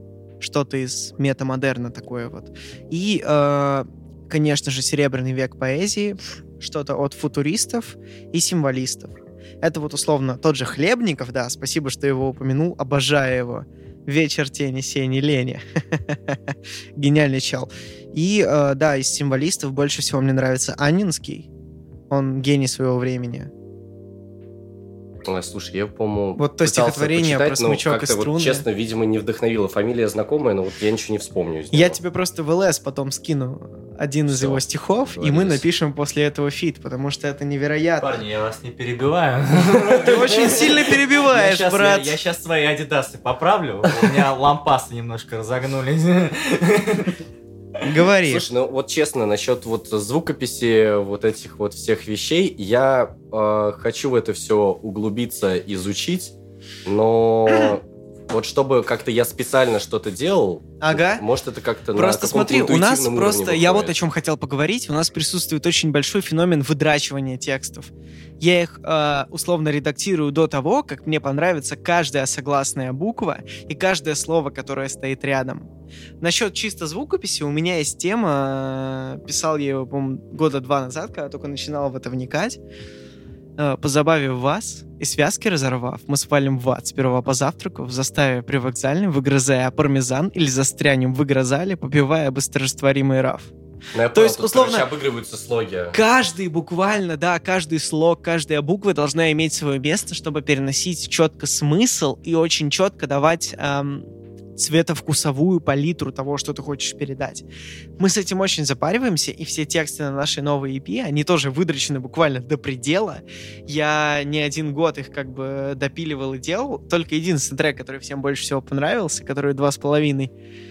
что-то из метамодерна такое вот. И, э, конечно же, серебряный век поэзии, что-то от футуристов и символистов. Это вот условно тот же Хлебников, да, спасибо, что его упомянул, обожаю его. «Вечер тени, сени, лени». Гениальный чел. И, э, да, из символистов больше всего мне нравится Аннинский. Он гений своего времени. Ой, слушай, я, по-моему, Вот то стихотворение про смычок и струны. Вот, честно, видимо, не вдохновила. Фамилия знакомая, но вот я ничего не вспомню. из Я него. тебе просто в ЛС потом скину один из Всё, его стихов, и мы договорились. напишем после этого фит, потому что это невероятно. Парни, я вас не перебиваю. Ты очень сильно перебиваешь, Я щас- брат. Я сейчас свои адидасы поправлю. У меня лампасы немножко разогнулись. Говори. Слушай, ну вот честно, насчет вот звукописи вот этих вот всех вещей, я э, хочу в это все углубиться, изучить, но вот чтобы как-то я специально что-то делал, Ага. может это как-то Просто на каком-то смотри, у нас интуитивном просто, уровне я вот о выходит. чем хотел поговорить, у нас присутствует очень большой феномен выдрачивания текстов. Я их э, условно редактирую до того, как мне понравится каждая согласная буква и каждое слово, которое стоит рядом. Насчет чисто звукописи у меня есть тема, э, писал я его, по-моему, года два назад, когда только начинал в это вникать. Э, Позабавив вас и связки разорвав, мы свалим в ад, сперва позавтракав, в заставе привокзальном, выгрызая пармезан или застрянем в игрозале, попивая быстрорастворимый раф. Ну, я То понял, есть, тут, условно, короче, обыгрываются слоги. Каждый буквально, да, каждый слог, каждая буква должна иметь свое место, чтобы переносить четко смысл и очень четко давать эм, цветовкусовую палитру того, что ты хочешь передать. Мы с этим очень запариваемся, и все тексты на нашей новой и пи, они тоже выдрочены буквально до предела. Я не один год их как бы допиливал и делал. Только единственный трек, который всем больше всего понравился, который два с половиной.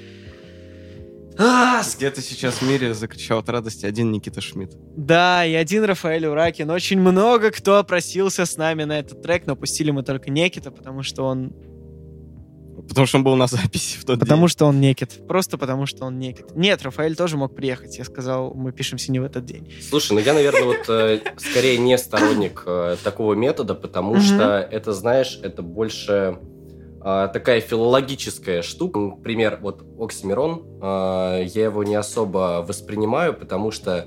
А, с- Где-то сейчас в мире закричал от радости один Никита Шмидт. Да, и один Рафаэль Уракин. Очень много кто просился с нами на этот трек, но пустили мы только Некита, потому что он... Потому что он был на записи в тот Потому день. что он Некит. Просто потому что он Некит. Нет, Рафаэль тоже мог приехать. Я сказал, мы пишемся не в этот день. Слушай, ну я, наверное, вот э, скорее не сторонник э, такого метода, потому Мгм. что это, знаешь, это больше э, такая филологическая штука. Например, вот оксимирон, э, я его не особо воспринимаю, потому что,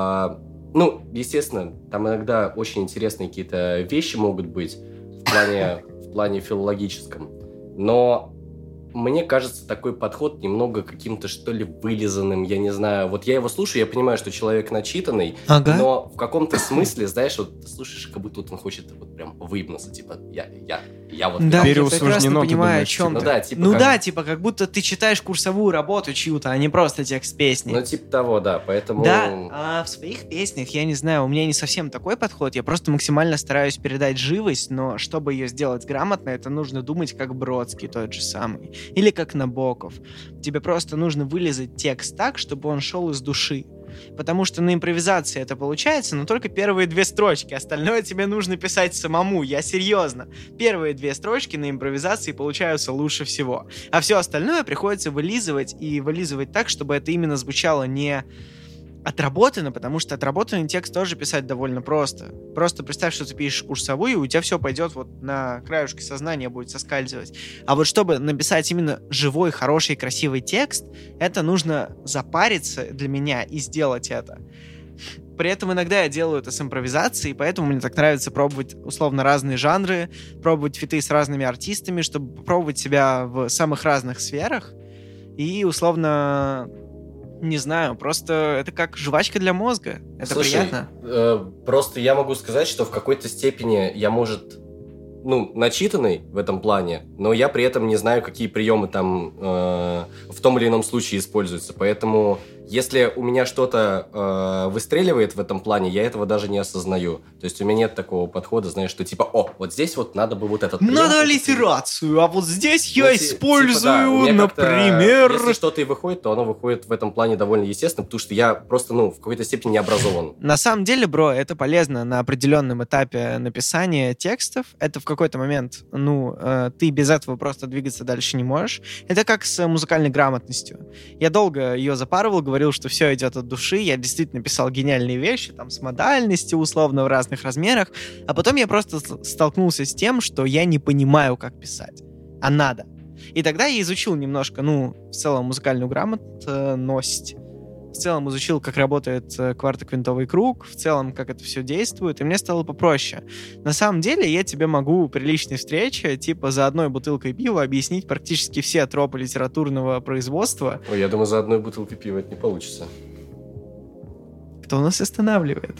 э, ну, естественно, там иногда очень интересные какие-то вещи могут быть в плане, в плане филологическом, но мне кажется, такой подход немного каким-то, что ли, вылизанным, я не знаю. Вот я его слушаю, я понимаю, что человек начитанный, Ага. но в каком-то смысле, знаешь, вот ты слушаешь, как будто вот он хочет вот прям выебнуться, типа, я, я, я вот... Да, я Переусложнено, прекрасно ты понимаю, думаешь, о чем ну ты. да, типа ну как- да, типа как будто ты читаешь курсовую работу чью-то, а не просто текст песни. Ну, типа того, да, поэтому... Да, а в своих песнях, я не знаю, у меня не совсем такой подход, я просто максимально стараюсь передать живость, но чтобы ее сделать грамотно, это нужно думать как Бродский тот же самый, или как Набоков. Тебе просто нужно вылезать текст так, чтобы он шел из души. Потому что на импровизации это получается, но только первые две строчки. Остальное тебе нужно писать самому. Я серьезно. Первые две строчки на импровизации получаются лучше всего. А все остальное приходится вылизывать и вылизывать так, чтобы это именно звучало не отработано, потому что отработанный текст тоже писать довольно просто. Просто представь, что ты пишешь курсовую, и у тебя все пойдет вот на краюшке сознания, будет соскальзывать. А вот чтобы написать именно живой, хороший, красивый текст, это нужно запариться для меня и сделать это. При этом иногда я делаю это с импровизацией, поэтому мне так нравится пробовать условно разные жанры, пробовать фиты с разными артистами, чтобы попробовать себя в самых разных сферах. И условно... Не знаю, просто это как жвачка для мозга. Это Слушай, приятно. э, просто я могу сказать, что в какой-то степени я, может, ну, начитанный в этом плане, но я при этом не знаю, какие приемы там э, в том или ином случае используются. Поэтому, если у меня что-то э, выстреливает в этом плане, я этого даже не осознаю. То есть у меня нет такого подхода, знаешь, что типа, о, вот здесь вот надо бы вот этот прием. Надо аллитерацию, а вот здесь я Ну, ти- использую, типа, да, у меня как-то, например... Если что-то и выходит, то оно выходит в этом плане довольно естественно, потому что я просто, ну, в какой-то степени не образован. На самом деле, бро, это полезно на определенном этапе написания текстов. Это в какой-то момент, ну, э, ты без этого просто двигаться дальше не можешь. Это как с музыкальной грамотностью. Я долго ее запарывал, говорил, что все идет от души. Я действительно писал гениальные вещи, там, с модальностью, условно, в разных размерах. А потом я просто с- столкнулся с тем, что я не понимаю, как писать. А надо. И тогда я изучил немножко, ну, в целом музыкальную грамотность, в целом изучил, как работает э, квартоквинтовый круг, в целом, как это все действует, и мне стало попроще. На самом деле, я тебе могу при личной встрече, типа, за одной бутылкой пива объяснить практически все тропы литературного производства. Ой, я думаю, за одной бутылкой пива это не получится. Кто нас останавливает?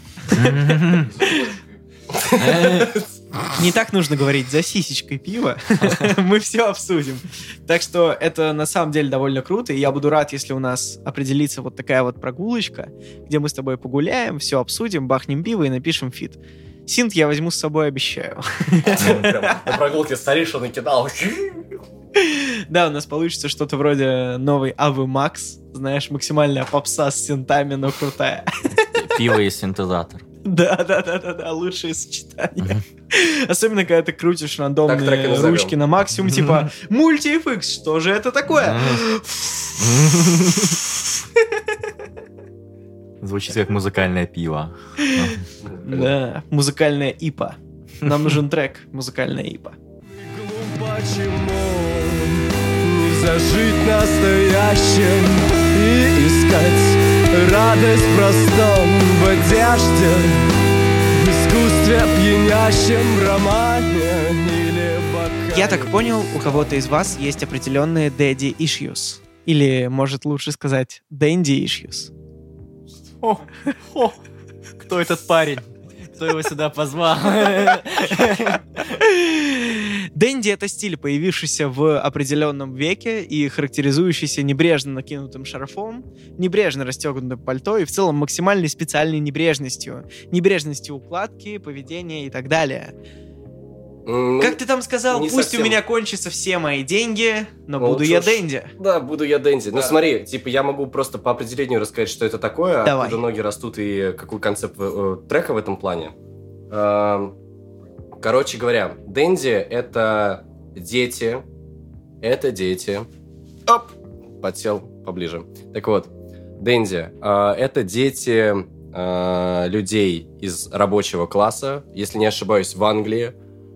Не так нужно говорить за сисечкой пива. Мы все обсудим. Так что это на самом деле довольно круто, и я буду рад, если у нас определится вот такая вот прогулочка, где мы с тобой погуляем, все обсудим, бахнем пиво и напишем фит. Синт я возьму с собой, обещаю. На прогулке старейший накидал. Да, у нас получится что-то вроде новой Авы Макс. Знаешь, максимальная попса с синтами, но крутая. Пиво и синтезатор. Да-да-да-да-да, лучшее сочетание. Особенно, когда ты крутишь рандомные трек и назовем. ручки на максимум, типа Multi-эф икс, что же это такое? Звучит как музыкальное пиво. Да, музыкальная ипа. Нам нужен трек музыкальная ипа. Почему зажить настоящим и искать радость в простом, в одежде, в искусстве пьянящем, в романе или бокале? Я так понял, у кого-то из вас есть определенные daddy issues. Или, может, лучше сказать, dandy issues. О, о, кто этот парень? Кто его сюда позвал? Дэнди — это стиль, появившийся в определенном веке и характеризующийся небрежно накинутым шарфом, небрежно расстегнутым пальто и в целом максимальной специальной небрежностью. Небрежностью укладки, поведения и так далее. Ну, как ты там сказал, не пусть совсем. у меня кончатся все мои деньги, но Ну, буду что я ж. Дэнди. Да, буду я Дэнди. Ну смотри, типа я могу просто по определению рассказать, что это такое, Давай. откуда ноги растут и какой концепт э, трека в этом плане. Эм, Короче говоря, Дэнди — это дети, это дети. Оп! Подсел поближе. Так вот, Дэнди э, — это дети э, людей из рабочего класса, если не ошибаюсь, в Англии.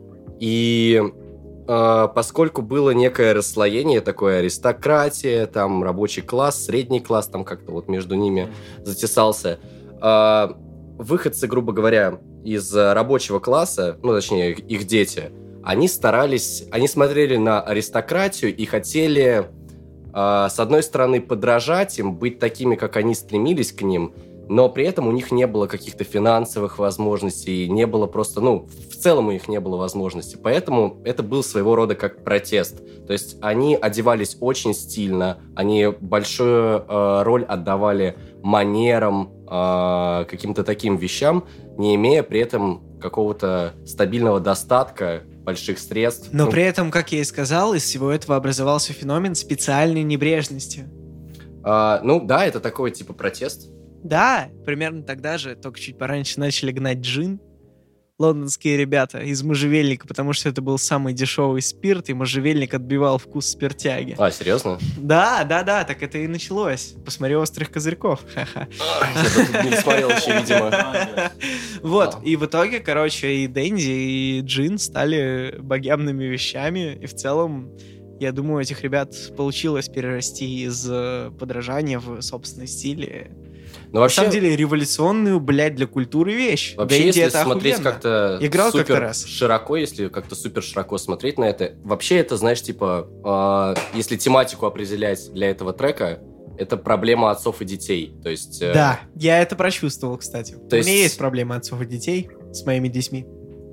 И э, поскольку было некое расслоение, такое аристократия, там рабочий класс, средний класс, там как-то вот между ними затесался, э, выходцы, грубо говоря, из рабочего класса, ну, точнее, их дети, они старались, они смотрели на аристократию и хотели, э, с одной стороны, подражать им, быть такими, как они стремились к ним, но при этом у них не было каких-то финансовых возможностей, не было просто, ну, в целом у них не было возможностей. Поэтому это был своего рода как протест. То есть они одевались очень стильно, они большую э, роль отдавали манерам, э, каким-то таким вещам, не имея при этом какого-то стабильного достатка, больших средств. Но Ну, при этом, как я и сказал, из всего этого образовался феномен специальной небрежности. э, ну да, это такой типа протест. Да, примерно тогда же, только чуть пораньше, начали гнать джин. Лондонские ребята из можжевельника, потому что это был самый дешевый спирт, и можжевельник отбивал вкус спиртяги. А, серьезно? Да, да, да, так это и началось. Посмотри «Острых козырьков». Ха-ха. Я тут не смотрел еще, видимо. Вот, и в итоге, короче, и Дэнди, и джин стали богемными вещами, и в целом, я думаю, у этих ребят получилось перерасти из э, подражания в собственный стиль. Но На вообще, самом деле, революционную, блядь, для культуры вещь. вообще Дэнди — если это смотреть охуенно. как-то Играл супер как-то раз. широко, если как-то супер широко смотреть на это, вообще это, знаешь, типа, э, если тематику определять для этого трека, это проблема отцов и детей. То есть... э, Да, я это прочувствовал, кстати. То У меня есть- есть проблемы отцов и детей с моими детьми.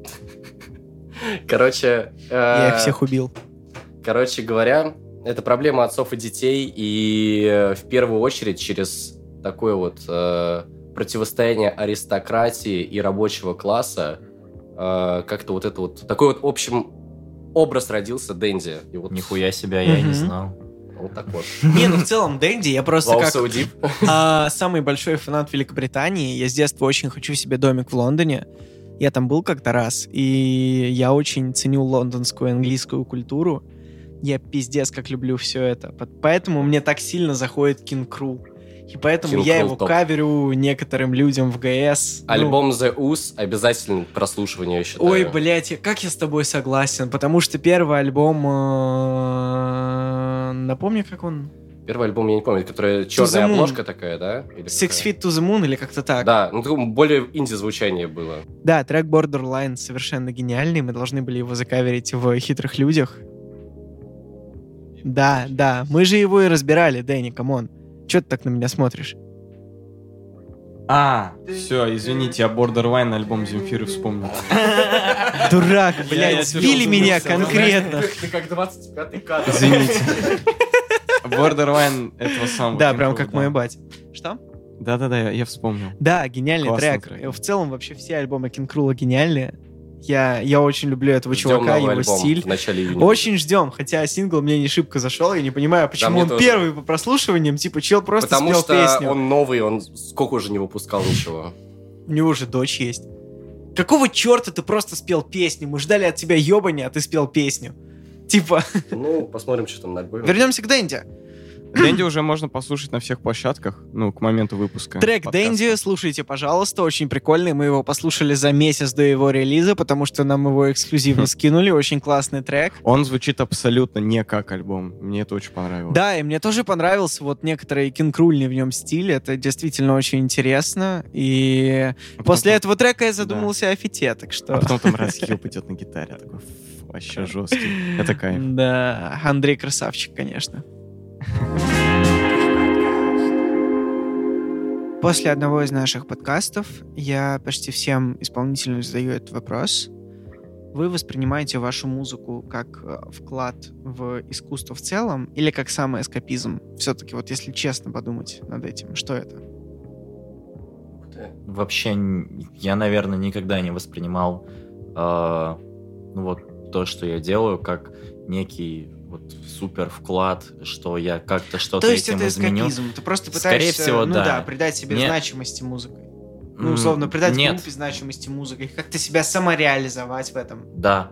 Короче... э, Я их всех убил. Короче говоря, это проблема отцов и детей, и э, в первую очередь через такое вот э, противостояние аристократии и рабочего класса э, как-то вот это вот... Такой вот общем образ родился Дэнди. И вот Нихуя себя, я и не Мгм. знал. вот так вот. Не, ну в целом Дэнди, я просто Вау, как so deep. а, самый большой фанат Великобритании. Я с детства очень хочу себе домик в Лондоне. Я там был как-то раз, и я очень ценю лондонскую английскую культуру. Я пиздец как люблю все это. По- Поэтому мне так сильно заходит Кинг Кру. И поэтому King я Cruel его топ. каверю некоторым людям в ГС. Ну, Альбом The Ooze обязательно прослушивание, я считаю. ой, блядь, я- как я с тобой согласен, потому что первый альбом... э, Напомни, как он... Первый альбом, я не помню, которая черная the Moon. обложка такая, да? Или Six какая? Feet to the Moon или как-то так. Да, ну такое более инди-звучание было. Да, трек Borderline совершенно гениальный, мы должны были его закаверить в «Хитрых людях». Да, да, мы же его и разбирали, Дэнни, камон. Чё ты так на меня смотришь? А, все, извините, я Borderline альбом Земфиры вспомнил. Дурак, Я- блядь, я сбили чё-то меня забылся. конкретно. Ты как двадцать пятый кадр. Извините. Borderline этого самого. Да, King прям Cruel, как да. мой батя. Что? Да-да-да, я, я вспомнил. Да, гениальный Классный трек. трек. В целом вообще все альбомы Кинкрула гениальные. Я, я очень люблю этого Ждем чувака, новый его альбом стиль. в начале июня. Очень ждем, хотя сингл мне не шибко зашел, я не понимаю, почему мне он тоже. первый по прослушиваниям, типа чел просто Потому спел что песню. он новый, он сколько уже не выпускал ничего. У него же дочь есть. Какого черта ты просто спел песню? Мы ждали от тебя ебани, а ты спел песню. Типа, Ну, посмотрим, что там на альбоме. вернемся к Дэнди. Дэнди уже можно послушать на всех площадках, ну, к моменту выпуска. Трек подкаста. Дэнди, слушайте, пожалуйста, очень прикольный. Мы его послушали за месяц до его релиза, потому что нам его эксклюзивно скинули. Очень классный трек. Он звучит абсолютно не как альбом. Мне это очень понравилось. Да, и мне тоже понравился вот некоторый кинкрульный в нем стиль. Это действительно очень интересно. И А потом после там- этого трека я задумался о фите, так что... А потом там разъеб идет на гитаре. Такой, фу, вообще жесткий. Это кайф. Да, Андрей красавчик, конечно. После одного из наших подкастов я почти всем исполнителям задаю этот вопрос. Вы воспринимаете вашу музыку как э, вклад в искусство в целом или как самоэскапизм? Все-таки вот если честно подумать над этим, что это? Вообще, н- я, наверное, никогда не воспринимал э, ну вот то, что я делаю, как некий вот супер вклад, что я как-то что-то То есть этим это изменю. эскапизм. Ты просто Скорее пытаешься, всего, ну да. да, придать себе Не- значимости музыкой. Ну, М, условно, придать нет. группе значимости музыкой. Как-то себя самореализовать в этом. Да.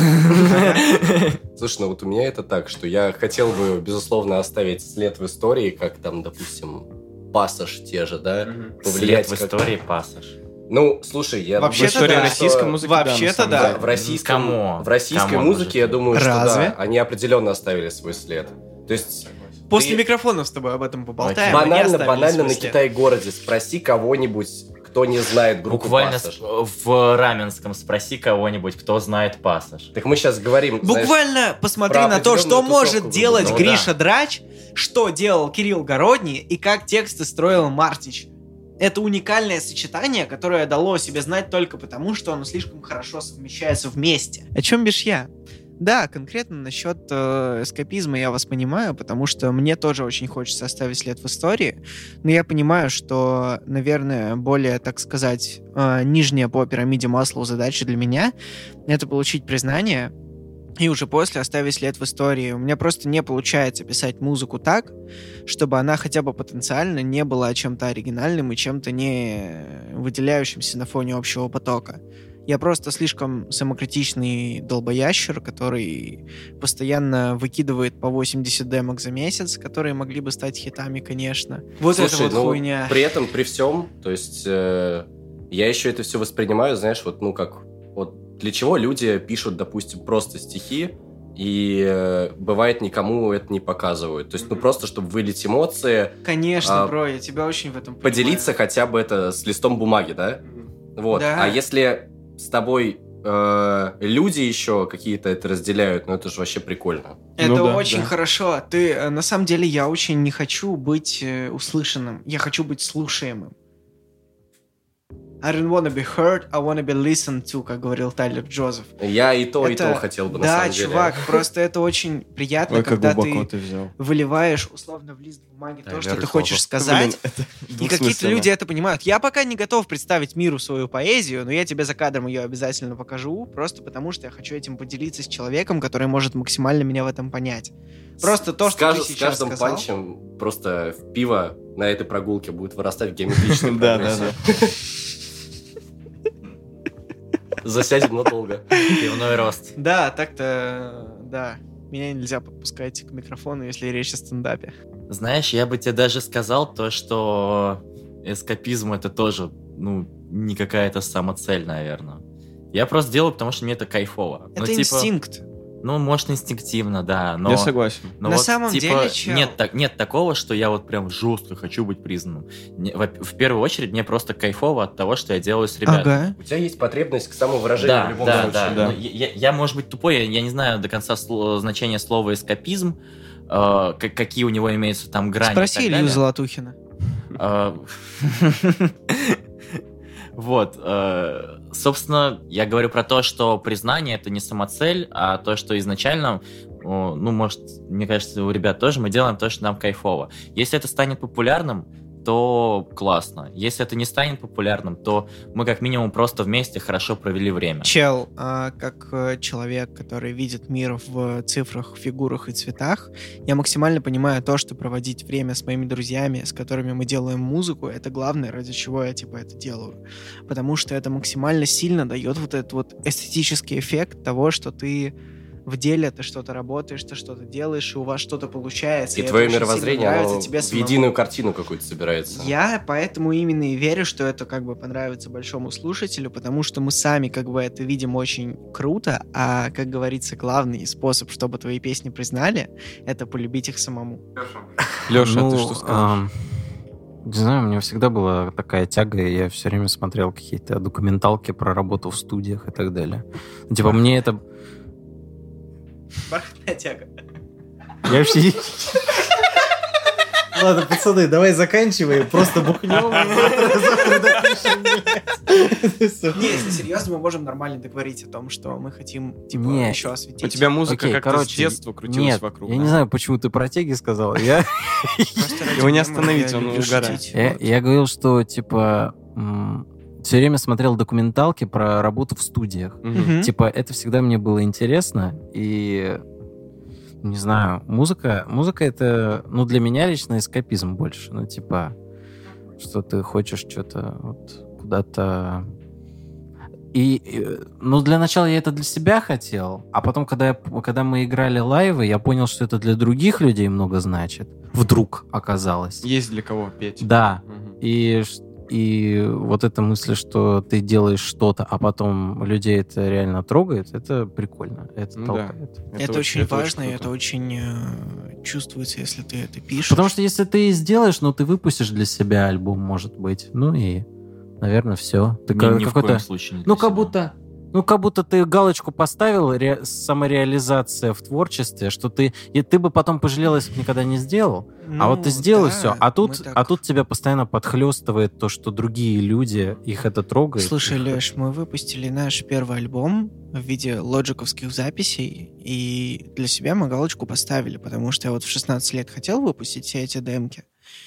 Слушай, ну вот у меня это так, что я хотел бы, безусловно, оставить след в истории, как там, допустим, пассаж те же, да? След в как- истории пассаж. Ну, слушай, я... Вообще-то думаю, да. что- российской музыки, да, на Вообще-то самом да. деле. В российском, Камон, в российской камон, музыке, я мужики. думаю, что Разве? да, они определенно оставили свой след. То есть После Ты- микрофона с тобой об этом поболтаем. Окей. Они банально, оставили банально свой на след. Китай-городе спроси кого-нибудь, кто не знает группу Буквально «Пассаж». с- в Раменском спроси кого-нибудь, кто знает пассаж. Так мы сейчас говорим, знаешь, Буквально посмотри про на то, что определенную может тусовку делать группы. Ну Гриша Драч, что делал Кирилл Городний и как тексты строил Мартич. Это уникальное сочетание, которое дало о себе знать только потому, что оно слишком хорошо совмещается вместе. О чем бишь я? Да, конкретно насчет э, эскапизма я вас понимаю, потому что мне тоже очень хочется оставить след в истории, но я понимаю, что, наверное, более, так сказать, э, нижняя по пирамиде Маслоу задача для меня — это получить признание и уже после оставить след в истории. У меня просто не получается писать музыку так, чтобы она хотя бы потенциально не была чем-то оригинальным и чем-то не выделяющимся на фоне общего потока. Я просто слишком самокритичный долбоящер, который постоянно выкидывает по восемьдесят демок за месяц, которые могли бы стать хитами, конечно. Вот слушай, это вот ну, хуйня. при этом, при всем, то есть э, я еще это все воспринимаю, знаешь, вот, ну, как, вот для чего люди пишут, допустим, просто стихи, и э, бывает никому это не показывают. То есть, ну, просто, чтобы вылить эмоции, Конечно, а, бро, я тебя очень в этом понимаю. поделиться хотя бы это с листом бумаги, да? Вот. Да. А если с тобой э, люди еще какие-то это разделяют, ну, это же вообще прикольно. Это Ну да, очень да. хорошо. Ты, э, на самом деле, я очень не хочу быть э, услышанным. Я хочу быть слушаемым. I don't wanna be heard, I wanna be listened to, как говорил Тайлер Джозеф. Я и то, и Это- то хотел бы, на Да, самом деле. чувак, просто это очень приятно, Ой, как когда глубоко ты ты взял. выливаешь условно в лист бумаги то, Тайлер что ты Джозеф. хочешь сказать. Блин, это И какие-то двусмысленно. люди это понимают. Я пока не готов представить миру свою поэзию, но я тебе за кадром ее обязательно покажу, просто потому что я хочу этим поделиться с человеком, который может максимально меня в этом понять. Просто то, С что кажд- ты С сейчас каждым сказал. панчем просто в пиво на этой прогулке будет вырастать в геометрической Да, да, прогрессии. да. Засядем надолго. Пивной рост. Да, так-то, да. Меня нельзя подпускать к микрофону, если речь о стендапе. Знаешь, я бы тебе даже сказал то, что эскапизм это тоже, ну, не какая-то самоцель, наверное. Я просто делаю, потому что мне это кайфово. Это ну, типа, инстинкт. Ну, может, инстинктивно, да. Но, Я согласен. но На вот, самом типа, деле, чел- нет, так, нет такого, что я вот прям жестко хочу быть признанным. Не- во- В первую очередь, мне просто кайфово от того, что я делаю с ребятами. Ага. У тебя есть потребность к самовыражению Да, в любом да, случае. да. да. Ну, Я, я- я, может быть, тупой, я, я не знаю до конца сло- значения слова эскапизм, э, как- какие у него имеются там грани. Спроси и так Илью далее. Золотухина. А, Вот. э, Собственно, я говорю про то, что признание — это не самоцель, а то, что изначально, о, ну, может, мне кажется, у ребят тоже мы делаем то, что нам кайфово. Если это станет популярным, то классно. Если это не станет популярным, то мы как минимум просто вместе хорошо провели время. Чел, а, как э, человек, который видит мир в цифрах, фигурах и цветах, я максимально понимаю то, что проводить время с моими друзьями, с которыми мы делаем музыку, это главное, ради чего я типа это делаю. Потому что это максимально сильно дает вот этот вот эстетический эффект того, что ты в деле ты что-то работаешь, ты что-то делаешь, и у вас что-то получается. И это твое очень сильно мировоззрение, нравится оно тебе в самому. единую картину какую-то собирается. Я поэтому именно и верю, что это как бы понравится большому слушателю, потому что мы сами как бы это видим очень круто, а, как говорится, главный способ, чтобы твои песни признали, это полюбить их самому. Леша, Ну, ты что скажешь? ам, не знаю, у меня всегда была такая тяга, и я все время смотрел какие-то документалки про работу в студиях и так далее. Типа, мне это... Бархатная тяга. Я вообще... Ладно, пацаны, давай заканчиваем, просто бухнем. Не, если серьезно, мы можем нормально договорить о том, что мы хотим, типа, Не, еще осветить. У тебя музыка Окей, как-то короче, с детства крутилась Нет, вокруг. я да? не знаю, почему ты про теги сказал. Я, Просто ради Его не темы остановить, я он люблю угорает. шутить. я, Вот. я говорил, что, типа, все время смотрел документалки про работу в студиях. Мгм. Мгм. Типа, это всегда мне было интересно, и не знаю, музыка, музыка это, ну, для меня лично эскапизм больше, ну, типа, что ты хочешь что-то вот куда-то... И, и, ну, для начала я это для себя хотел, а потом, когда, я, когда мы играли лайвы, я понял, что это для других людей много значит. Вдруг оказалось. Есть для кого петь. Да. Мгм. И, ш- и вот эта мысль, что ты делаешь что-то, а потом людей это реально трогает, это прикольно. Это Ну да. толкает. Это, очень важно, и круто. это очень э, чувствуется, если ты это пишешь. Потому что если ты сделаешь, ну, ты выпустишь для себя альбом, может быть. Ну и, наверное, все. Ты Ни- ка- ни в какой-то... коем случае не Ну, для как себя. будто... Ну, как будто ты галочку поставил, ре- самореализация в творчестве, что ты... И ты бы потом пожалел, если бы никогда не сделал. а вот ты Ну, сделал да, все, а тут, мы так- а тут тебя постоянно подхлестывает то, что другие люди, их это трогает. Слушай, их- Леш, мы выпустили наш первый альбом в виде лоджиковских записей, и для себя мы галочку поставили, потому что я вот в шестнадцать лет хотел выпустить все эти демки.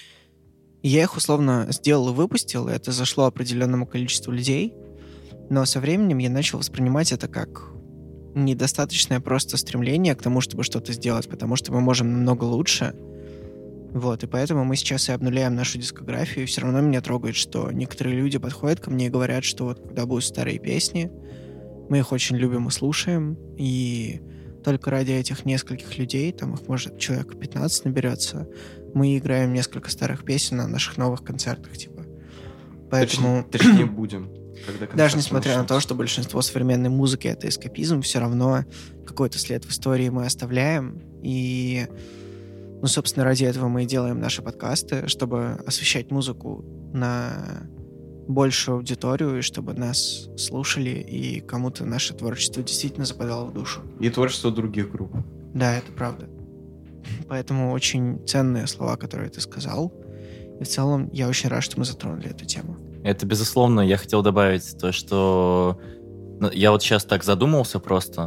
И я их условно сделал и выпустил, и это зашло определенному количеству людей, но со временем я начал воспринимать это как недостаточное просто стремление к тому, чтобы что-то сделать, потому что мы можем намного лучше. Вот, и поэтому мы сейчас и обнуляем нашу дискографию, и все равно меня трогает, что некоторые люди подходят ко мне и говорят, что вот когда будут старые песни, мы их очень любим и слушаем, и только ради этих нескольких людей, там их может человек пятнадцать наберется, мы играем несколько старых песен на наших новых концертах, типа. Поэтому... Точнее, точнее будем. когда концерт Даже несмотря на начнется. то, что большинство современной музыки — это эскапизм, все равно какой-то след в истории мы оставляем. И, ну, собственно, ради этого мы и делаем наши подкасты, чтобы освещать музыку на большую аудиторию, и чтобы нас слушали, и кому-то наше творчество действительно западало в душу. И творчество других групп. Да, это правда. Поэтому очень ценные слова, которые ты сказал. И в целом я очень рад, что мы затронули эту тему. Это, безусловно, я хотел добавить то, что... ну, я вот сейчас так задумался просто.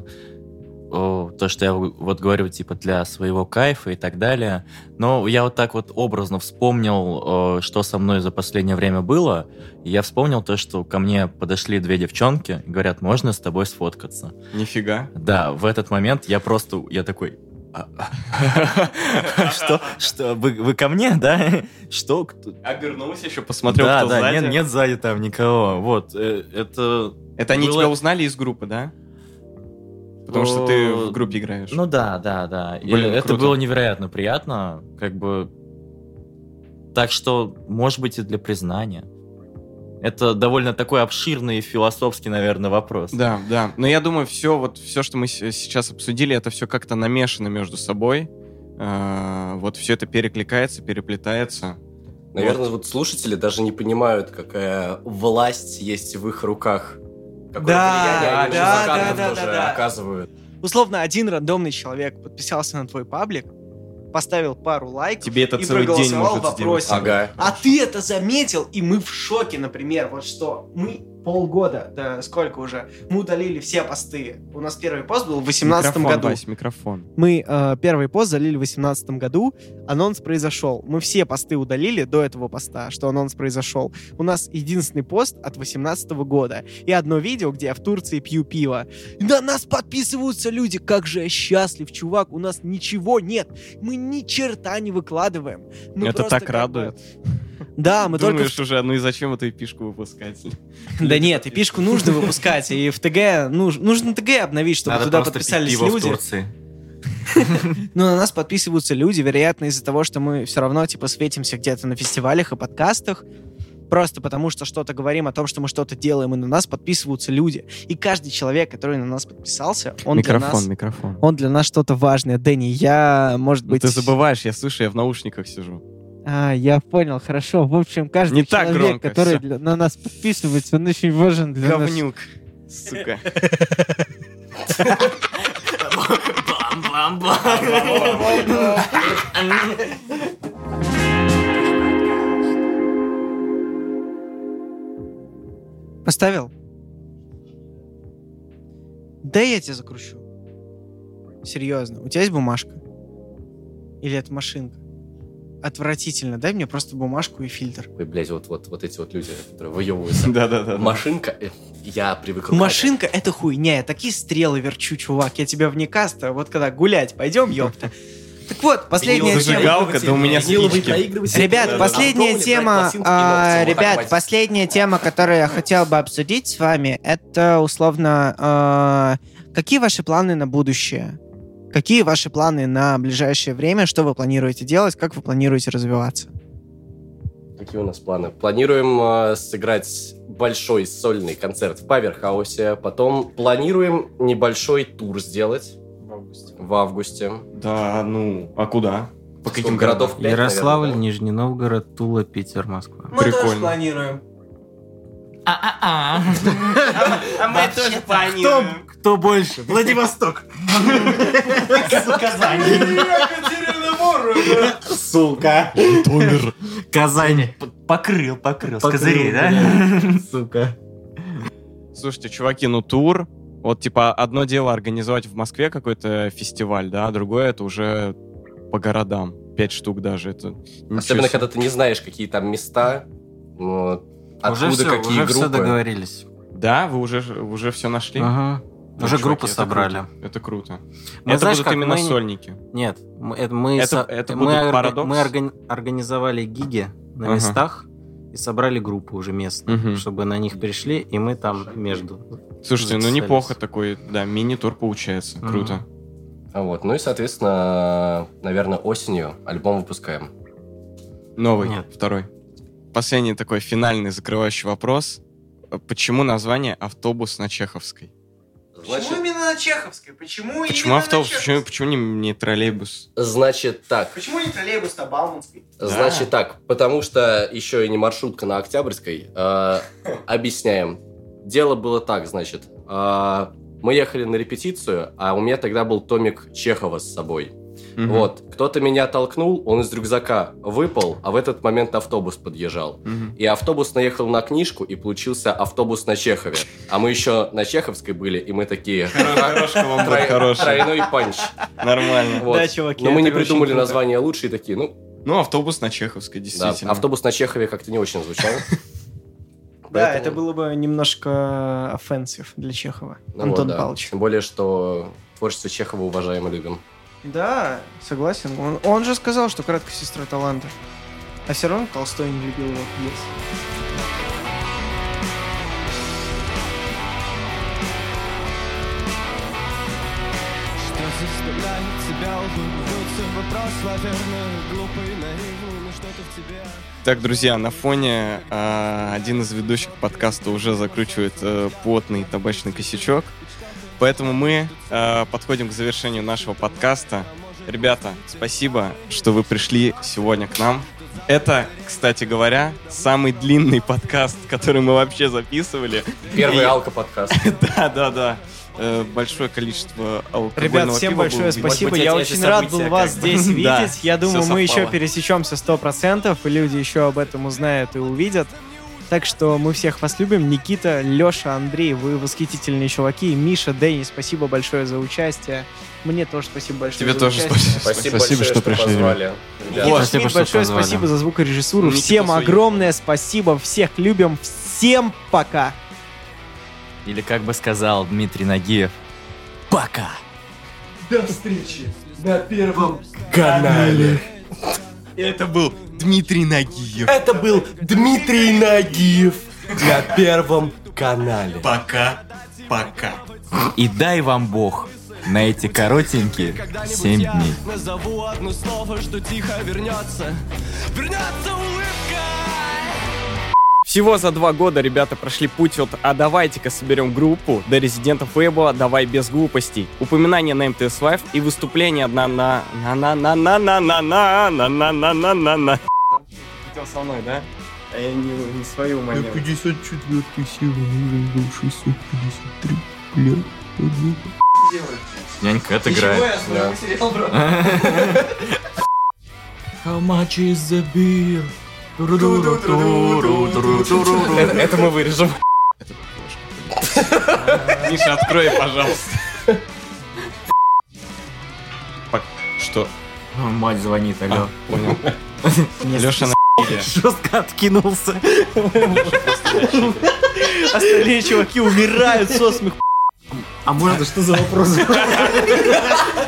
О, то, что я вот говорю, типа, для своего кайфа и так далее. Но я вот так вот образно вспомнил, о, что со мной за последнее время было. И я вспомнил то, что ко мне подошли две девчонки и говорят, можно с тобой сфоткаться? Нифига. Да, в этот момент я просто... Я такой... Что? Что? Вы, вы ко мне, да? Что? Кто? Обернулся еще, посмотрел, да, кто да, сзади. Нет, нет сзади там никого. Вот, э, это... Это они было- тебя узнали из группы, да? Потому что ты в группе играешь. Ну да, да, да. И Блин, это круто. было невероятно приятно. Как бы Так что, может быть, и для признания. Это довольно такой обширный и философский, наверное, вопрос. Да, да. Но я думаю, все, вот, все, что мы с- сейчас обсудили, это все как-то намешано между собой. Э, Вот все это перекликается, переплетается. Наверное, вот слушатели даже не понимают, какая власть есть в их руках. Какое Да, влияние они на да, музыкантов да, да, тоже да, да. оказывают. Условно, один рандомный человек подписался на твой паблик, поставил пару лайков Тебе это и целый день проголосовал может в вопросе. сделать. Ага. А ты это заметил, и мы в шоке, например, вот что мы полгода, да сколько уже, мы удалили все посты. У нас первый пост был в восемнадцатом Микрофон, году. Вась, микрофон. Мы э, первый пост залили в восемнадцатом году, анонс произошел. Мы все посты удалили до этого поста, что анонс произошел. У нас единственный пост от восемнадцатого года. И одно видео, где я в Турции пью пиво. И на нас подписываются люди. Как же я счастлив, чувак. У нас ничего нет. Мы ни черта не выкладываем. Мы Это просто так как бы- радует. Да, мы только... Думаешь уже, ну и зачем эту эпишку выпускать? Да нет, эпишку нужно выпускать. И в ТГ... нуж- Нужно ТГ обновить, чтобы Надо туда просто пить подписались пиво в люди. Турции. Ну, на нас подписываются люди, вероятно, из-за того, что мы все равно, типа, светимся где-то на фестивалях и подкастах. Просто потому, что что-то говорим о том, что мы что-то делаем, и на нас подписываются люди. И каждый человек, который на нас подписался, он для Микрофон, нас... микрофон. Он для нас что-то важное. Дэнни, я, может Ну, быть... ты забываешь, я слышу, я в наушниках сижу. А, я понял, хорошо. В общем, каждый Не так человек, громко, который всё. для- на нас подписывается, он очень важен для нас. Говнюк. Сука. Поставил? Да я тебя закручу. Серьезно. У тебя есть бумажка? Или это машинка? Отвратительно. Дай мне просто бумажку и фильтр. Ой, блядь, вот, вот, вот эти вот люди, которые выебываются. Да-да-да. Машинка, э, я привык руками. Машинка — это хуйня. Я такие стрелы верчу, чувак. Я тебя в Некаста, вот когда гулять пойдем, ёпта. Так вот, последняя тема. Зажигалка, да у меня спички. Ребят, Да-да-да. последняя Попробовали тема, брать пластинки и а, ногти, вот так ребят, хватит. последняя тема, которую я хотел бы обсудить с вами, это условно, а, какие ваши планы на будущее? Какие ваши планы на ближайшее время? Что вы планируете делать? Как вы планируете развиваться? Какие у нас планы? Планируем э, сыграть большой сольный концерт в Паверхаусе. Потом планируем небольшой тур сделать В августе. в августе. Да, ну, а куда? По Сколько каким городов? городам? Пять, Ярославль, наверное, Нижний Новгород, Тула, Питер, Москва. Мы тоже Прикольно. планируем. А-а-а. А мы тоже планируем. Кто больше? Владивосток. Сука. Казань. Покрыл, покрыл. С козырей, да? Сука. Слушайте, чуваки, ну тур. Вот, типа, одно дело организовать в Москве какой-то фестиваль, да, а другое это уже по городам. Пять штук даже. Это ничего Особенно, себе. когда ты не знаешь, какие там места, вот, Уже откуда все, какие уже все группы. договорились. Да, вы уже, уже все нашли? Ага. Ну, Уже чуваки, группу это собрали. круто, Это круто. Мы, это знаешь, будут как именно мы не- сольники. Нет, мы, это, мы, Это- со- это мы, будет орга- парадокс? мы органи- организовали гиги на Ага. местах и собрали группу уже местную, Мгм. чтобы на них пришли, и мы там между. Слушайте, ну записались. неплохо такой, да, мини-тур получается. Мгм. Круто. А Вот. Ну и, соответственно, наверное, осенью альбом выпускаем. Новый, Нет. второй. Последний такой финальный закрывающий вопрос. Почему название «Автобус на Чеховской»? Почему именно на Чеховской? Почему, Почему именно автобус? на Почему, Чеховской? почему не, не троллейбус? Значит так. Почему не троллейбус на Бауманской? Значит так, потому что еще и не маршрутка на Октябрьской. Э, объясняем. Дело было так, значит. э, мы ехали на репетицию, а у меня тогда был томик Чехова с собой. Мгм. Вот. Кто-то меня толкнул, он из рюкзака выпал, а в этот момент автобус подъезжал. Мгм. И автобус наехал на книжку, и получился автобус на Чехове. А мы еще на Чеховской были, и мы такие... Хорош каламбур, трой- хороший. Тройной панч. Нормально. Вот. Да, чуваки, Но мы не это очень придумали круто. название лучше, и такие, ну, Ну, автобус на Чеховской, да, действительно. автобус на Чехове как-то не очень звучал. Да, Поэтому- это было бы немножко offensive для Чехова. Ну Антон вот, да. Павлович. Тем более, что творчество Чехова уважаем и любим. Да, согласен. Он, он же сказал, что краткая сестра таланта. А все равно Толстой не любил его пьес. Что заставляет тебя улыбнуться? Вопрос, наверное, глупый, наивный, но что-то Так, друзья, на фоне э, один из ведущих подкаста уже закручивает э, плотный табачный косячок. Поэтому мы э, подходим к завершению нашего подкаста. Ребята, спасибо, что вы пришли сегодня к нам. Это, кстати говоря, самый длинный подкаст, который мы вообще записывали. Первый И- алко-подкаст. Да, да, да. Э, Большое количество алкогольного Ребят, всем пива большое было. спасибо. быть, Я эти очень рад события был вас как бы. здесь Да, видеть. Я всё думаю, мы еще совпало. пересечемся сто процентов, и люди еще об этом узнают и увидят. Так что мы всех вас любим. Никита, Леша, Андрей, вы восхитительные чуваки. Миша, Дэнни, спасибо большое за участие. Мне тоже спасибо большое Тебе за тоже участие. спасибо. Спасибо, Спасибо, большое, что что пришли, позвали. Никита Ребята. Спасибо, Шмидт, что большое позвали. спасибо за звукорежиссуру. Никита Всем Суин. огромное спасибо. Всех любим. Всем пока. Или как бы сказал Дмитрий Нагиев, пока! Канале. Это был Дмитрий Нагиев. Это был Дмитрий Нагиев на Первом канале. Пока, пока. И дай вам Бог на эти коротенькие семь дней. Назову одно слово, что тихо вернется. Вернется улыбка. Всего за два года ребята прошли путь от «А давайте-ка соберем группу» до резидентов лейбла «Давай без глупостей», упоминание на эм тэ эс Live и выступление на на на на на на на на на на на на на на на Хотел со мной, да? А я не, не свою манеру. пятьдесят четвёртый сила нужен был шестьсот пятьдесят три, блядь. Нянька отыграет. я потерял, бро? How much is the beer? Это, это мы вырежем. Миша, открой, пожалуйста. Пок- Что? Мать звонит, алло. Понял. Леша на Жестко откинулся. Остальные чуваки умирают со смеху. А можно что за вопрос?